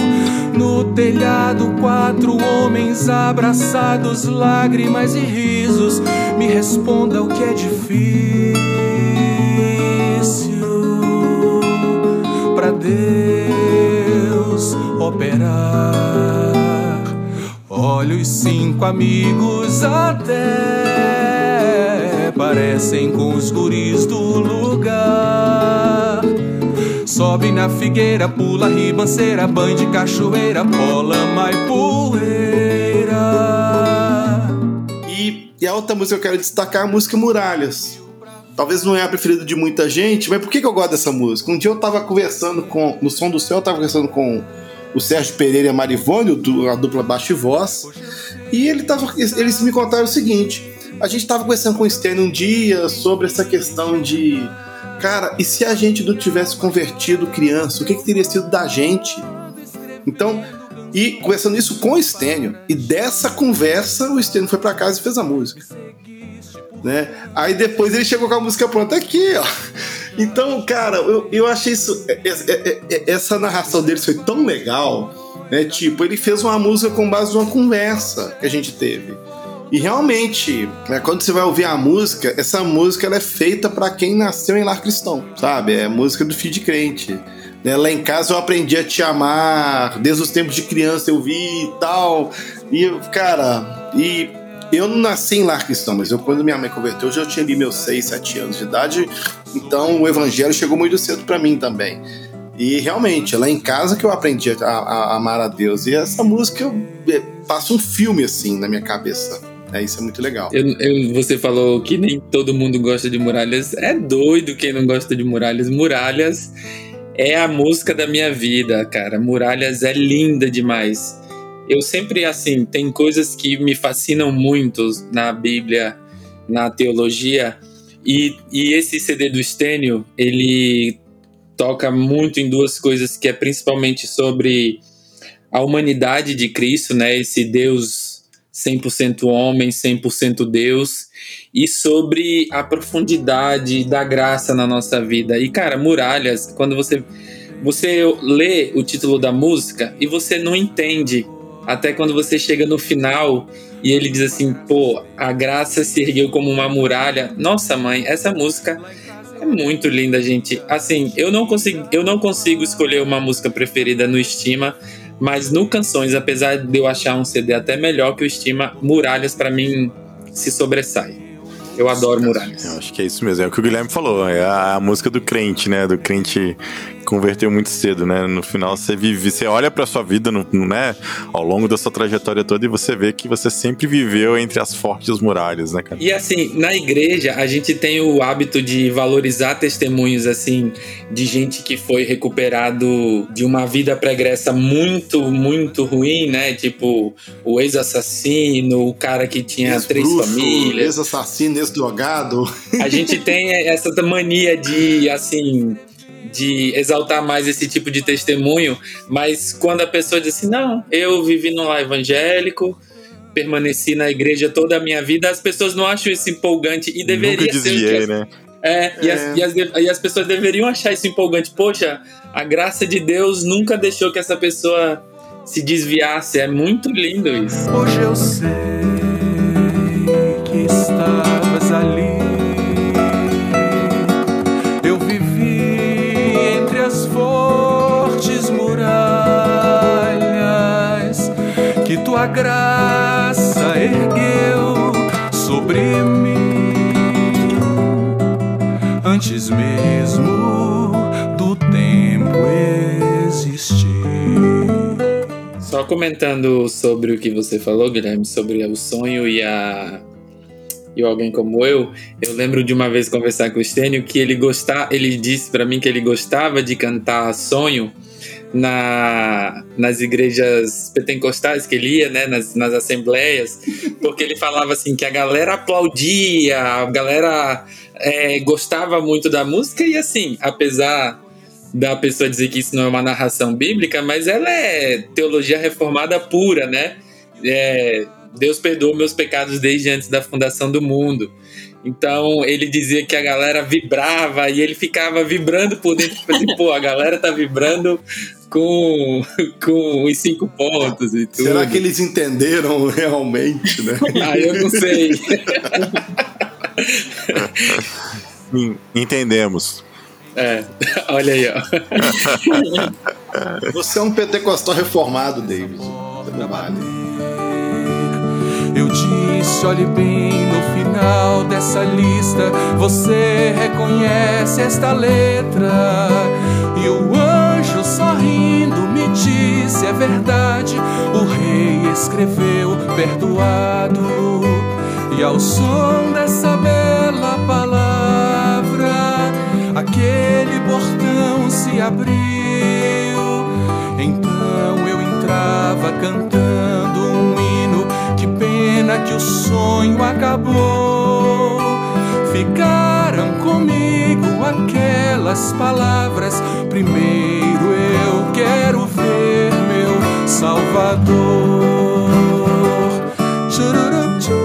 Speaker 7: No telhado, quatro homens abraçados, lágrimas e risos. Me responda o que é difícil pra Deus operar. Olha os cinco amigos até parecem com os guris do lugar. Sobe na figueira, pula ribanceira, banho de cachoeira, pó, lama e poeira.
Speaker 2: E, e a outra música que eu quero destacar é a música Muralhas. Talvez não é a preferida de muita gente, mas por que, que eu gosto dessa música? Um dia eu tava conversando com, no Som do Céu, eu tava conversando com o Sérgio Pereira e a Marivone, a dupla baixo e voz, e ele tava, eles me contaram o seguinte: a gente tava conversando com o Stênio um dia sobre essa questão de, cara, e se a gente não tivesse convertido criança, o que, que teria sido da gente? Então, e conversando isso com o Stênio, e dessa conversa o Stênio foi pra casa e fez a música, né? Aí depois ele chegou com a música pronta aqui, ó. Então, cara, eu, eu achei isso, essa narração dele foi tão legal, né? Tipo, ele fez uma música com base numa conversa que a gente teve. E realmente, né, quando você vai ouvir a música, essa música ela é feita pra quem nasceu em lar cristão, sabe? É música do filho de crente. Né? Lá em casa eu aprendi a te amar, desde os tempos de criança eu vi e tal. E, cara, e eu não nasci em lar cristão, mas eu, quando minha mãe converteu, eu já tinha ali meus seis, sete anos de idade. Então o evangelho chegou muito cedo pra mim também. E realmente, é lá em casa que eu aprendi a, a, a amar a Deus. E essa música eu, eu, passa um filme assim na minha cabeça. É, isso é muito legal.
Speaker 4: Eu, eu, você falou que nem todo mundo gosta de Muralhas. É doido quem não gosta de Muralhas. Muralhas é a música da minha vida, cara. Muralhas é linda demais. Eu sempre, assim, tem coisas que me fascinam muito na Bíblia, na teologia, e, e esse C D do Stênio, ele toca muito em duas coisas, que é principalmente sobre a humanidade de Cristo, né? Esse Deus cem por cento homem, cem por cento Deus, e sobre a profundidade da graça na nossa vida. E, cara, Muralhas, quando você você lê o título da música e você não entende até quando você chega no final e ele diz assim, pô, a graça se ergueu como uma muralha. Nossa, mãe, essa música é muito linda, gente. Assim, eu não consigo, eu não consigo escolher uma música preferida no Estima, mas no Canções, apesar de eu achar um C D até melhor que o Estima, Muralhas pra mim se sobressai. Eu adoro Muralhas.
Speaker 1: Eu acho que é isso mesmo, é o que o Guilherme falou, é a, a música do crente, né, do crente converteu muito cedo, né, no final você vive, você olha pra sua vida, no, né, ao longo da sua trajetória toda e você vê que você sempre viveu entre as fortes muralhas, né, cara?
Speaker 4: E assim, na igreja a gente tem o hábito de valorizar testemunhos, assim, de gente que foi recuperado de uma vida pregressa muito, muito ruim, né, tipo o ex-assassino, o cara que tinha três famílias.
Speaker 2: Ex-assassino, ex-drogado.
Speaker 4: A gente tem essa mania de, assim, de exaltar mais esse tipo de testemunho, mas quando a pessoa diz assim, não, eu vivi num lar evangélico, permaneci na igreja toda a minha vida, as pessoas não acham isso empolgante e deveria
Speaker 1: Nunca desviei,
Speaker 4: ser.
Speaker 1: Né?
Speaker 4: É, e,
Speaker 2: é.
Speaker 4: As, e, as, e as pessoas deveriam achar isso empolgante. Poxa, a graça de Deus nunca deixou que essa pessoa se desviasse. É muito lindo isso.
Speaker 7: Hoje eu sei que estavas ali. Eu vivi entre as fortes muralhas que tua graça ergueu sobre mim, antes mesmo do tempo existir.
Speaker 4: Só comentando sobre o que você falou, Guilherme, sobre o sonho e a e alguém como eu, eu lembro de uma vez conversar com o Estênio que ele gostava, ele disse pra mim que ele gostava de cantar sonho na, nas igrejas pentecostais que ele ia, né, nas, nas assembleias, porque ele falava assim que a galera aplaudia, a galera é, gostava muito da música e assim, apesar da pessoa dizer que isso não é uma narração bíblica, mas ela é teologia reformada pura, né? É, Deus perdoou meus pecados desde antes da fundação do mundo. Então ele dizia que a galera vibrava e ele ficava vibrando por dentro, tipo assim, pô, a galera tá vibrando com, com os cinco pontos e tudo.
Speaker 2: Será que eles entenderam realmente, né?
Speaker 4: Ah, eu não sei.
Speaker 1: Entendemos.
Speaker 4: É, olha aí, ó.
Speaker 2: Você é um pentecostal reformado, David. Você não vale.
Speaker 7: Eu disse, olhe bem no final dessa lista, você reconhece esta letra. E o anjo sorrindo me disse, é verdade, o rei escreveu perdoado. E ao som dessa bela palavra, aquele portão se abriu. Então eu entrava cantando um hino. Que pena que o sonho acabou. Ficaram comigo aquelas palavras. Primeiro eu quero ver meu Salvador. Chururuchu.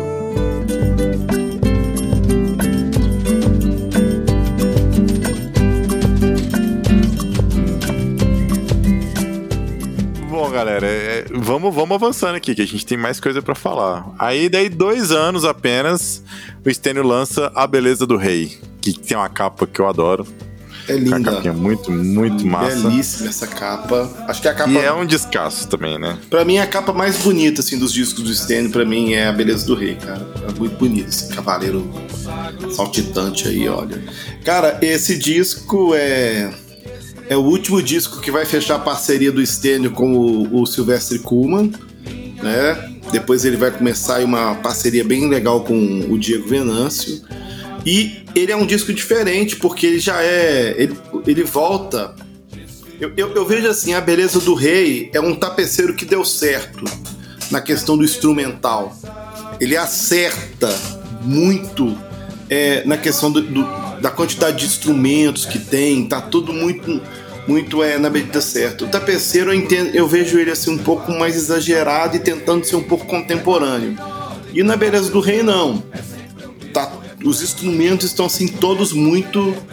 Speaker 1: Bom, galera, é, vamos, vamos avançando aqui, que a gente tem mais coisa pra falar. Aí, daí, dois anos apenas, o Estênio lança A Beleza do Rei, que tem uma capa que eu adoro.
Speaker 2: É linda.
Speaker 1: Uma capinha muito, muito massa.
Speaker 2: Belíssima essa capa. Acho que a capa...
Speaker 1: E é um descasso também, né?
Speaker 2: Pra mim, a capa mais bonita, assim, dos discos do Estênio, pra mim, é A Beleza do Rei, cara. É muito bonito, esse cavaleiro saltitante aí, olha. Cara, esse disco é... É o último disco que vai fechar a parceria do Estênio com o, o Sylvester Kuhlman, né? Depois ele vai começar aí uma parceria bem legal com o Diego Venâncio. E ele é um disco diferente, porque ele já é... Ele, ele volta... Eu, eu, eu vejo assim, A Beleza do Rei é um tapeceiro que deu certo na questão do instrumental. Ele acerta muito é, na questão do, do da quantidade de instrumentos que tem, tá tudo muito, muito é, na medida certa. O tapeceiro, eu, entendo, eu vejo ele assim um pouco mais exagerado e tentando ser um pouco contemporâneo. E na Beleza do Rei, não. Tá, os instrumentos estão assim todos muito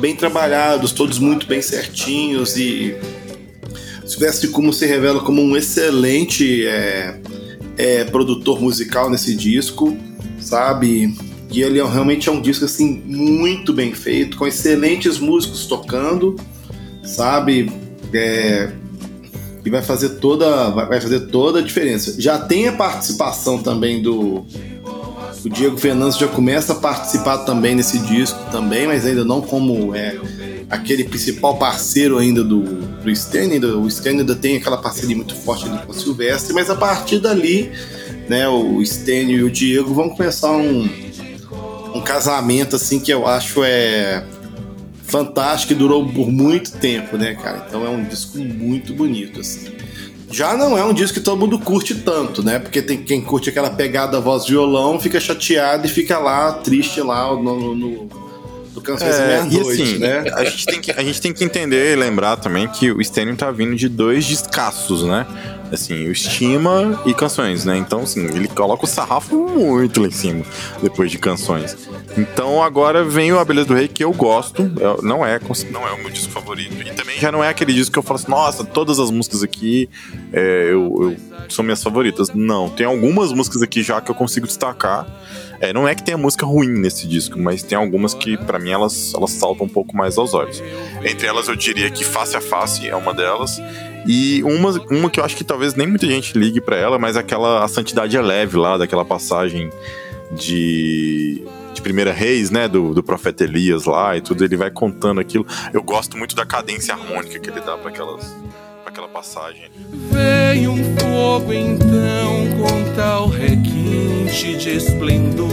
Speaker 2: bem trabalhados, todos muito bem certinhos, e Silvestre Kumo se revela como um excelente é, é, produtor musical nesse disco, sabe? E ele é, realmente é um disco assim, muito bem feito, com excelentes músicos tocando, sabe? É, e vai fazer toda, vai fazer toda a diferença. Já tem a participação também do o Diego Fernandes, já começa a participar também nesse disco também, mas ainda não como é, aquele principal parceiro ainda do, do Stênio. O Stênio ainda tem aquela parceria muito forte ali com o Silvestre, mas a partir dali, né, o Stênio e o Diego vão começar um, um casamento assim que eu acho é fantástico e durou por muito tempo, né, cara? Então é um disco muito bonito, assim. Já não é um disco que todo mundo curte tanto, né? Porque tem quem curte aquela pegada voz violão, fica chateado e fica lá, triste lá no, no, no, no Canções
Speaker 1: é,
Speaker 2: da Meia-Noite,
Speaker 1: e assim,
Speaker 2: né?
Speaker 1: A gente, tem que, a gente tem que entender e lembrar também que o Stênio tá vindo de dois descassos, né? Assim, o Estima e Canções, né? Então, assim, ele coloca o sarrafo muito lá em cima, depois de Canções. Então, agora vem o A Beleza do Rei, que eu gosto, não é, não é o meu disco favorito. E também já não é aquele disco que eu falo assim, nossa, todas as músicas aqui é, eu, eu, são minhas favoritas. Não, tem algumas músicas aqui já que eu consigo destacar. É, não é que tenha música ruim nesse disco, mas tem algumas que, pra mim, elas, elas saltam um pouco mais aos olhos. Entre elas, eu diria que Face a Face é uma delas. E uma, uma que eu acho que talvez nem muita gente ligue pra ela, mas aquela A Santidade é Leve lá, daquela passagem de, de Primeira Reis, né, do, do profeta Elias lá e tudo, ele vai contando aquilo. Eu gosto muito da cadência harmônica que ele dá pra, aquelas, pra aquela passagem.
Speaker 7: Veio um fogo então com tal requinte de esplendor.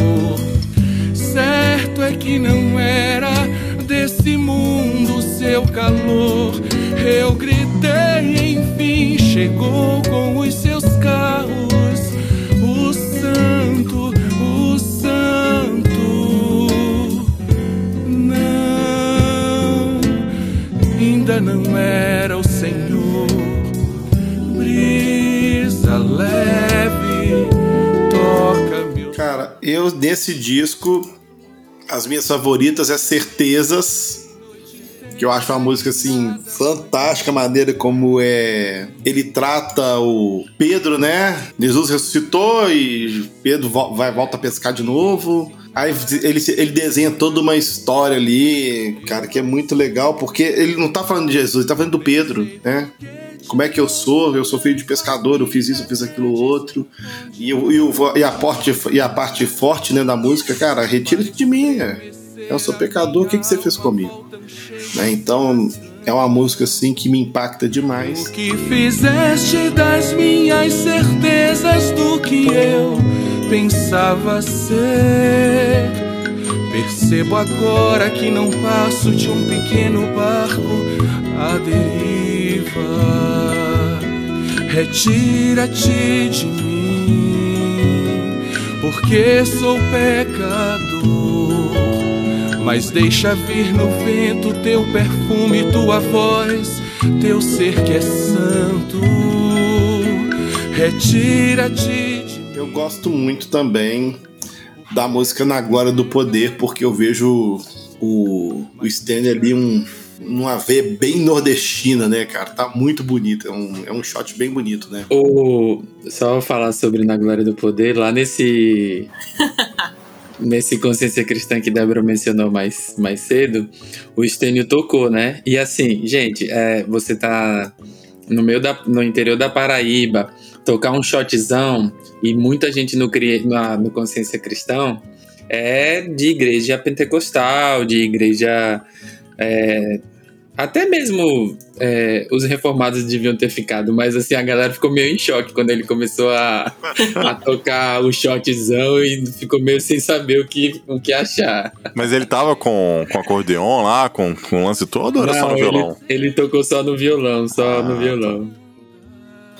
Speaker 7: Certo é que não era desse mundo seu calor. Eu gritei, enfim, chegou com os seus carros. O santo, o santo. Não, ainda não era o Senhor. Brisa leve, toca-me.
Speaker 2: Cara, eu nesse disco, as minhas favoritas é Certezas, que eu acho uma música assim fantástica, a maneira como é ele trata o Pedro, né? Jesus ressuscitou e Pedro vai volta a pescar de novo. Aí ele, ele desenha toda uma história ali, cara, que é muito legal, porque ele não tá falando de Jesus, ele tá falando do Pedro, né? Como é que eu sou? Eu sou filho de pescador, eu fiz isso, eu fiz aquilo outro. E, eu, e, o, e, a, parte, e a parte forte, né, da música, cara, retira-te de mim, cara. Eu sou pecador, o que, que você fez comigo? Né? Então, é uma música assim que me impacta demais.
Speaker 7: O que fizeste das minhas certezas do que eu pensava ser? Percebo agora que não passo de um pequeno barco à deriva. Retira-te de mim, porque sou pecador. Mas deixa vir no vento teu perfume, tua voz, teu ser que é santo. Retira-te de mim.
Speaker 2: Eu gosto muito também da música Na Glória do Poder, porque eu vejo o, o Stênio ali um, uma veia bem nordestina, né, cara? Tá muito bonito, é um, é um shot bem bonito, né?
Speaker 4: O, só falar sobre Na Glória do Poder, lá nesse... nesse Consciência Cristã que Débora mencionou mais, mais cedo, o Stênio tocou, né? E assim, gente, é, você tá no meio da, no interior da Paraíba, tocar um shotzão, e muita gente no, no, no Consciência Cristã é de igreja pentecostal, de igreja... É, até mesmo é, os reformados deviam ter ficado, mas assim, a galera ficou meio em choque quando ele começou a, a tocar o shotzão e ficou meio sem saber o que, o que achar.
Speaker 1: Mas ele tava com, com acordeon lá, com, com o lance todo, ou era
Speaker 4: Não,
Speaker 1: só no violão?
Speaker 4: Ele, ele tocou só no violão, só ah, no violão.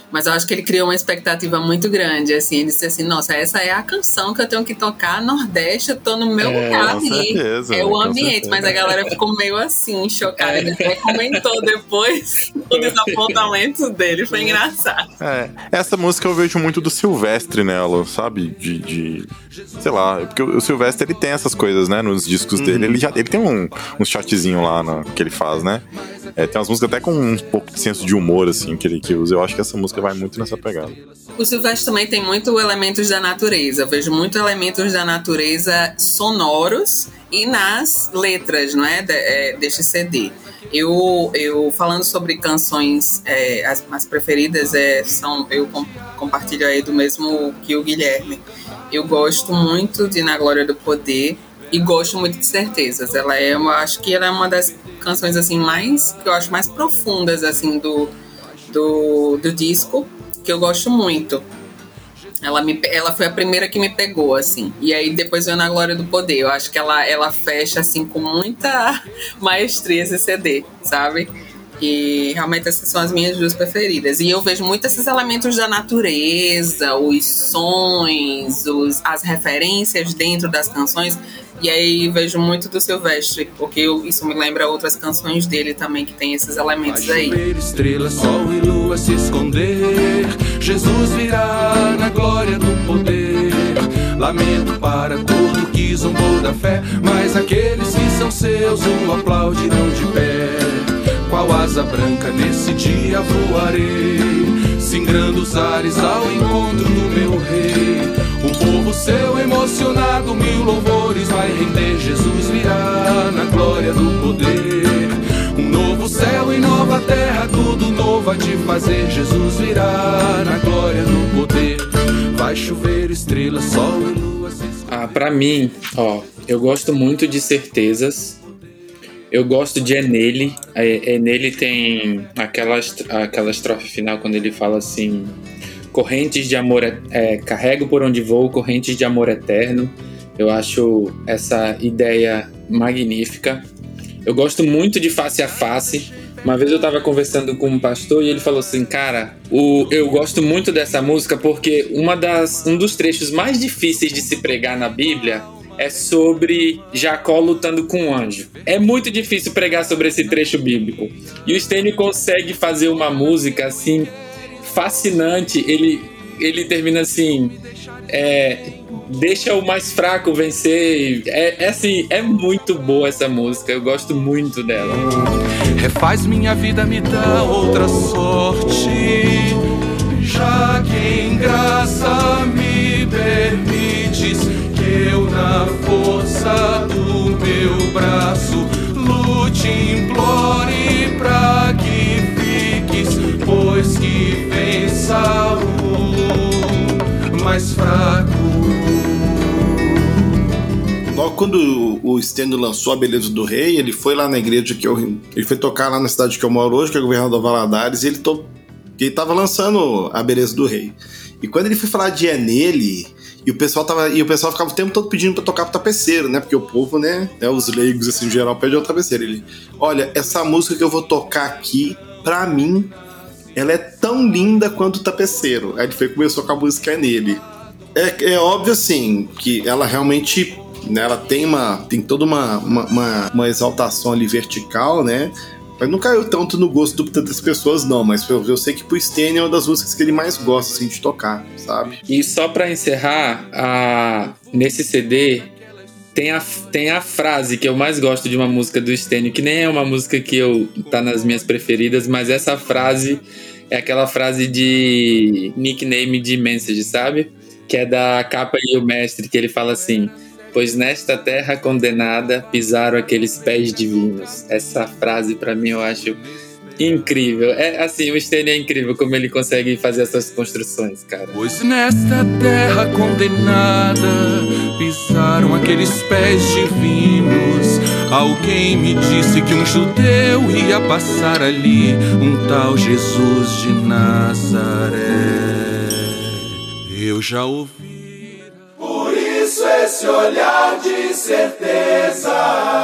Speaker 3: Mas eu acho que ele criou uma expectativa muito grande, assim. Ele disse assim, nossa, essa é a canção que eu tenho que tocar Nordeste, eu tô no meu
Speaker 4: É,
Speaker 3: lugar
Speaker 1: com
Speaker 3: ali.
Speaker 1: certeza,
Speaker 3: É o
Speaker 1: com
Speaker 3: ambiente,
Speaker 1: certeza.
Speaker 3: mas a galera ficou meio assim, chocada. Ele até comentou depois o desapontamento dele, foi engraçado.
Speaker 1: É, essa música eu vejo muito do Silvestre nela, sabe? De, de sei lá, porque o Silvestre ele tem essas coisas, né? Nos discos dele, ele já ele tem um, um shotzinho lá na, que ele faz, né? É, tem umas músicas até com um pouco de senso de humor, assim, que ele que usa. Eu acho que essa música vai muito nessa pegada.
Speaker 3: O Silvestre também tem muito elementos da natureza. Eu vejo muito elementos da natureza sonoros e nas letras, não é? De, é deste C D. Eu, eu falando sobre canções, é, as, as preferidas é, são, eu com, compartilho aí do mesmo que o Guilherme. Eu gosto muito de Na Glória do Poder e gosto muito de Certezas. Ela é, eu acho que ela é uma das canções assim mais, que eu acho mais profundas assim do, do, do disco, que eu gosto muito. Ela, me, ela foi a primeira que me pegou, assim. E aí depois veio Na Glória do Poder. Eu acho que ela, ela fecha, assim, com muita maestria esse C D, sabe? E realmente essas são as minhas duas preferidas. E eu vejo muito esses elementos da natureza, os sons, os, as referências dentro das canções. E aí vejo muito do Silvestre, porque eu, isso me lembra outras canções dele também, que tem esses elementos
Speaker 5: Vai
Speaker 3: aí.
Speaker 5: chover estrela, sol e lua se esconder, Jesus virá na glória do poder. Lamento para todo que zombou da fé, mas aqueles que são seus o aplaudirão de pé. Qual asa branca nesse dia voarei, singrando os ares ao encontro do meu rei. O povo seu emocionado mil louvores vai render, Jesus virá na glória do poder. Um novo céu e nova terra, tudo novo a te fazer, Jesus virá na glória do poder. Vai chover estrelas, sol e lua se esconder.
Speaker 4: Ah, pra mim, ó, eu gosto muito de Certezas. Eu gosto de É Nele. É, é Nele tem aquela, aquela estrofe final quando ele fala assim: correntes de amor, é, carrego por onde vou, correntes de amor eterno. Eu acho essa ideia magnífica. Eu gosto muito de Face a Face. Uma vez eu tava conversando com um pastor e ele falou assim, cara, o, eu gosto muito dessa música porque uma das, um dos trechos mais difíceis de se pregar na Bíblia é sobre Jacó lutando com um anjo. É muito difícil pregar sobre esse trecho bíblico. E o Stênio consegue fazer uma música assim fascinante. Ele, ele termina assim, é, deixa o mais fraco vencer. É, é assim, é muito boa essa música. Eu gosto muito dela.
Speaker 5: Refaz minha vida, me dá outra sorte, já que em graça me permites que eu na força do meu braço lute, implore pra que fiques, pois que vença o mais fraco.
Speaker 2: Logo quando o Stênio lançou A Beleza do Rei, ele foi lá na igreja que eu... Ele foi tocar lá na cidade que eu moro hoje, que é o Governador Valadares, e ele, to... ele tava lançando A Beleza do Rei. E quando ele foi falar de É Nele, e o pessoal, tava... e o pessoal ficava o tempo todo pedindo pra tocar pro tapeceiro, né? Porque o povo, né, né os leigos, assim, em geral, pedem ao tapeceiro. Ele, olha, essa música que eu vou tocar aqui, pra mim, ela é tão linda quanto o tapeceiro. Aí ele foi, começou com a música É Nele. É, é óbvio, assim, que ela realmente... Né, ela tem, uma, tem toda uma, uma, uma, uma exaltação ali vertical, né? Mas não caiu tanto no gosto do, das pessoas, não. Mas eu, eu sei que pro Stênio é uma das músicas que ele mais gosta, assim, de tocar, sabe?
Speaker 4: E só pra encerrar, a, nesse C D tem a, tem a frase que eu mais gosto de uma música do Stênio, que nem é uma música que eu, tá nas minhas preferidas, mas essa frase é aquela frase de nickname de Message, sabe? Que é da Capa e o Mestre, que ele fala assim: pois nesta terra condenada pisaram aqueles pés divinos. Essa frase pra mim eu acho incrível. É assim, o Stênio é incrível como ele consegue fazer essas construções, cara.
Speaker 5: Pois nesta terra condenada pisaram aqueles pés divinos. Alguém me disse que um judeu ia passar ali, um tal Jesus de Nazaré. Eu já ouvi. Por isso esse olhar de certeza,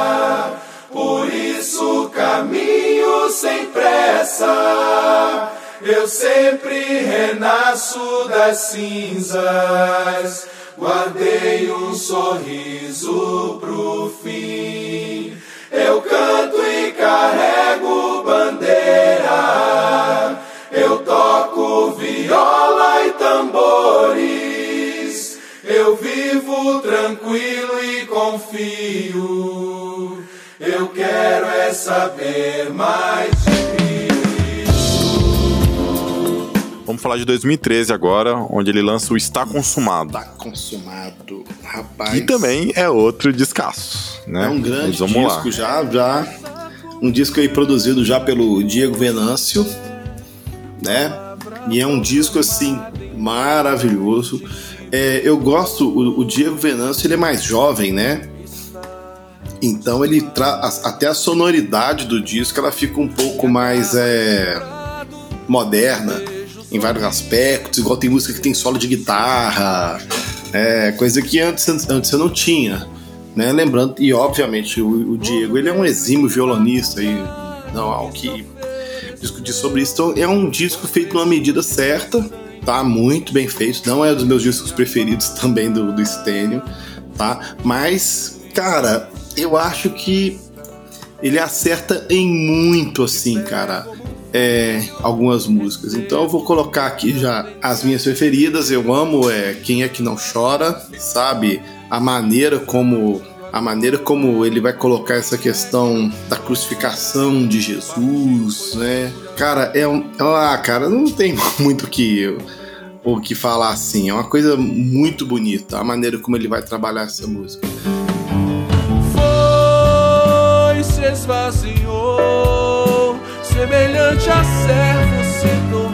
Speaker 5: por isso caminho sem pressa, eu sempre renasço das cinzas. Guardei um sorriso pro fim. Eu canto e carrego bandeira. Eu toco viola e tambores. Eu vivo tranquilo e confio. Eu quero é saber mais de Cristo.
Speaker 1: Vamos falar de dois mil e treze agora, onde ele lança o Está Consumado.
Speaker 2: Está Consumado, rapaz.
Speaker 1: E também é outro descasso, né?
Speaker 2: É um grande
Speaker 1: Mas vamos
Speaker 2: disco
Speaker 1: lá.
Speaker 2: já, já. Um disco aí produzido já pelo Diego Venâncio, né? E é um disco, assim, maravilhoso. É, eu gosto, o, o Diego Venâncio, ele é mais jovem, né? Então ele traz até a sonoridade do disco, ela fica um pouco mais é, moderna em vários aspectos, igual tem música que tem solo de guitarra, é, coisa que antes, antes eu não tinha, né? Lembrando, e obviamente o, o Diego, ele é um exímio violonista e não há o que discutir sobre isso. Então é um disco feito numa medida certa, tá? Muito bem feito, não é um dos meus discos preferidos também do, do Stênio, tá? Mas, cara, eu acho que ele acerta em muito, assim, cara, é, algumas músicas. Então eu vou colocar aqui já as minhas preferidas. Eu amo é, Quem É Que Não Chora, sabe? A maneira como, a maneira como ele vai colocar essa questão da crucificação de Jesus, né? Cara, é um... Ah, cara, não tem muito o que, o que falar, assim. É uma coisa muito bonita, a maneira como ele vai trabalhar essa música.
Speaker 5: Se esvaziou, semelhante a servo se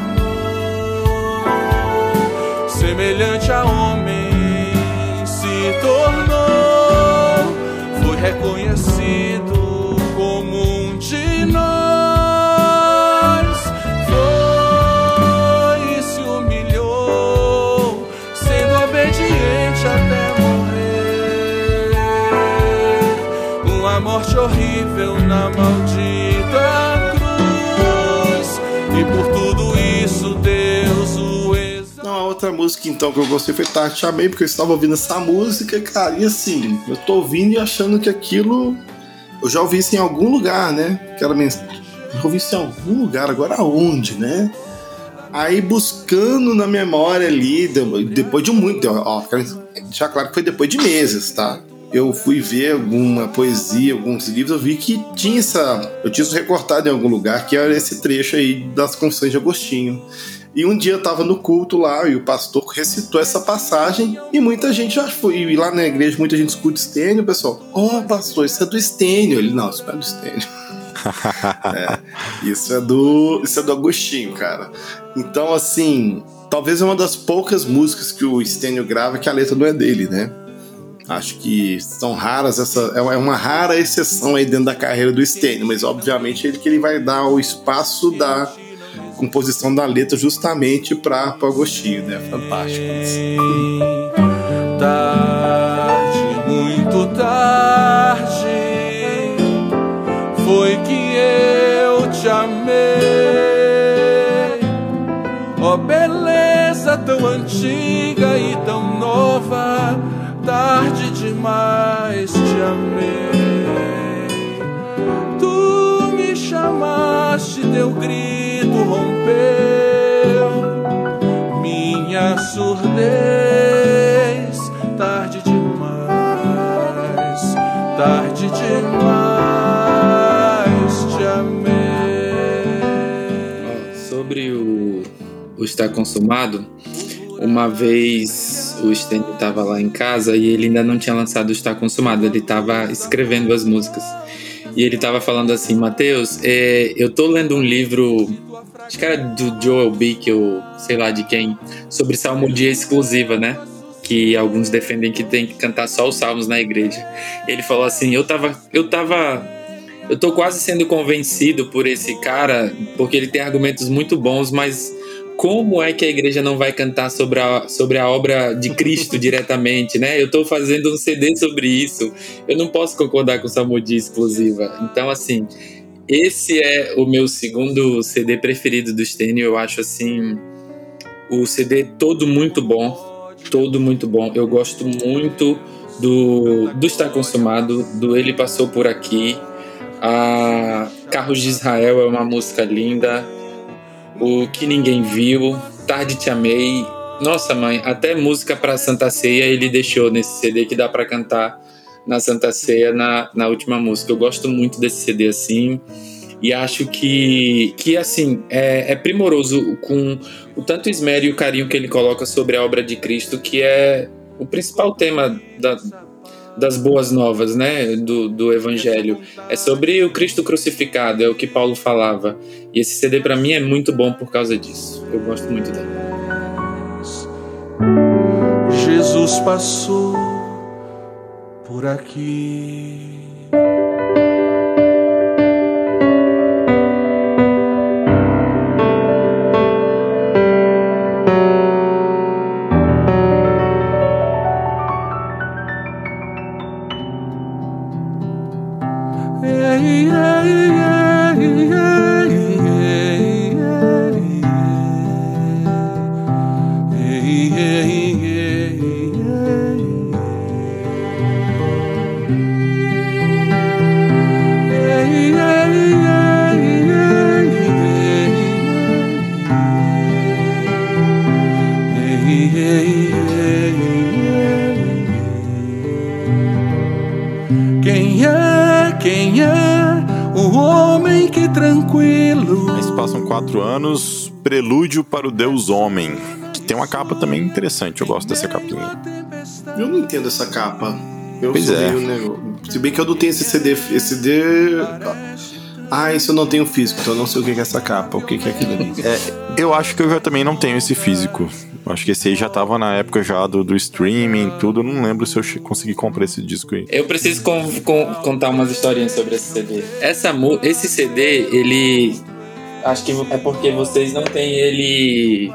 Speaker 5: tornou, semelhante a homem se tornou, foi reconhecido como um de nós, foi e se humilhou, sendo obediente até morrer, uma morte horrível na maldita cruz, e por tudo isso Deus o exaltou.
Speaker 2: Não, a outra música então que eu gostei foi Tarde Te Amei, porque eu estava ouvindo essa música, cara, e assim, eu tô ouvindo e achando que aquilo eu já ouvi isso em algum lugar, né? Aquela mensagem, eu ouvi isso em algum lugar, agora aonde, né? Aí buscando na memória ali, depois de muito, ó, quero deixar claro que foi depois de meses, tá? Eu fui ver alguma poesia, alguns livros, eu vi que tinha essa... Eu tinha isso recortado em algum lugar, que era esse trecho aí das Confissões de Agostinho. E um dia eu tava no culto lá, e o pastor recitou essa passagem, e muita gente já foi. E lá na igreja, muita gente escuta Stênio, o pessoal, ó, oh, pastor, isso é do Stênio. Ele, não, isso não é do Stênio. é, isso é do, isso é do Agostinho, cara. Então, assim, talvez é uma das poucas músicas que o Stênio grava que a letra não é dele, né? Acho que são raras, essa é uma rara exceção aí dentro da carreira do Stênio, mas obviamente ele que ele vai dar o espaço da composição da letra justamente para o Agostinho, né? Fantástico.
Speaker 5: Tarde, muito tarde, foi que eu te amei, ó beleza tão antiga e tão nova. Tarde demais te amei. Tu me chamaste, teu grito rompeu minha surdez. Tarde demais, tarde demais te amei.
Speaker 4: Sobre o, o Está Consumado, uma vez o Stênio estava lá em casa e ele ainda não tinha lançado o Está Consumado, ele estava escrevendo as músicas. E ele estava falando assim, Mateus, é, eu tô lendo um livro, acho que era do Joel Bick, ou sei lá de quem, sobre salmodia exclusiva, né? Que alguns defendem que tem que cantar só os salmos na igreja. Ele falou assim, eu tava, eu tava, eu tô quase sendo convencido por esse cara, porque ele tem argumentos muito bons, mas como é que a igreja não vai cantar sobre a, sobre a obra de Cristo diretamente, né? Eu tô fazendo um C D sobre isso, eu não posso concordar com salmodia exclusiva. Então, assim, esse é o meu segundo C D preferido do Stênio. Eu acho assim o C D todo muito bom, todo muito bom. Eu gosto muito do, do Está Consumado, do Ele Passou Por Aqui. A Carros de Israel é uma música linda. O Que Ninguém Viu, Tarde Te Amei. Nossa, mãe, até música para Santa Ceia ele deixou nesse C D que dá para cantar na Santa Ceia, na, na última música. Eu gosto muito desse C D assim. E acho que, que assim, é, é primoroso com o tanto esmero e o carinho que ele coloca sobre a obra de Cristo, que é o principal tema da, das boas novas, né, do, do Evangelho. É sobre o Cristo crucificado, é o que Paulo falava. E esse C D para mim é muito bom por causa disso. Eu gosto muito dele.
Speaker 5: Jesus passou por aqui. Quem é, quem é o homem que tranquilo?
Speaker 1: Aí se passam quatro anos, Prelúdio para o Deus Homem, que tem uma capa também interessante, eu gosto dessa capinha.
Speaker 2: Eu não entendo essa capa. Eu
Speaker 1: Pois
Speaker 2: sou
Speaker 1: é.
Speaker 2: meio nego- Se bem que eu não tenho esse C D. Esse C D. Ah, isso eu não tenho físico, então eu não sei o que é essa capa, o que é aquilo ali.
Speaker 1: É, eu acho que eu já também não tenho esse físico. Acho que esse aí já tava na época já do, do streaming e tudo. Eu não lembro se eu che- consegui comprar esse disco aí.
Speaker 4: Eu preciso con- con- contar umas historinhas sobre esse C D. Essa, mu- esse C D, ele... Acho que é porque vocês não têm ele...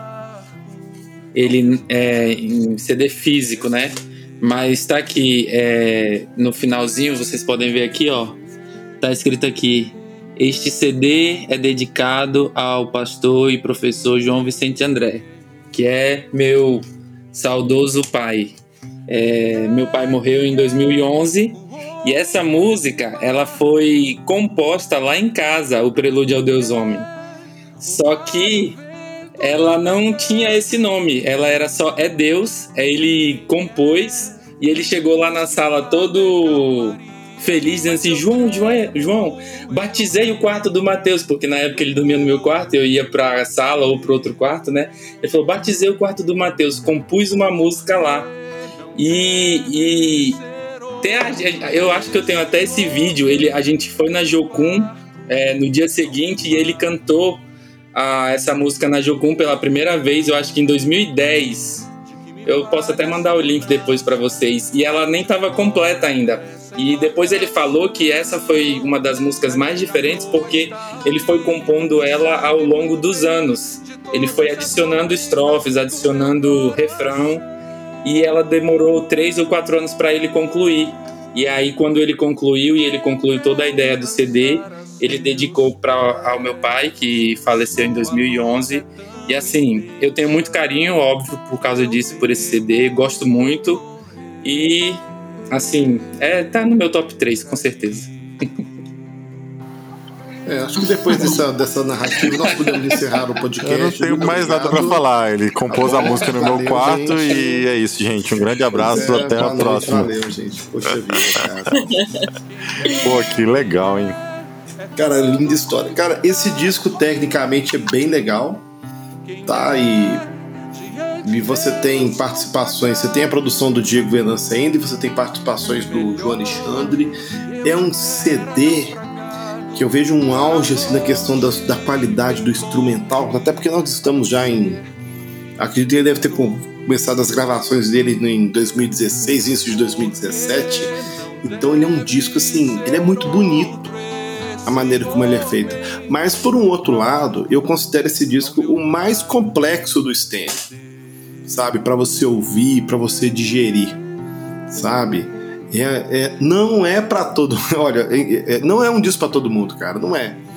Speaker 4: Ele é em C D físico, né? Mas tá aqui, é, no finalzinho, vocês podem ver aqui, ó. Tá escrito aqui: este C D é dedicado ao pastor e professor João Vicente André, que é meu saudoso pai. É, meu pai morreu em dois mil e onze e essa música ela foi composta lá em casa, o Prelúdio ao Deus Homem. Só que ela não tinha esse nome, ela era só É Deus. Aí ele compôs e ele chegou lá na sala todo feliz, dizendo assim: João, João, João, batizei o quarto do Mateus, porque na época ele dormia no meu quarto, eu ia pra sala ou pro outro quarto, né? Ele falou: batizei o quarto do Mateus, compus uma música lá. E, e tem a, eu acho que eu tenho até esse vídeo. Ele, a gente foi na Jocum é, no dia seguinte e ele cantou a, essa música na Jocum pela primeira vez, eu acho que em dois mil e dez. Eu posso até mandar o link depois pra vocês. E ela nem estava completa ainda. E depois ele falou que essa foi uma das músicas mais diferentes porque ele foi compondo ela ao longo dos anos. Ele foi adicionando estrofes, adicionando refrão, e ela demorou três ou quatro anos para ele concluir. E aí, quando ele concluiu, e ele concluiu toda a ideia do C D, ele dedicou pra, ao meu pai, que faleceu em dois mil e onze. E assim, eu tenho muito carinho, óbvio, por causa disso, por esse C D, gosto muito. E, assim, é, tá no meu top três, com certeza.
Speaker 2: É, acho que depois dessa, dessa narrativa nós podemos encerrar o podcast.
Speaker 1: Eu não tenho
Speaker 2: Muito
Speaker 1: mais nada pra
Speaker 2: obrigado.
Speaker 1: falar. Ele compôs a música no meu
Speaker 2: Valeu,
Speaker 1: quarto
Speaker 2: gente.
Speaker 1: e é isso, gente. Um grande abraço,
Speaker 2: É,
Speaker 1: até
Speaker 2: boa
Speaker 1: a
Speaker 2: noite,
Speaker 1: próxima.
Speaker 2: Valeu, gente. Poxa vida, cara.
Speaker 1: Pô, que legal, hein?
Speaker 2: Cara, linda história. Cara, esse disco tecnicamente é bem legal, tá? E, e você tem participações, você tem a produção do Diego Venâncio ainda, e você tem participações do João Alexandre. É um C D que eu vejo um auge assim, na questão da, da qualidade do instrumental, até porque nós estamos já em... Acredito que ele deve ter começado as gravações dele em dois mil e dezesseis, início de dois mil e dezessete. Então ele é um disco assim, ele é muito bonito, a maneira como ele é feito. Mas por um outro lado, eu considero esse disco o mais complexo do Stênio, sabe? Para você ouvir, para você digerir, sabe? É, é, não é pra todo... Olha, é, é, não é um disco pra todo mundo, cara, não é.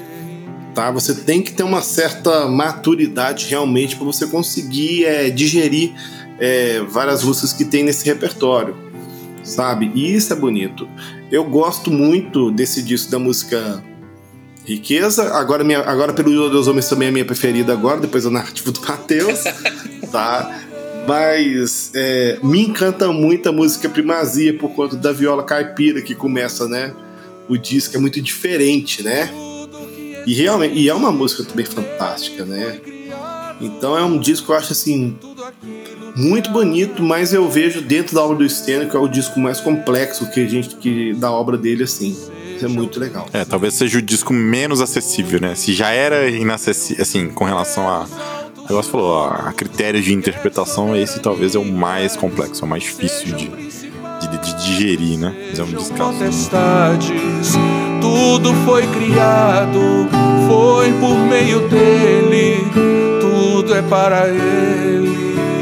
Speaker 2: tá? Você tem que ter uma certa maturidade realmente para você conseguir é, digerir é, várias músicas que tem nesse repertório, sabe? E isso é bonito. Eu gosto muito desse disco da música Riqueza. Agora, minha, agora pelo Ilha dos Homens também é a minha preferida agora, depois da narrativa do Mateus, tá? Mas é, me encanta muito a música Primazia por conta da viola caipira que começa, né? O disco é muito diferente, né? E realmente, e é uma música também fantástica, né? Então é um disco que eu acho assim muito bonito, mas eu vejo dentro da obra do Stênio que é o disco mais complexo que a gente que da obra dele assim. Isso é muito legal.
Speaker 1: É, talvez seja o disco menos acessível, né? Se já era inacessível, assim, com relação a Você falou, a critérios de interpretação, esse talvez é o mais complexo, é o mais difícil de, de, de digerir, né? Mas é um descaso.
Speaker 7: Potestades, tudo foi criado, foi por meio dele, tudo é para ele.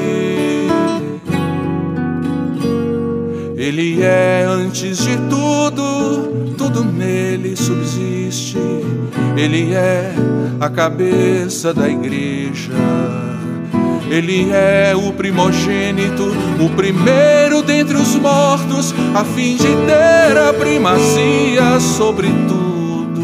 Speaker 7: Ele é antes de tudo, tudo nele subsiste. Ele é a cabeça da igreja. Ele é o primogênito, o primeiro dentre os mortos, a fim de ter a primazia sobre tudo.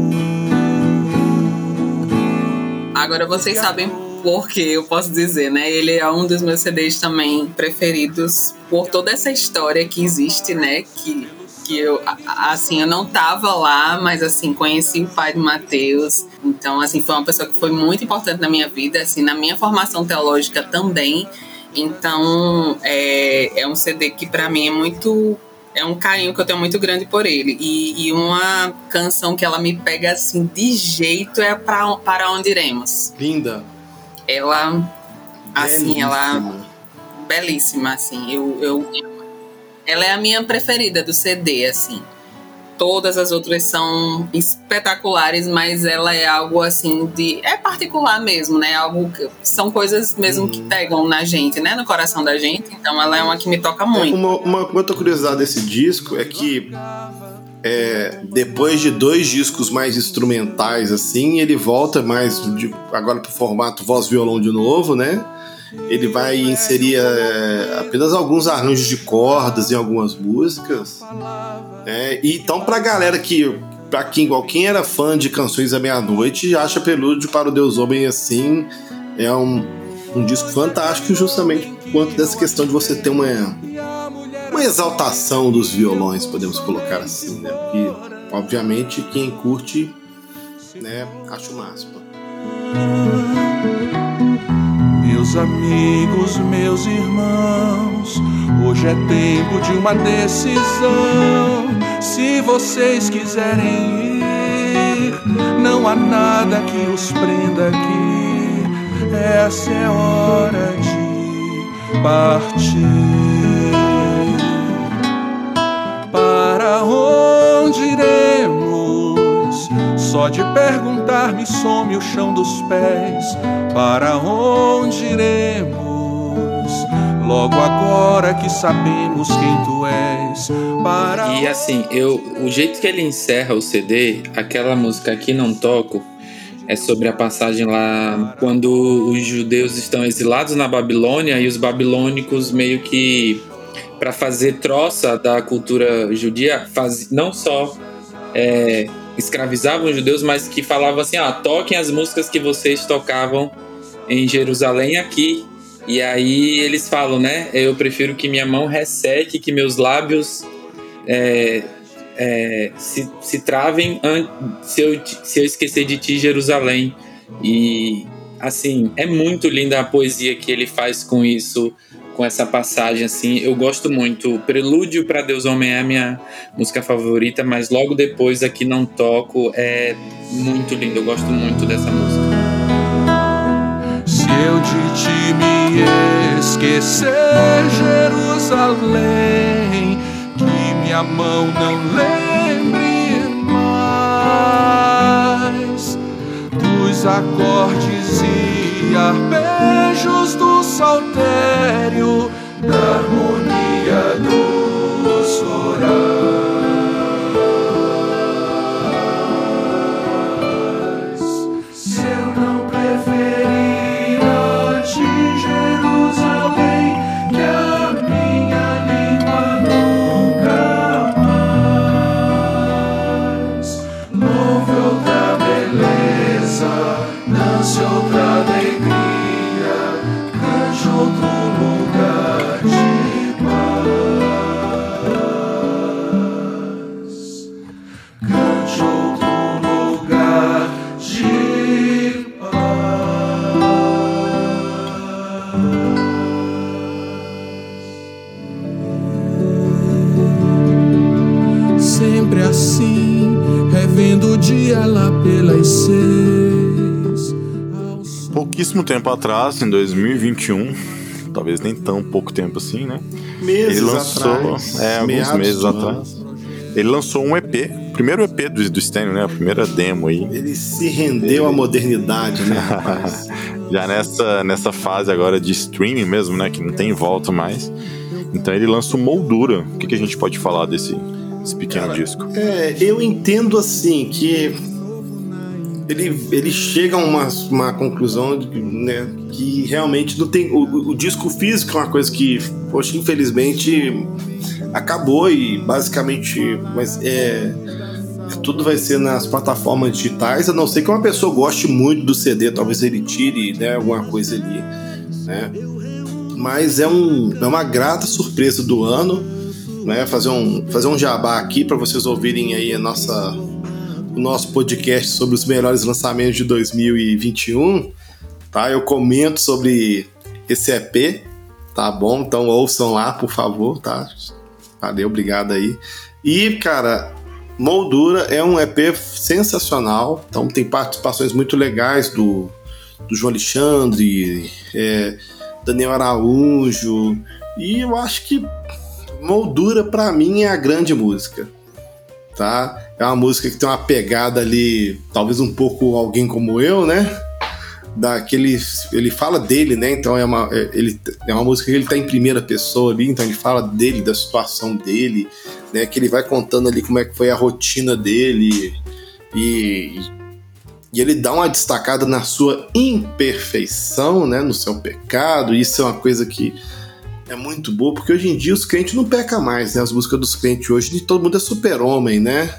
Speaker 3: Agora vocês sabem por que eu posso dizer, né? Ele é um dos meus C Ds também preferidos por toda essa história que existe, né? Que que eu, assim, eu não tava lá, mas, assim, conheci o pai do Mateus. Então, assim, foi uma pessoa que foi muito importante na minha vida, assim, na minha formação teológica também. Então, é, é um C D que, pra mim, é muito... É um carinho que eu tenho muito grande por ele. E, e uma canção que ela me pega, assim, de jeito é pra, Para Onde Iremos.
Speaker 2: Linda.
Speaker 3: Ela, assim,
Speaker 2: Belíssima.
Speaker 3: ela... Belíssima, assim. Eu... eu Ela é a minha preferida do C D, assim. Todas as outras são espetaculares, mas ela é algo, assim, de... É particular mesmo, né? Algo que... São coisas mesmo uhum. que pegam na gente, né? No coração da gente. Então, ela é uma que me toca muito.
Speaker 2: Uma, uma, uma outra curiosidade desse disco é que é, depois de dois discos mais instrumentais, assim, ele volta mais de, agora pro formato voz-violão de novo, né? Ele vai inserir é, apenas alguns arranjos de cordas em algumas músicas. É, e então, pra galera que, pra quem, igual quem era fã de Canções à Meia-Noite, acha Prelúdio para o Deus Homem assim, é um, um disco fantástico, justamente por conta dessa questão de você ter uma, uma exaltação dos violões, podemos colocar assim, né? Porque, obviamente, quem curte, né, acha o máximo.
Speaker 7: Meus amigos, meus irmãos, hoje é tempo de uma decisão. Se vocês quiserem ir, não há nada que os prenda aqui. Essa é hora de partir. Para onde iremos? Só de perguntar me some o chão dos pés. Para onde iremos? Logo agora que sabemos quem tu és. Para
Speaker 4: e assim, eu, o jeito que ele encerra o C D, aquela música Aqui Não Toco, é sobre a passagem lá quando os judeus estão exilados na Babilônia e os babilônicos meio que, para fazer troça da cultura judia, faz, não só é, escravizavam os judeus, mas que falavam assim, ah, toquem as músicas que vocês tocavam em Jerusalém aqui. E aí eles falam, né, eu prefiro que minha mão resseque, que meus lábios é, é, se, se travem an- se, eu, se eu esquecer de ti, Jerusalém. E assim, é muito linda a poesia que ele faz com isso, com essa passagem, assim, eu gosto muito. Prelúdio para Deus Homem é a minha música favorita, mas logo depois Aqui Não Toco é muito lindo, eu gosto muito dessa música.
Speaker 7: Se eu de ti me esquecer, Jerusalém, que minha mão não lembre mais dos acordes e arpejos do saltério, da harmonia dos corais.
Speaker 5: vendo o dia lá pelas seis.
Speaker 1: Pouquíssimo tempo atrás, em dois mil e vinte e um, talvez nem tão pouco tempo assim, né?
Speaker 2: Meses
Speaker 1: ele lançou,
Speaker 2: atrás.
Speaker 1: É, alguns meses atrás. Ele lançou um E P, primeiro E P do, do Stênio, né? A primeira demo aí.
Speaker 2: Ele se rendeu ele... à modernidade, né, rapaz?
Speaker 1: Já nessa, nessa fase agora de streaming mesmo, né? Que não tem volta mais. Então ele lança o Moldura. O que, que a gente pode falar desse, desse pequeno
Speaker 2: Cara,
Speaker 1: disco?
Speaker 2: É, eu entendo assim que ele, ele chega a uma, uma conclusão de, né, que realmente não tem. O, o disco físico é uma coisa que, poxa, infelizmente acabou e basicamente mas é, tudo vai ser nas plataformas digitais, a não ser que uma pessoa goste muito do C D, talvez ele tire, né, alguma coisa ali, né? Mas é, um, é uma grata surpresa do ano, né? Fazer um, fazer um jabá aqui para vocês ouvirem aí a nossa, o nosso podcast sobre os melhores lançamentos de dois mil e vinte e um, tá? Eu comento sobre esse E P, tá bom? Então ouçam lá, por favor, tá? Valeu, obrigado aí. E, cara, Moldura é um E P sensacional, então tem participações muito legais do, do João Alexandre, é, Daniel Araújo, e eu acho que Moldura pra mim é a grande música, tá? É uma música que tem uma pegada ali, talvez um pouco Alguém Como Eu, né? Daquele, ele fala dele, né? Então é uma, é, ele, é uma música que ele tá em primeira pessoa ali, então ele fala dele, da situação dele, né? Que ele vai contando ali como é que foi a rotina dele e, e ele dá uma destacada na sua imperfeição, né? No seu pecado. E isso é uma coisa que é muito boa, porque hoje em dia os crentes não pecam mais, né? As músicas dos crentes hoje, todo mundo é super-homem, né?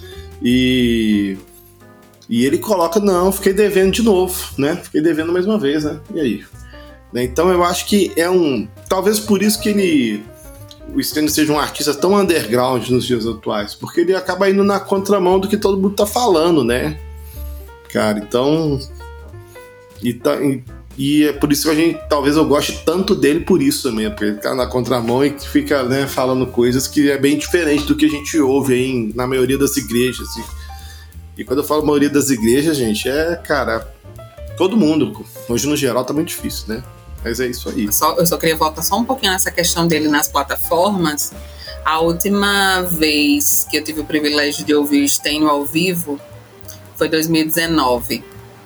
Speaker 2: E... E ele coloca, não, fiquei devendo de novo, né? Fiquei devendo mais uma vez, né? E aí? Né? Então eu acho que é um... Talvez por isso que ele... O Stênio seja um artista tão underground nos dias atuais, porque ele acaba indo na contramão do que todo mundo tá falando, né? Cara, então... E, tá, e, e é por isso que a gente... Talvez eu goste tanto dele por isso também, porque ele tá na contramão e fica, né, falando coisas que é bem diferente do que a gente ouve aí em, na maioria das igrejas, assim. E quando eu falo maioria das igrejas, gente, é, cara, todo mundo. Hoje, no geral, tá muito difícil, né? Mas é isso aí.
Speaker 3: Só, eu só queria voltar só um pouquinho nessa questão dele nas plataformas. A última vez que eu tive o privilégio de ouvir o Stênio ao vivo foi dois mil e dezenove.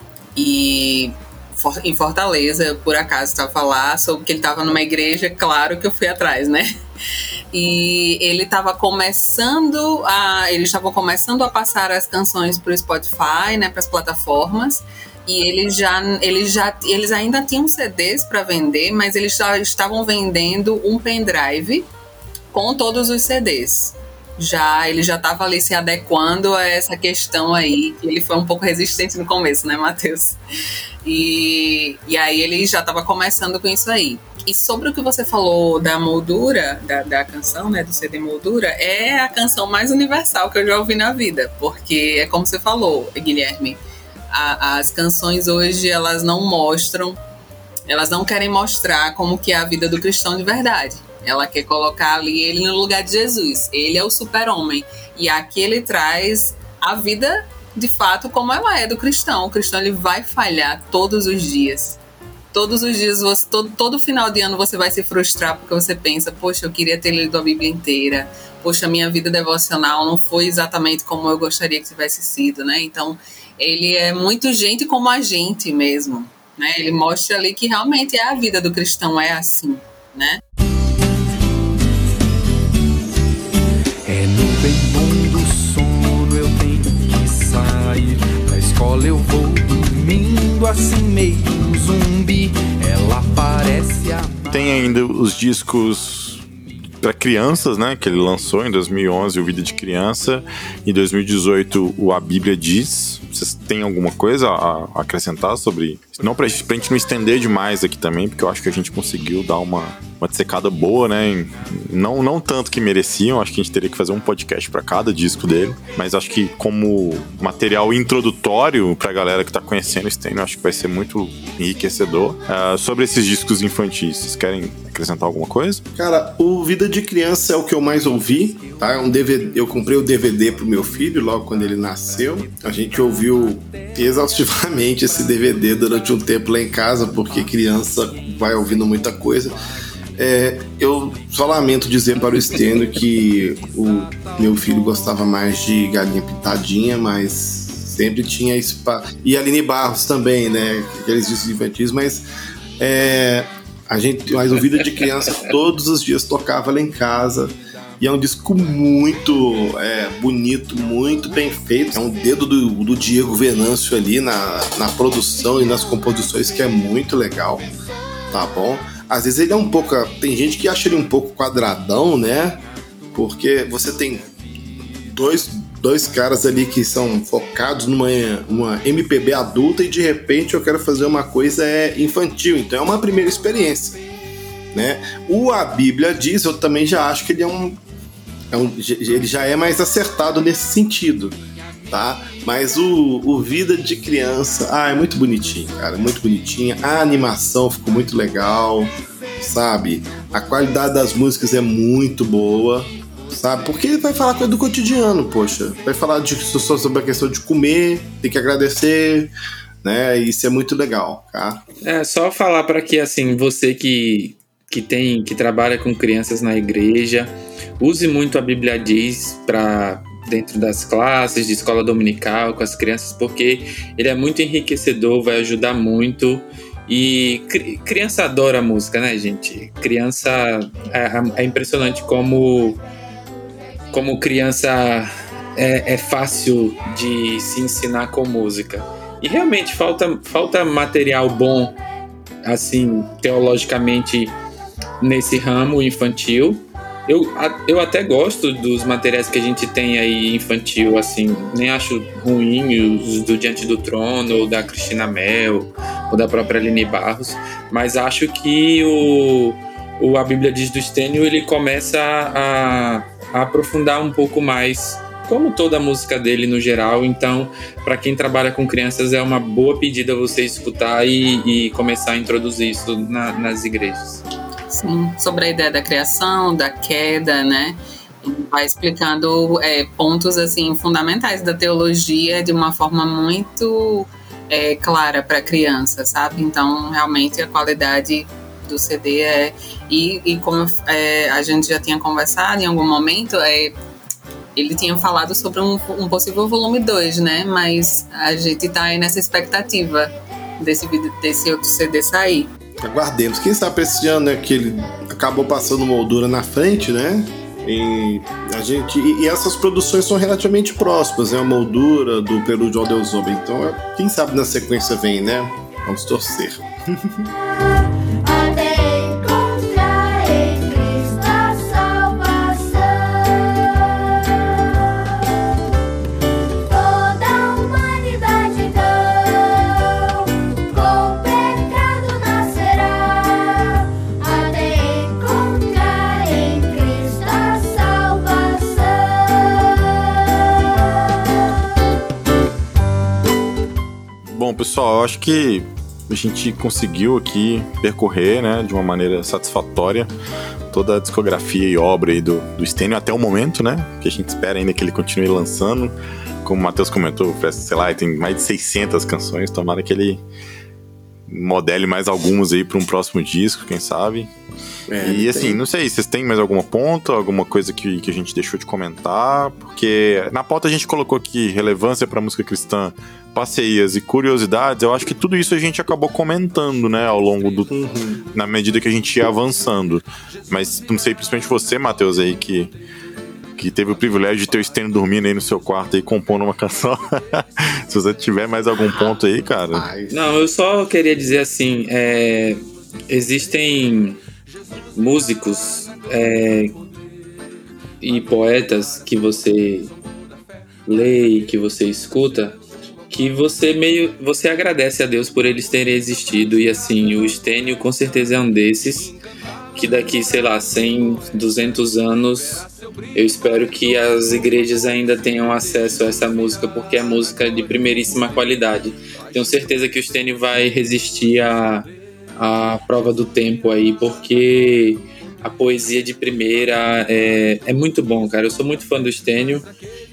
Speaker 3: E em Fortaleza, eu, por acaso, estava lá sobre que ele estava numa igreja, claro que eu fui atrás, né? E ele estava começando a eles estavam começando a passar as canções para o Spotify, né, para as plataformas, e eles já eles já eles ainda tinham C Ds para vender, mas eles já estavam vendendo um pendrive com todos os C Ds. Já ele já estava ali se adequando a essa questão aí, que ele foi um pouco resistente no começo, né, Matheus? E, e aí ele já estava começando com isso aí. E sobre o que você falou da moldura, da, da canção, né, do C D Moldura, é a canção mais universal que eu já ouvi na vida, porque é como você falou, Guilherme, a, as canções hoje, elas não mostram, elas não querem mostrar como que é a vida do cristão de verdade. Ela quer colocar ali ele no lugar de Jesus. Ele é o super-homem. E aqui ele traz a vida, de fato, como ela é do cristão. O cristão, ele vai falhar todos os dias. Todos os dias, você, todo, todo final de ano você vai se frustrar porque você pensa, poxa, eu queria ter lido a Bíblia inteira. Poxa, minha vida devocional não foi exatamente como eu gostaria que tivesse sido, né? Então, ele é muito gente como a gente mesmo, né? Ele mostra ali que realmente é a vida do cristão, é assim, né?
Speaker 5: É no bem bom do sono eu tenho que sair. Pra escola eu vou dormindo assim meio zumbi. Ela parece a...
Speaker 1: Tem ainda os discos para crianças, né? Que ele lançou em dois mil e onze, o Vida de Criança. Em dois mil e dezoito, o A Bíblia Diz. Vocês têm alguma coisa a acrescentar sobre Não pra, pra gente não estender demais aqui também, porque eu acho que a gente conseguiu dar uma, uma dissecada boa, né? Não, não tanto que mereciam, acho que a gente teria que fazer um podcast pra cada disco dele, mas acho que como material introdutório pra galera que tá conhecendo o Stênio, acho que vai ser muito enriquecedor. Uh, sobre esses discos infantis, vocês querem acrescentar alguma coisa?
Speaker 2: Cara, o Vida de Criança é o que eu mais ouvi, tá? É um D V D, eu comprei o D V D pro meu filho logo quando ele nasceu. A gente ouviu exaustivamente esse D V D durante um tempo lá em casa, porque criança vai ouvindo muita coisa. É, eu só lamento dizer para o Stênio que o meu filho gostava mais de Galinha Pintadinha, mas sempre tinha isso pra... E Aline Barros também, né? Aqueles discos infantis, mas é, a gente, mas o Vida de Criança todos os dias tocava lá em casa. E é um disco muito é, bonito, muito bem feito. É um dedo do, do Diego Venâncio ali na, na produção e nas composições, que é muito legal, tá bom? Às vezes ele é um pouco... Tem gente que acha ele um pouco quadradão, né? Porque você tem dois, dois caras ali que são focados numa uma M P B adulta e de repente eu quero fazer uma coisa infantil. Então é uma primeira experiência, né? O A Bíblia Diz, eu também já acho que ele é um... É um, ele já é mais acertado nesse sentido, tá? Mas o, o Vida de Criança, ah, é muito bonitinho, cara, muito bonitinho. A animação ficou muito legal, sabe? A qualidade das músicas é muito boa, sabe? Porque ele vai falar coisa do cotidiano, poxa. Vai falar de, sobre a questão de comer, tem que agradecer, né? Isso é muito legal, tá?
Speaker 4: É, só falar para que, assim, você que, que tem, que trabalha com crianças na igreja, use muito a Bíblia Diz para dentro das classes de escola dominical com as crianças, porque ele é muito enriquecedor, vai ajudar muito. E cri- criança adora música, né, gente? Criança é, é impressionante como como criança é, é fácil de se ensinar com música. E realmente falta, falta material bom, assim, teologicamente, nesse ramo infantil. Eu, eu até gosto dos materiais que a gente tem aí infantil, assim, nem acho ruim os do Diante do Trono, ou da Cristina Mel, ou da própria Aline Barros, mas acho que o, o A Bíblia Diz do Stênio, ele começa a, a aprofundar um pouco mais, como toda a música dele no geral. Então, para quem trabalha com crianças, é uma boa pedida você escutar e, e começar a introduzir isso na, nas igrejas.
Speaker 3: Sim, sobre a ideia da criação, da queda, né? Vai explicando é, pontos assim fundamentais da teologia de uma forma muito é, clara para a criança, sabe? Então, realmente, a qualidade do C D é... E, e como é, a gente já tinha conversado em algum momento, é, ele tinha falado sobre um, um possível volume dois, né? Mas a gente está aí nessa expectativa desse, desse outro C D sair.
Speaker 2: Aguardemos. Quem sabe esse ano, né, que ele acabou passando moldura na frente, né? E, a gente, e, e essas produções são relativamente próximas, né? A moldura do Prelúdio ao Deus Homem. Então, é, quem sabe na sequência vem, né? Vamos torcer.
Speaker 1: Bom, pessoal, eu acho que a gente conseguiu aqui percorrer, né, de uma maneira satisfatória toda a discografia e obra aí do, do Stênio até o momento, né, que a gente espera ainda que ele continue lançando. Como o Matheus comentou, sei lá, tem mais de seiscentas canções, tomara que ele modele mais algumas aí para um próximo disco, quem sabe. É, e assim, tem... não sei, vocês têm mais alguma ponta, alguma coisa que, que a gente deixou de comentar? Porque na pauta a gente colocou aqui relevância para música cristã, parcerias e curiosidades. Eu acho que tudo isso a gente acabou comentando, né, ao longo do... Uhum. Na medida que a gente ia avançando. Mas não sei, principalmente você, Matheus, aí, que... que teve o privilégio de ter o Stênio dormindo aí no seu quarto e compondo uma canção. Se você tiver mais algum ponto aí, cara.
Speaker 4: Não, eu só queria dizer assim, é, existem músicos é, e poetas que você lê e que você escuta que você meio você agradece a Deus por eles terem existido. E assim, o Stênio com certeza é um desses, que daqui, sei lá, cem, duzentos anos, eu espero que as igrejas ainda tenham acesso a essa música, porque é música de primeiríssima qualidade. Tenho certeza que o Stênio vai resistir à, à prova do tempo aí, porque a poesia de primeira é, é muito bom, cara. Eu sou muito fã do Stênio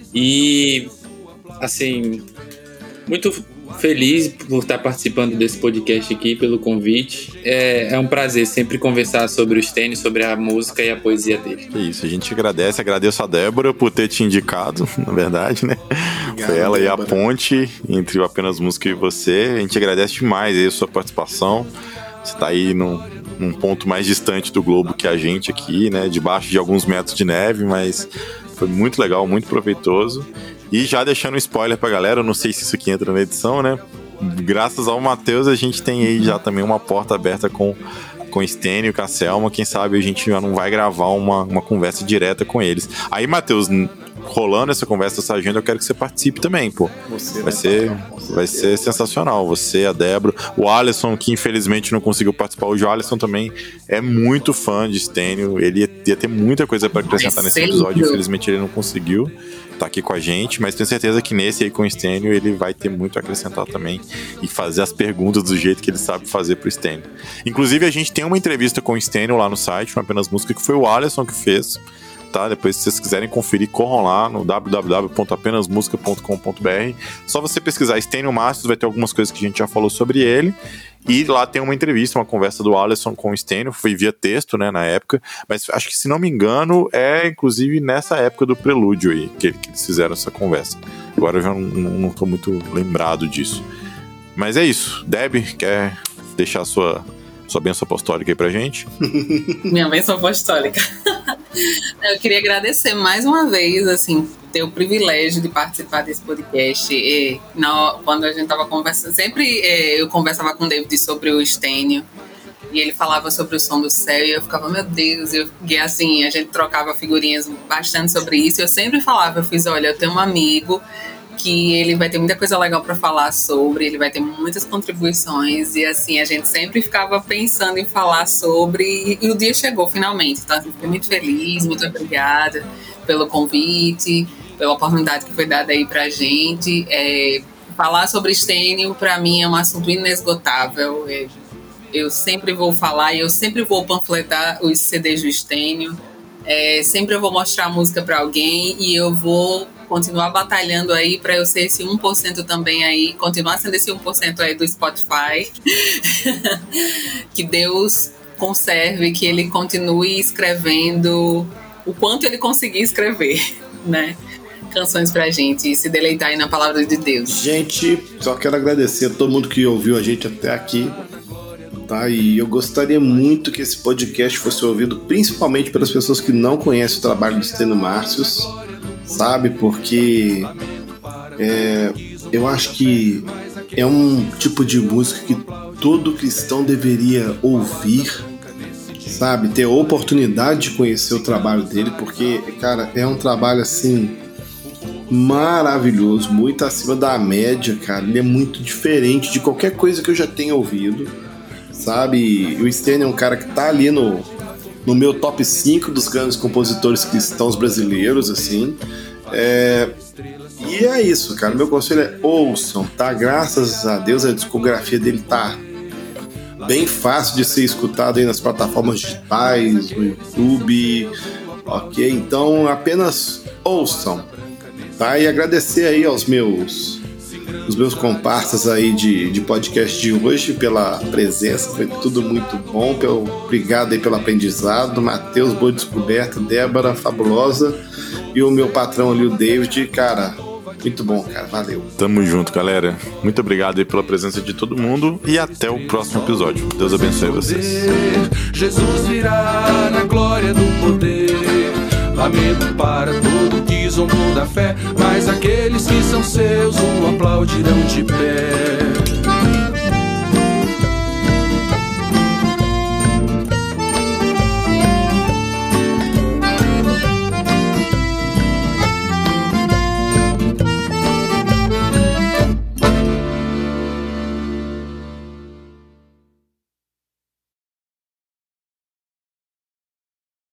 Speaker 4: e, assim, muito feliz por estar participando desse podcast aqui, pelo convite. É, é um prazer sempre conversar sobre o Stênio, sobre a música e a poesia dele.
Speaker 1: É isso, a gente agradece, agradeço a Débora por ter te indicado, na verdade, né? Obrigado, foi ela Débora. E a ponte entre o Apenas Música e você. A gente agradece demais aí a sua participação. Você tá aí num, num ponto mais distante do globo que a gente aqui, né? Debaixo de alguns metros de neve, mas foi muito legal, muito proveitoso. E já deixando um spoiler pra galera, eu não sei se isso aqui entra na edição, né? Graças ao Matheus, a gente tem aí já também uma porta aberta com, com o Stênio e com a Selma. Quem sabe a gente já não vai gravar uma, uma conversa direta com eles. Aí, Matheus, rolando essa conversa, essa agenda, eu quero que você participe também, pô. Você vai ser, vai ser sensacional. Você, a Débora, o Alisson, que infelizmente não conseguiu participar hoje. O Alisson também é muito fã de Stênio. Ele ia, ia ter muita coisa pra acrescentar nesse episódio. Infelizmente ele não conseguiu tá aqui com a gente, mas tenho certeza que nesse aí com o Stênio ele vai ter muito a acrescentar também e fazer as perguntas do jeito que ele sabe fazer pro Stênio. Inclusive a gente tem uma entrevista com o Stênio lá no site, uma Apenas Música, que foi o Alisson que fez, tá? Depois, se vocês quiserem conferir, corram lá no w w w ponto apenas música ponto com ponto b r. Só você pesquisar Stênio Márcios, vai ter algumas coisas que a gente já falou sobre ele. E lá tem uma entrevista, uma conversa do Alisson com o Stênio, foi via texto, né, na época, mas acho que, se não me engano, é inclusive nessa época do Prelúdio aí, que, que eles fizeram essa conversa. Agora eu já não, não tô muito lembrado disso. Mas é isso. Deb, quer deixar a sua, sua bênção apostólica aí pra gente?
Speaker 3: Minha bênção apostólica. Eu queria agradecer mais uma vez, assim, ter o privilégio de participar desse podcast. E, não, quando a gente tava conversando, sempre é, eu conversava com o David sobre o Stênio, e ele falava sobre o som do céu, e eu ficava, meu Deus, eu, e assim, a gente trocava figurinhas bastante sobre isso, e eu sempre falava, eu fiz, olha, eu tenho um amigo que ele vai ter muita coisa legal para falar sobre, ele vai ter muitas contribuições, e assim, a gente sempre ficava pensando em falar sobre, e, e o dia chegou finalmente, então assim, fiquei muito feliz, muito obrigada pelo convite, pela oportunidade que foi dada aí pra gente. É, falar sobre Stênio, pra mim, é um assunto inesgotável, é, eu sempre vou falar e eu sempre vou panfletar os C Ds do Stênio, é, sempre eu vou mostrar a música pra alguém, e eu vou continuar batalhando aí para eu ser esse um por cento também aí, continuar sendo esse um por cento aí do Spotify. Que Deus conserve, que ele continue escrevendo o quanto ele conseguir escrever, né? Canções pra gente e se deleitar aí na palavra de Deus.
Speaker 2: Gente, só quero agradecer a todo mundo que ouviu a gente até aqui, tá? E eu gostaria muito que esse podcast fosse ouvido principalmente pelas pessoas que não conhecem o trabalho do Stênio Márcios, sabe? Porque é, eu acho que é um tipo de música que todo cristão deveria ouvir, sabe? Ter a oportunidade de conhecer o trabalho dele, porque, cara, é um trabalho assim maravilhoso, muito acima da média, cara. Ele é muito diferente de qualquer coisa que eu já tenha ouvido, sabe? E o Stênio é um cara que tá ali no no meu top cinco dos grandes compositores cristãos brasileiros, assim. É... E é isso, cara. Meu conselho é ouçam, tá? Graças a Deus a discografia dele tá bem fácil de ser escutado aí nas plataformas digitais, no YouTube, ok? Então apenas ouçam, tá? E agradecer aí aos meus os meus comparsas aí de, de podcast de hoje pela presença, foi tudo muito bom, pelo, obrigado aí pelo aprendizado, Matheus, boa descoberta, Débora, fabulosa, e o meu patrão ali, o David, cara, muito bom, cara, valeu.
Speaker 1: Tamo junto, galera, muito obrigado aí pela presença de todo mundo e até o próximo episódio. Deus abençoe vocês.
Speaker 5: Jesus virá na glória do poder. Lamento para todo que zombou da fé, mas aqueles que são seus o aplaudirão de pé.